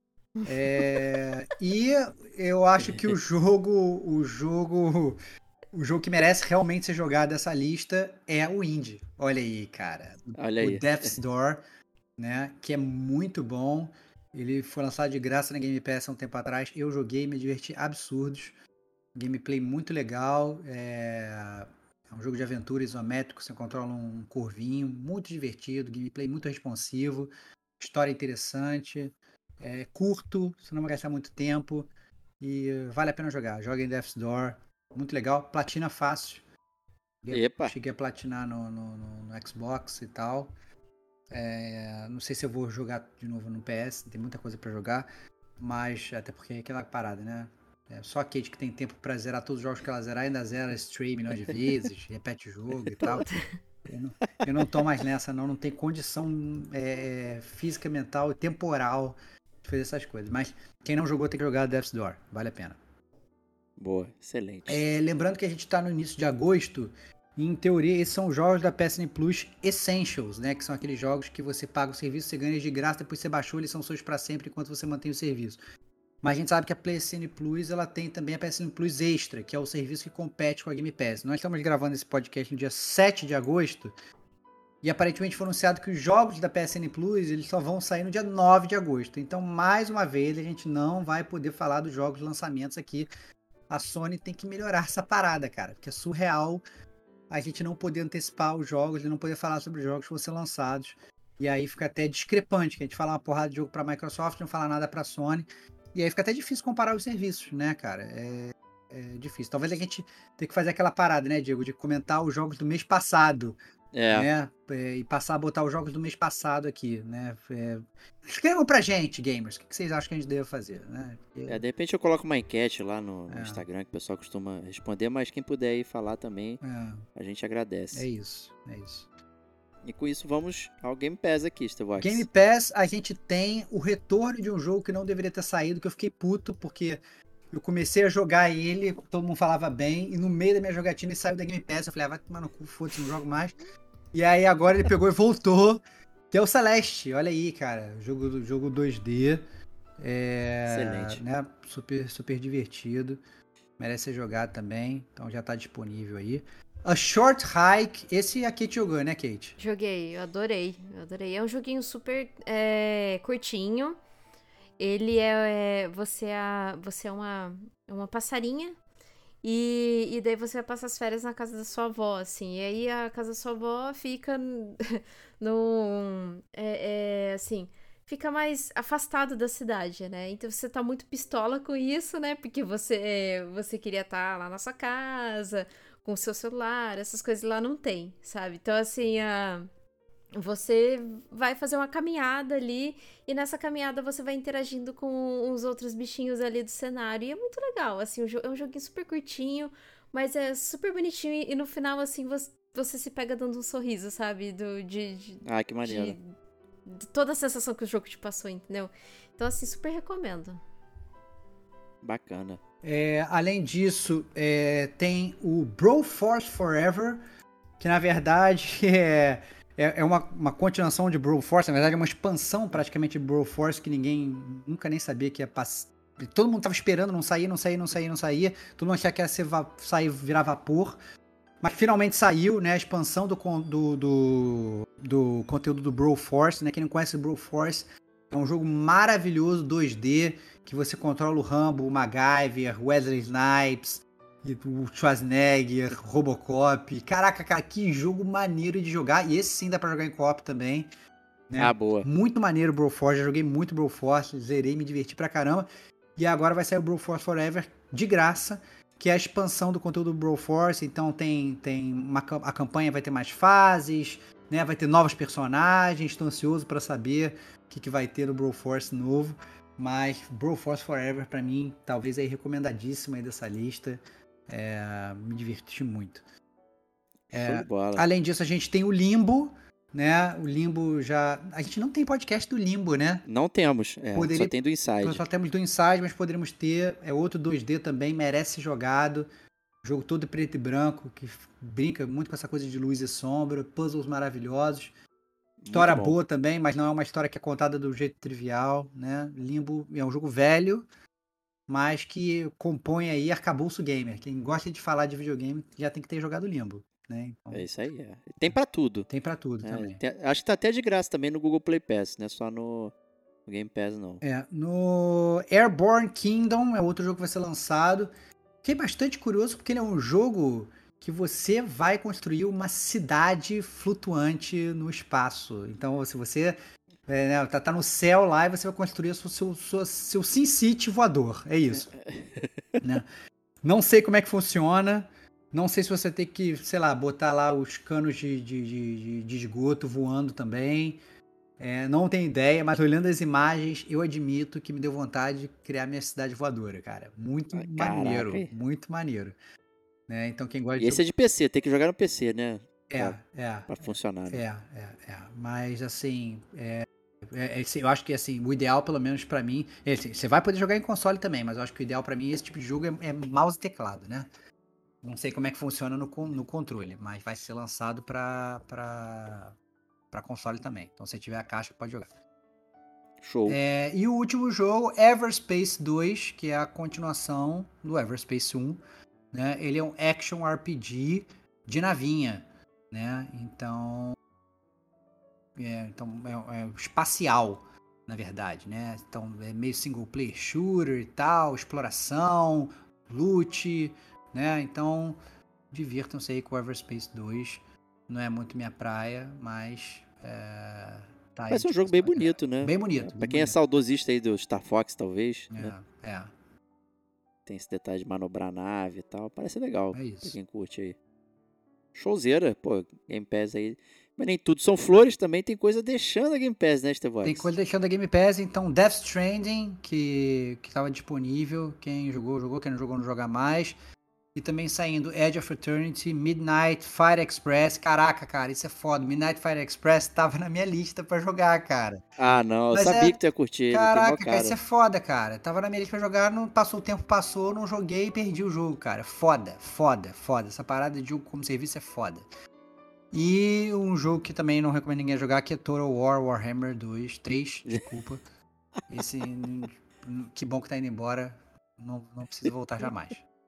É, e eu acho que o jogo, o jogo, o jogo que merece realmente ser jogado dessa lista é o Indie. Olha aí, cara. Olha O aí. Death's Door, né? Que é muito bom. Ele foi lançado de graça na Game Pass há um tempo atrás. Eu joguei, me diverti absurdos. Gameplay muito legal. É, é um jogo de aventura isométrico. Você controla um corvinho, muito divertido. Gameplay muito responsivo. História interessante. É curto, você não vai gastar muito tempo. E eh, vale a pena jogar. Joga em Death's Door. Muito legal. Platina fácil. Cheguei- Epa. Cheguei a platinar no, no, no- no Xbox e tal. É, não sei se eu vou jogar de novo no P S. Tem muita coisa pra jogar. Mas até porque é aquela parada, né? É só a Kate que tem tempo pra zerar todos os jogos que ela zerar. Ainda zera Stray milhões de vezes. Repete o jogo e tal. Eu não, eu não tô mais nessa, não. Não tem condição é, física, mental e temporal de fazer essas coisas. Mas quem não jogou tem que jogar Death's Door. Vale a pena. Boa, excelente. É, lembrando que a gente tá no início de agosto. Em teoria, esses são os jogos da P S N Plus Essentials, né? Que são aqueles jogos que você paga o serviço, você ganha de graça, depois você baixou, eles são seus pra sempre enquanto você mantém o serviço. Mas a gente sabe que a P S N Plus, ela tem também a P S N Plus Extra, que é o serviço que compete com a Game Pass. Nós estamos gravando esse podcast no dia sete de agosto, e aparentemente foi anunciado que os jogos da P S N Plus, eles só vão sair no dia nove de agosto. Então, mais uma vez, a gente não vai poder falar dos jogos lançamentos aqui. A Sony tem que melhorar essa parada, cara, porque é surreal a gente não poder antecipar os jogos e não poder falar sobre os jogos que vão ser lançados. E aí fica até discrepante, que a gente fala uma porrada de jogo pra Microsoft, não fala nada pra Sony. E aí fica até difícil comparar os serviços, né, cara? É, é difícil. Talvez a gente tenha que fazer aquela parada, né, Diego, de comentar os jogos do mês passado. É. Né? É, e passar a botar os jogos do mês passado aqui, né? É, escrevam pra gente, gamers, o que vocês acham que a gente deve fazer, né? Porque... É, de repente eu coloco uma enquete lá no, no É. Instagram, que o pessoal costuma responder, mas quem puder ir falar também, É, a gente agradece. é isso, é isso. E com isso vamos ao Game Pass aqui, Starvox. Game Pass, a gente tem o retorno de um jogo que não deveria ter saído, que eu fiquei puto, porque eu comecei a jogar ele, todo mundo falava bem, e no meio da minha jogatina ele saiu da Game Pass, eu falei, ah, vai tomar no cu, foda-se, não jogo mais. E aí agora ele pegou e voltou, que é o Celeste, olha aí, cara, jogo, jogo dois D, é, Excelente. né, super, super divertido, merece ser jogado também, então já tá disponível aí. A Short Hike, esse a Kate jogou, né, Kate? Joguei, eu adorei, eu adorei. É um joguinho super é, curtinho. Ele é, é você é você é uma uma passarinha e, e daí você vai passar as férias na casa da sua avó, assim. E aí a casa da sua avó fica no é, é, assim, fica mais afastado da cidade, né? Então você tá muito pistola com isso, né? Porque você você queria estar lá na sua casa com o seu celular, essas coisas lá não tem, sabe? Então, assim, a... você vai fazer uma caminhada ali e nessa caminhada você vai interagindo com os outros bichinhos ali do cenário. E é muito legal, assim, é um joguinho super curtinho, mas é super bonitinho e no final, assim, você, você se pega dando um sorriso, sabe? Do, de, de, Ah, que maneiro. de, de toda a sensação que o jogo te passou, entendeu? Então, assim, super recomendo. Bacana. É, além disso, é, tem o Broforce Forever, que na verdade é, é, é uma, uma continuação de Broforce, na verdade é uma expansão praticamente de Broforce que ninguém nunca nem sabia que ia passar. Todo mundo tava esperando, não saía, não saía, não saía, não saía. Todo mundo achava que ia ser va- sair, virar vapor. Mas finalmente saiu, né, a expansão do, con- do, do, do conteúdo do Broforce, né? Quem não conhece o Broforce, é um jogo maravilhoso, dois D, que você controla o Rambo, o MacGyver, Wesley Snipes, e o Schwarzenegger, Robocop. Caraca, cara, que jogo maneiro de jogar. E esse sim dá pra jogar em co-op também. Né? Ah, boa. Muito maneiro o Broforce, já joguei muito Broforce, zerei, me diverti pra caramba. E agora vai sair o Broforce Forever de graça, que é a expansão do conteúdo do Broforce. Então tem, tem uma, a campanha vai ter mais fases, né? Vai ter novos personagens. Estou ansioso pra saber o que, que vai ter no Broforce novo. Mas Broforce Forever, pra mim, talvez é recomendadíssima aí dessa lista. É, me diverti muito. É, Show de bola. além disso, a gente tem o Limbo, né? O Limbo já... A gente não tem podcast do Limbo, né? Não temos, é, Poderia- só tem do Inside. Nós só temos do Inside, mas poderíamos ter. É outro dois D também, merece ser jogado. Jogo todo preto e branco, que brinca muito com essa coisa de luz e sombra. Puzzles maravilhosos. História Muito bom. boa também, mas não é uma história que é contada do jeito trivial, né? Limbo é um jogo velho, mas que compõe aí arcabouço gamer. Quem gosta de falar de videogame já tem que ter jogado Limbo, né? Então, É isso aí, é. Tem pra tudo. tem pra tudo É, também. tem- acho que tá até de graça também no Google Play Pass, não é só no, no Game Pass, não. É, no Airborne Kingdom é outro jogo que vai ser lançado. Fiquei bastante curioso porque ele é um jogo que você vai construir uma cidade flutuante no espaço. Então, se você é, né, tá, tá no céu lá e você vai construir o seu, seu, seu, seu Sin City voador. É isso. Né? Não sei como é que funciona. Não sei se você tem que, sei lá, botar lá os canos de, de, de, de esgoto voando também. É, não tenho ideia, mas olhando as imagens, eu admito que me deu vontade de criar minha cidade voadora, cara. Muito Ah, caraca, maneiro, hein? muito maneiro. Né? Então quem gosta E de esse é de P C, tem que jogar no P C, né? É, é, Pra funcionar. Né? é, é, é. Mas assim, é, é, é, eu acho que assim, o ideal, pelo menos pra mim, é, assim, você vai poder jogar em console também, mas eu acho que o ideal pra mim esse tipo de jogo é, é mouse e teclado, né? Não sei como é que funciona no, no controle, mas vai ser lançado para para console também. Então, se tiver a caixa, pode jogar. Show. É, e o último jogo, Everspace dois, que é a continuação do Everspace um. Né? Ele é um action R P G de navinha. Né? Então, é, então é, é espacial, na verdade. Né? Então, é meio single player shooter e tal, exploração, loot. Né? Então, divirtam-se aí com o Everspace dois. Não é muito minha praia, mas é, tá aí. Parece um jogo bem bonito, né? Bem bonito. É, bem pra quem é bonito. saudosista aí do Star Fox, talvez. É, né? é. Tem esse detalhe de manobrar a nave e tal. Parece legal. É isso. Pra quem curte aí. Showzeira, pô, Game Pass aí. Mas nem tudo são flores, também tem coisa deixando a Game Pass, né, Stevox? Tem coisa deixando a Game Pass, então Death Stranding, que, que tava disponível. Quem jogou, jogou. Quem não jogou, não joga mais. E também saindo Edge of Eternity, Midnight Fire Express. Caraca, cara, isso é foda. Midnight Fire Express tava na minha lista pra jogar, cara. Ah, não, eu Mas sabia é- que tu ia curtir ele. Caraca, tem mó cara, cara. isso é foda, cara. Tava na minha lista pra jogar, não passou o tempo, passou, não joguei e perdi o jogo, cara. Foda, foda, foda. Essa parada de jogo como serviço é foda. E um jogo que também não recomendo ninguém jogar, que é Total War Warhammer dois, três, desculpa. Esse, hum, que bom que tá indo embora. Não, não precisa voltar jamais.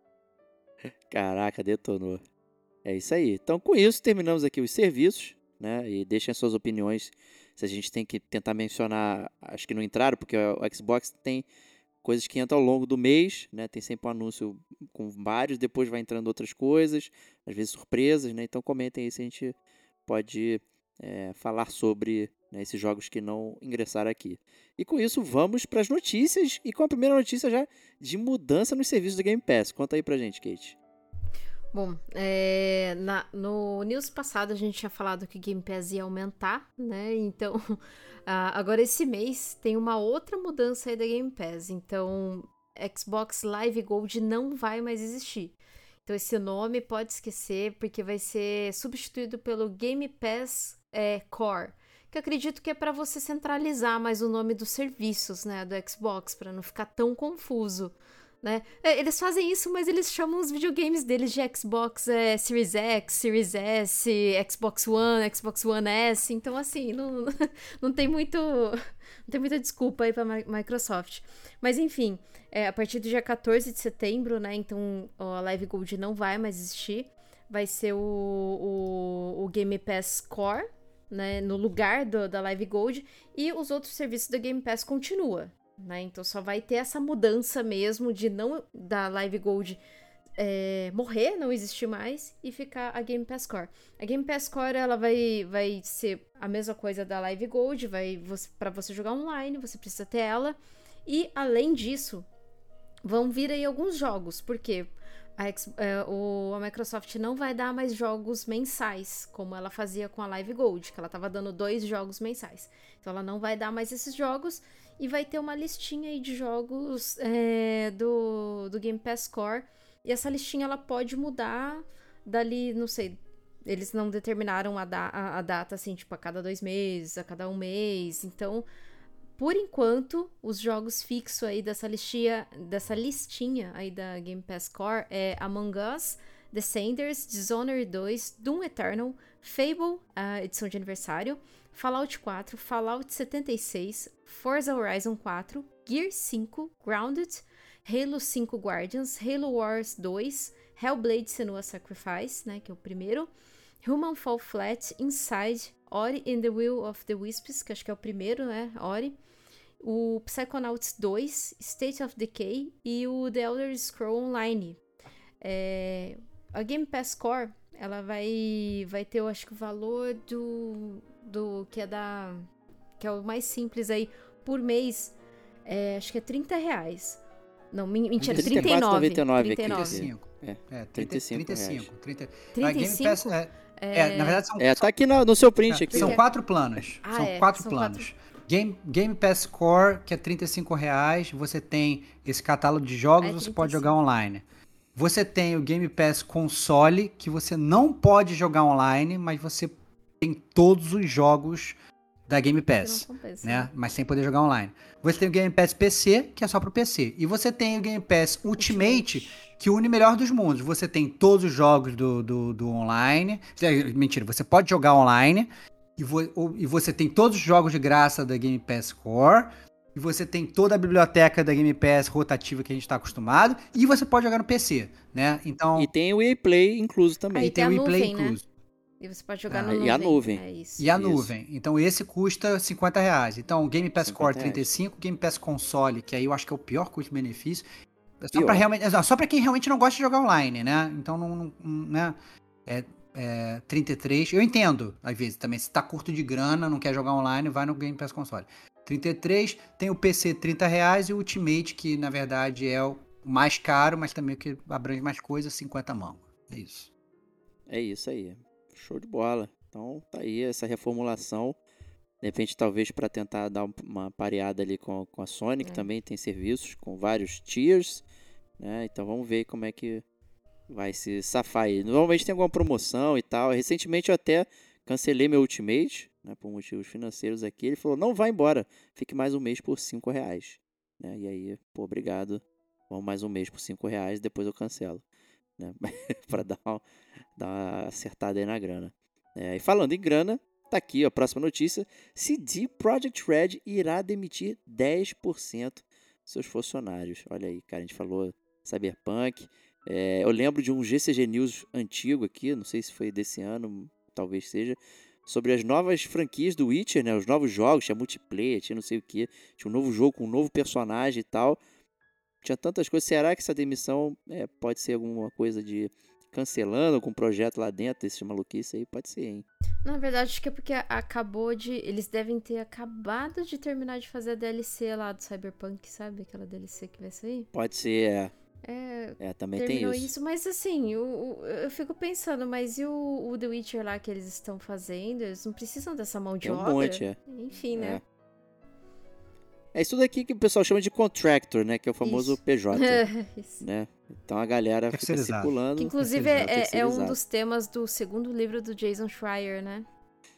Caraca, detonou. É isso aí. Então, com isso, terminamos aqui os serviços, né? E deixem as suas opiniões. Se a gente tem que tentar mencionar, acho que não entraram, porque o Xbox tem coisas que entram ao longo do mês, né? Tem sempre um anúncio com vários, depois vai entrando outras coisas, às vezes surpresas, né? Então comentem aí se a gente pode é, falar sobre, né, esses jogos que não ingressaram aqui. E com isso, vamos para as notícias, e com a primeira notícia já de mudança nos serviços do Game Pass. Conta aí pra gente, Kate. Bom, é, na- no news passado a gente tinha falado que o Game Pass ia aumentar, né? Então, ah, agora esse mês tem uma outra mudança aí da Game Pass. Então, Xbox Live Gold não vai mais existir. Então, esse nome pode esquecer, porque vai ser substituído pelo Game Pass é, Core, que eu acredito que é para você centralizar mais o nome dos serviços, né, do Xbox, para não ficar tão confuso. Né? É, eles fazem isso, mas eles chamam os videogames deles de Xbox é, Series X, Series S, Xbox One, Xbox One S. Então, assim, não, não tem muito, não tem muita desculpa aí pra Mi- Microsoft. Mas, enfim, é, a partir do dia quatorze de setembro, né? Então, ó, a Live Gold não vai mais existir. Vai ser o, o, o Game Pass Core, né? No lugar do, da Live Gold. E os outros serviços da Game Pass continuam. Né? Então só vai ter essa mudança mesmo de não da Live Gold é, morrer, não existir mais e ficar a Game Pass Core. A Game Pass Core ela vai, vai ser a mesma coisa da Live Gold, vai você, para você jogar online, você precisa ter ela. E além disso, vão vir aí alguns jogos, porque a, X- é, o, a Microsoft não vai dar mais jogos mensais, como ela fazia com a Live Gold, que ela estava dando dois jogos mensais. Então ela não vai dar mais esses jogos. E vai ter uma listinha aí de jogos é, do, do Game Pass Core. E essa listinha ela pode mudar dali, não sei. Eles não determinaram a, da, a, a data assim, tipo, a cada dois meses, a cada um mês. Então, por enquanto, os jogos fixos aí dessa listinha, dessa listinha aí da Game Pass Core é Among Us, Descenders, Dishonored dois, Doom Eternal, Fable, a edição de aniversário, Fallout quatro, Fallout setenta e seis, Forza Horizon quatro, Gear cinco, Grounded, Halo cinco Guardians, Halo Wars dois, Hellblade Senua's Sacrifice, né, que é o primeiro, Human Fall Flat, Inside, Ori and the Will of the Wisps, que acho que é o primeiro, né, Ori, o Psychonauts dois, State of Decay e o The Elder Scrolls Online. É, a Game Pass Core, ela vai, vai ter, eu acho que o valor do... do que é da que é o mais simples aí por mês, é, acho que é trinta reais. Não, min- mentira, trinta e quatro trinta e nove. reais e noventa e nove aqui. trinta e nove. Aqui. trinta e cinco. É, É, trinta e cinco trinta e cinco. trinta, a trinta e Game cinco? Pass, é, é, na verdade são, É, tá aqui no, no seu print é, aqui. são É. quatro planos. Ah, são é, quatro são planos. Game, Game Pass Core, que é trinta e cinco reais, você tem esse catálogo de jogos, Ah, é você trinta e pode cinco. jogar online. Você tem o Game Pass Console, que você não pode jogar online, mas você tem todos os jogos da Game Que não Pass, compensa, né? Mas sem poder jogar online. Você tem o Game Pass P C, que é só pro P C. E você tem o Game Pass Ultimate, que une o melhor dos mundos. Você tem todos os jogos do, do, do online. Mentira, você pode jogar online. E, vo, e você tem todos os jogos de graça da Game Pass Core. E você tem toda a biblioteca da Game Pass rotativa que a gente tá acostumado. E você pode jogar no P C, né? Então... E tem o E A Play incluso também. Aí E tem o a E Play nuvem, né? incluso. E você pode jogar Ah, no e nuvem. a nuvem. É isso. E a Isso. nuvem. Então esse custa cinquenta reais. Então Game Pass cinquenta Core reais. trinta e cinco, Game Pass Console, que aí eu acho que é o pior custo-benefício. É só Pior. pra, realmente, é só pra quem realmente não gosta de jogar online, né? Então não, não- não- né? É, é trinta e três. Eu entendo, às vezes, também. Se tá curto de grana, não quer jogar online, vai no Game Pass Console. trinta e três, tem o P C trinta reais e o Ultimate, que na verdade é o mais caro, mas também o que abrange mais coisas, cinquenta mangos. É isso. É isso aí. Show de bola. Então tá aí essa reformulação. De repente, talvez para tentar dar um- uma pareada ali com, com a Sony, que É. também tem serviços com vários tiers, né? Então vamos ver como é que vai se safar aí. Normalmente tem alguma promoção e tal. Recentemente eu até cancelei meu Ultimate, né? Por motivos financeiros aqui. Ele falou, não vai embora, fique mais um mês por cinco reais. Né? E aí, pô, obrigado. Vamos mais um mês por cinco reais, depois eu cancelo. Né? Para dar uma, dar uma acertada aí na grana. É, e falando em grana, tá aqui ó, a próxima notícia. C D Projekt Red irá demitir dez por cento dos seus funcionários. Olha aí, cara, a gente falou Cyberpunk. É, eu lembro de um G C G News antigo aqui, não sei se foi desse ano, talvez seja, sobre as novas franquias do Witcher, né? Os novos jogos, tinha multiplayer, tinha não sei o que, tinha um novo jogo com um novo personagem e tal. Tinha tantas coisas. Será que essa demissão é, pode ser alguma coisa de cancelando algum projeto lá dentro desse maluquice aí? Pode ser, hein? Na verdade, acho que é porque acabou de... Eles devem ter acabado de terminar de fazer a D L C lá do Cyberpunk, sabe? Aquela D L C que vai sair. Pode ser, é. É, É, também tem terminou isso. isso. Mas assim, o, o- eu fico pensando, mas e o, o The Witcher lá que eles estão fazendo? Eles não precisam dessa mão de Tem um obra? monte, é. Enfim, né? É isso daqui que o pessoal chama de contractor, né? Que é o famoso Isso. P J, Isso. né? Então a galera fica Terceirizado. circulando. Que inclusive terceirizado, é, é um terceirizado. dos temas do segundo livro do Jason Schreier, né?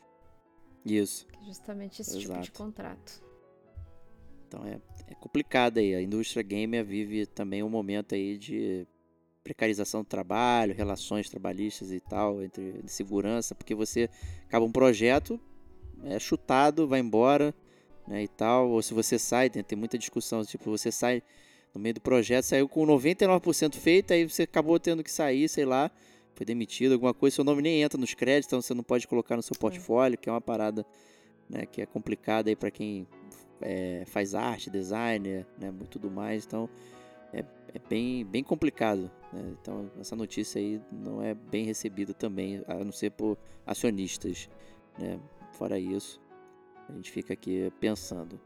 Isso. Que é justamente esse tipo de Exato. contrato. Então é, é complicado aí. A indústria gamer vive também um momento aí de precarização do trabalho, relações trabalhistas e tal, entre de segurança, porque você acaba um projeto, é chutado, vai embora, né, e tal, ou se você sai, tem, tem muita discussão, tipo, você sai no meio do projeto, saiu com noventa e nove por cento feito, aí você acabou tendo que sair, sei lá, foi demitido, alguma coisa, seu nome nem entra nos créditos, então você não pode colocar no seu portfólio, que é uma parada, né, que é complicada aí para quem é, faz arte, designer, né, e tudo mais, então é, é bem, bem complicado, né? Então essa notícia aí não é bem recebida também, a não ser por acionistas, né? Fora isso, a gente fica aqui pensando.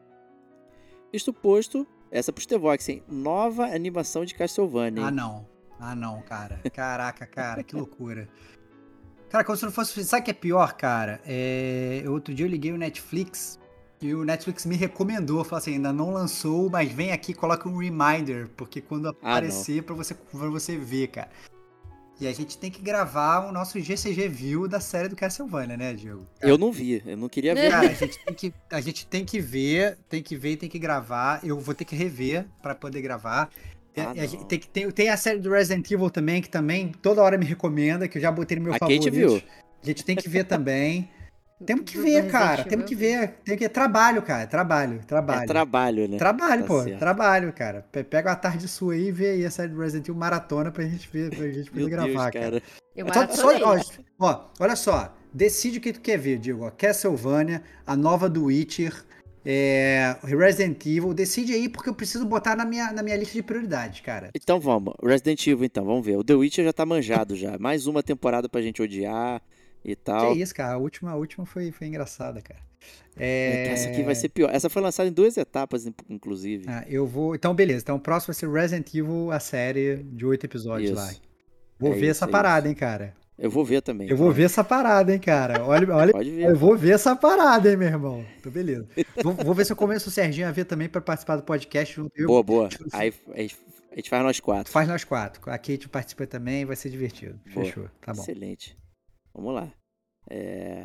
Isto posto, essa pro Stevox, hein? Nova animação de Castlevania, hein? Ah, não. Ah, não, cara. Caraca, cara, que loucura. Cara, como se não fosse... Sabe o que é pior, cara? É... Outro dia eu liguei o Netflix e o Netflix me recomendou. Falou assim, ainda não lançou, mas vem aqui e coloca um reminder, porque quando aparecer, pra você, pra você ver, cara. E a gente tem que gravar o nosso G C G View da série do Castlevania, né, Diego? Eu não vi, eu não queria ver. Cara, a gente tem que, a gente tem que ver, tem que ver e tem que gravar. Eu vou ter que rever pra poder gravar. E a- Ah, e a gente não. tem, que- tem, tem a série do Resident Evil também, que também toda hora me recomenda, que eu já botei no meu A favorito. Kate viu. A gente tem que ver também. Temos que Do- do ver, Resident cara. Evil, Temos que eu vi. ver. Tem que trabalho, cara. Trabalho, trabalho. É trabalho, né? Trabalho, Tá pô. certo. Trabalho, cara. Pe- Pega uma tarde sua aí e vê aí a série do Resident Evil maratona pra gente ver, pra gente poder Meu gravar, Deus, cara. cara. Eu Só, só, maratonei. ó, ó, olha só. Decide o que tu quer ver, Diego. Ó, Castlevania, a nova do Witcher, é, Resident Evil. Decide aí, porque eu preciso botar na minha, na minha lista de prioridades, cara. Então vamos, Resident Evil então, vamos ver. O The Witcher já tá manjado já. Mais uma temporada pra gente odiar e tal. Que isso, cara. A última, a última foi, foi engraçada, cara. É que É... essa aqui vai ser pior. Essa foi lançada em duas etapas, in- inclusive. Ah, eu vou. Então, beleza. Então, o próximo vai ser Resident Evil, a série de oito episódios Isso. lá. Vou É ver isso, essa é parada, isso. hein, cara. Eu vou ver também. Eu vou ver essa parada, hein, cara. Olha, olha. Pode ver. Eu vou ver essa parada, hein, meu irmão. Então, beleza. Vou, vou ver se eu convenço o Serginho a ver também pra participar do podcast. Eu, Boa, boa. Aí a gente- a gente faz nós quatro. Faz nós quatro. A Kate participa também, vai ser divertido. Boa. Fechou. Tá bom. Excelente. Vamos lá. É,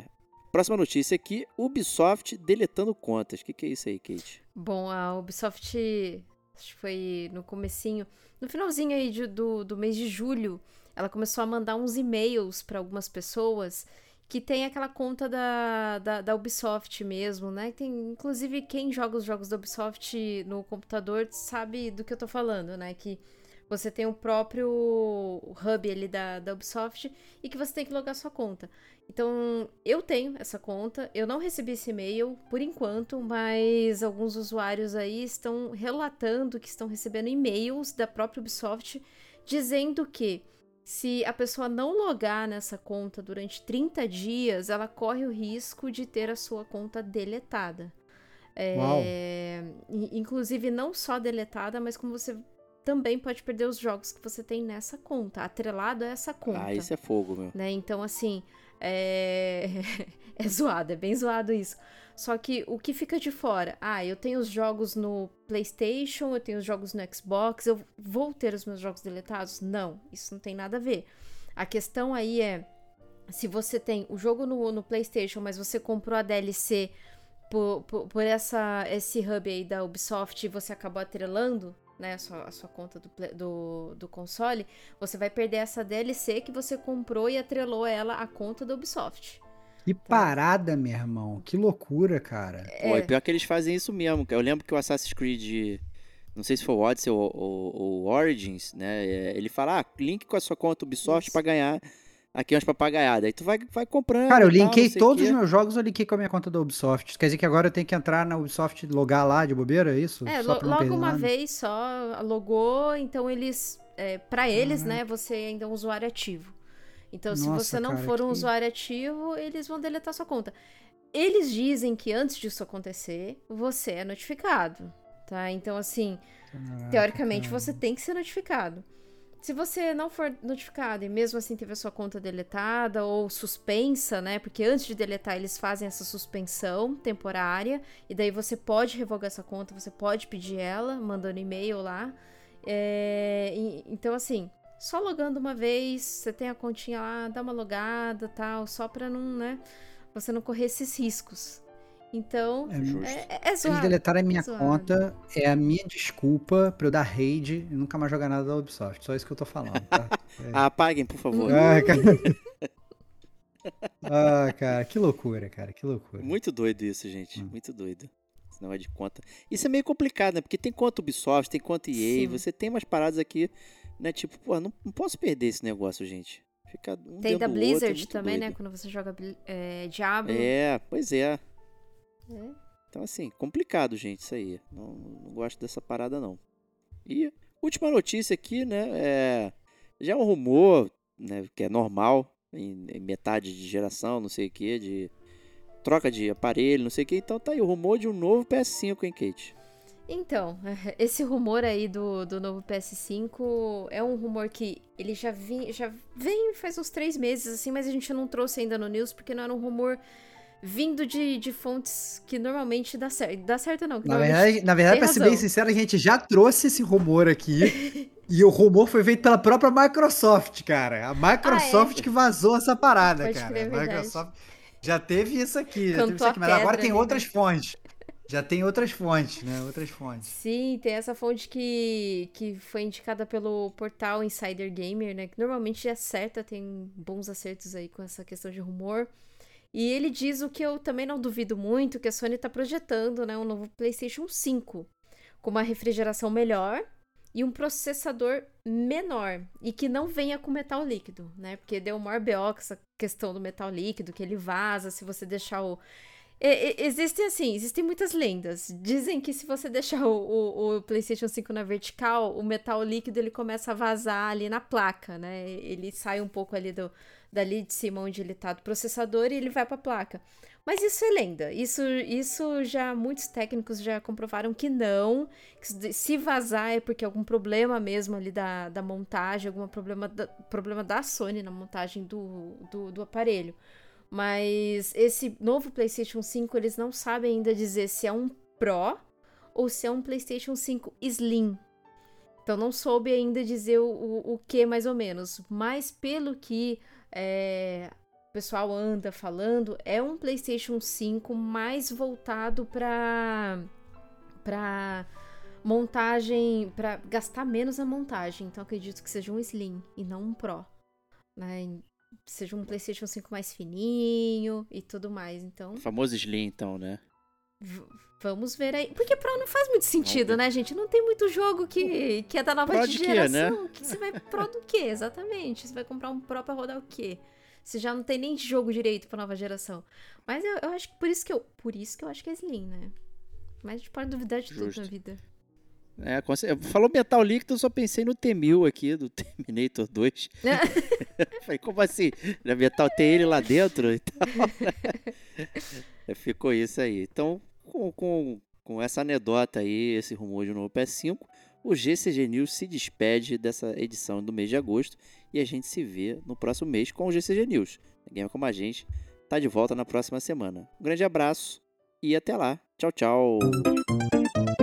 próxima notícia aqui, Ubisoft deletando contas. O que, que é isso aí, Kate? Bom, a Ubisoft, acho que foi no comecinho, no finalzinho aí de, do, do mês de julho, ela começou a mandar uns e-mails para algumas pessoas que tem aquela conta da, da, da Ubisoft mesmo, né? Tem, inclusive, quem joga os jogos da Ubisoft no computador sabe do que eu tô falando, né? Que você tem o próprio hub ali da, da Ubisoft e que você tem que logar sua conta. Então, eu tenho essa conta, eu não recebi esse e-mail por enquanto, mas alguns usuários aí estão relatando que estão recebendo e-mails da própria Ubisoft dizendo que se a pessoa não logar nessa conta durante trinta dias, ela corre o risco de ter a sua conta deletada. É, inclusive, não só deletada, mas como você também pode perder os jogos que você tem nessa conta, atrelado a essa conta. Ah, isso é fogo, meu. Né? Então, assim, é... é zoado, é bem zoado isso. Só que o que fica de fora? Ah, eu tenho os jogos no PlayStation, eu tenho os jogos no Xbox, eu vou ter os meus jogos deletados? Não, isso não tem nada a ver. A questão aí é, se você tem o jogo no, no PlayStation, mas você comprou a D L C por, por, por essa, esse hub aí da Ubisoft e você acabou atrelando, né, a sua, a sua conta do, do, do console, você vai perder essa D L C que você comprou e atrelou ela à conta da Ubisoft. Que parada, meu irmão. Que loucura, cara. É. Pô, é pior que eles fazem isso mesmo. Eu lembro que o Assassin's Creed, não sei se foi o Odyssey ou o Origins, né? Ele fala, ah, link com a sua conta Ubisoft Isso. pra ganhar aqui umas papagaiadas. Aí tu vai, vai comprando. Cara, eu e tal, linkei não sei todos o os quê. meus jogos, eu linkei com a minha conta da Ubisoft. Quer dizer que agora eu tenho que entrar na Ubisoft, logar lá de bobeira, é isso? É, Só lo- pra não logo perder uma nada? vez só logou, então eles, é, para eles, Ah. né, você ainda é um usuário ativo. Então, se Nossa, você não cara, for um que- usuário ativo, eles vão deletar sua conta. Eles dizem que antes disso acontecer, você é notificado, tá? Então, assim, Caraca, teoricamente, cara. você tem que ser notificado. Se você não for notificado e mesmo assim teve a sua conta deletada ou suspensa, né? Porque antes de deletar eles fazem essa suspensão temporária e daí você pode revogar essa conta, você pode pedir ela, mandando e-mail lá. É, e- então assim, só logando uma vez, você tem a continha lá, dá uma logada, tal, só pra não, né? Você não correr esses riscos. Então, É Justo. é, é, é Eles zoado. deletaram a minha zoado. conta, é a minha desculpa pra eu dar raid e nunca mais jogar nada da Ubisoft. Só isso que eu tô falando, tá? Ah, apaguem, por favor. Ah, cara. Ah, cara, que loucura, cara, que loucura. Muito doido isso, gente. Hum. Muito doido. Esse negócio de conta. Isso é meio complicado, né? Porque tem conta Ubisoft, tem conta E A, Sim. você tem umas paradas aqui, né? Tipo, pô, não, não posso perder esse negócio, gente. Fica um Tem dentro da do Blizzard outro, é muito também, né? doido. Quando você joga é, Diablo. É, pois é. É. Então, assim, complicado, gente, isso aí. Não, não gosto dessa parada, não. E última notícia aqui, né? É, já é um rumor, né? Que é normal em, em metade de geração, não sei o que, de troca de aparelho, não sei o que. Então tá aí o rumor de um novo P S cinco, hein, Kate? Então, esse rumor aí do, do novo P S cinco é um rumor que ele já, vim, já vem faz uns três meses, assim, mas a gente não trouxe ainda no news, porque não era um rumor vindo de, de fontes que normalmente dá certo. Dá certo não, que Na normalmente verdade, na verdade tem pra ser bem razão. sincero, a gente já trouxe esse rumor aqui. E o rumor foi feito pela própria Microsoft, cara. A Microsoft Ah, é? que vazou essa parada, Pode cara. crer, A verdade. Microsoft já teve isso aqui, já teve Cantou isso aqui. a Mas agora pedra tem ali, outras né? fontes. Já tem outras fontes, né? Outras fontes. Sim, tem essa fonte que, que foi indicada pelo portal Insider Gamer, né? Que normalmente acerta, tem bons acertos aí com essa questão de rumor. E ele diz o que eu também não duvido muito, que a Sony tá projetando, né? Um novo PlayStation cinco. Com uma refrigeração melhor e um processador menor. E que não venha com metal líquido, né? Porque deu maior B O com essa questão do metal líquido, que ele vaza se você deixar o... Existem, assim, existem muitas lendas. Dizem que se você deixar o, o, o PlayStation cinco na vertical, o metal líquido ele começa a vazar ali na placa, né? Ele sai um pouco ali do, dali de cima onde ele tá do processador e ele vai pra placa. Mas isso é lenda. Isso, isso já muitos técnicos já comprovaram que não. Que se vazar é porque algum problema mesmo ali da, da montagem, algum problema da, problema da Sony na montagem do, do, do aparelho. Mas esse novo PlayStation cinco, eles não sabem ainda dizer se é um Pro ou se é um PlayStation cinco Slim. Então não soube ainda dizer o, o, o que mais ou menos. Mas pelo que é, pessoal anda falando, é um PlayStation cinco mais voltado para para montagem, para gastar menos a montagem. Então acredito que seja um Slim e não um Pro, né? Seja um PlayStation cinco mais fininho e tudo mais. Então, O famoso Slim, então, né? v- vamos ver aí. Porque Pro não faz muito sentido, né, gente? Não tem muito jogo que, que é da nova Pro de quê, geração. né? Que você vai Pro do quê? Exatamente. Você vai comprar um Pro pra rodar o quê? Você já não tem nem jogo direito pra nova geração. Mas eu, eu acho que por isso que eu. Por isso que eu acho que é Slim, né? Mas a gente pode duvidar de tudo Justo. na vida. É, com cer- falou metal líquido, eu só pensei no T mil aqui, do Terminator dois. Falei, como assim? Na metal tem ele lá dentro e tal. Ficou isso aí. Então, com, com, com essa anedota aí, esse rumor de um novo P S cinco, o G C G News se despede dessa edição do mês de agosto e a gente se vê no próximo mês com o G C G News. Gamer Como a Gente tá de volta na próxima semana. Um grande abraço e até lá. Tchau, tchau.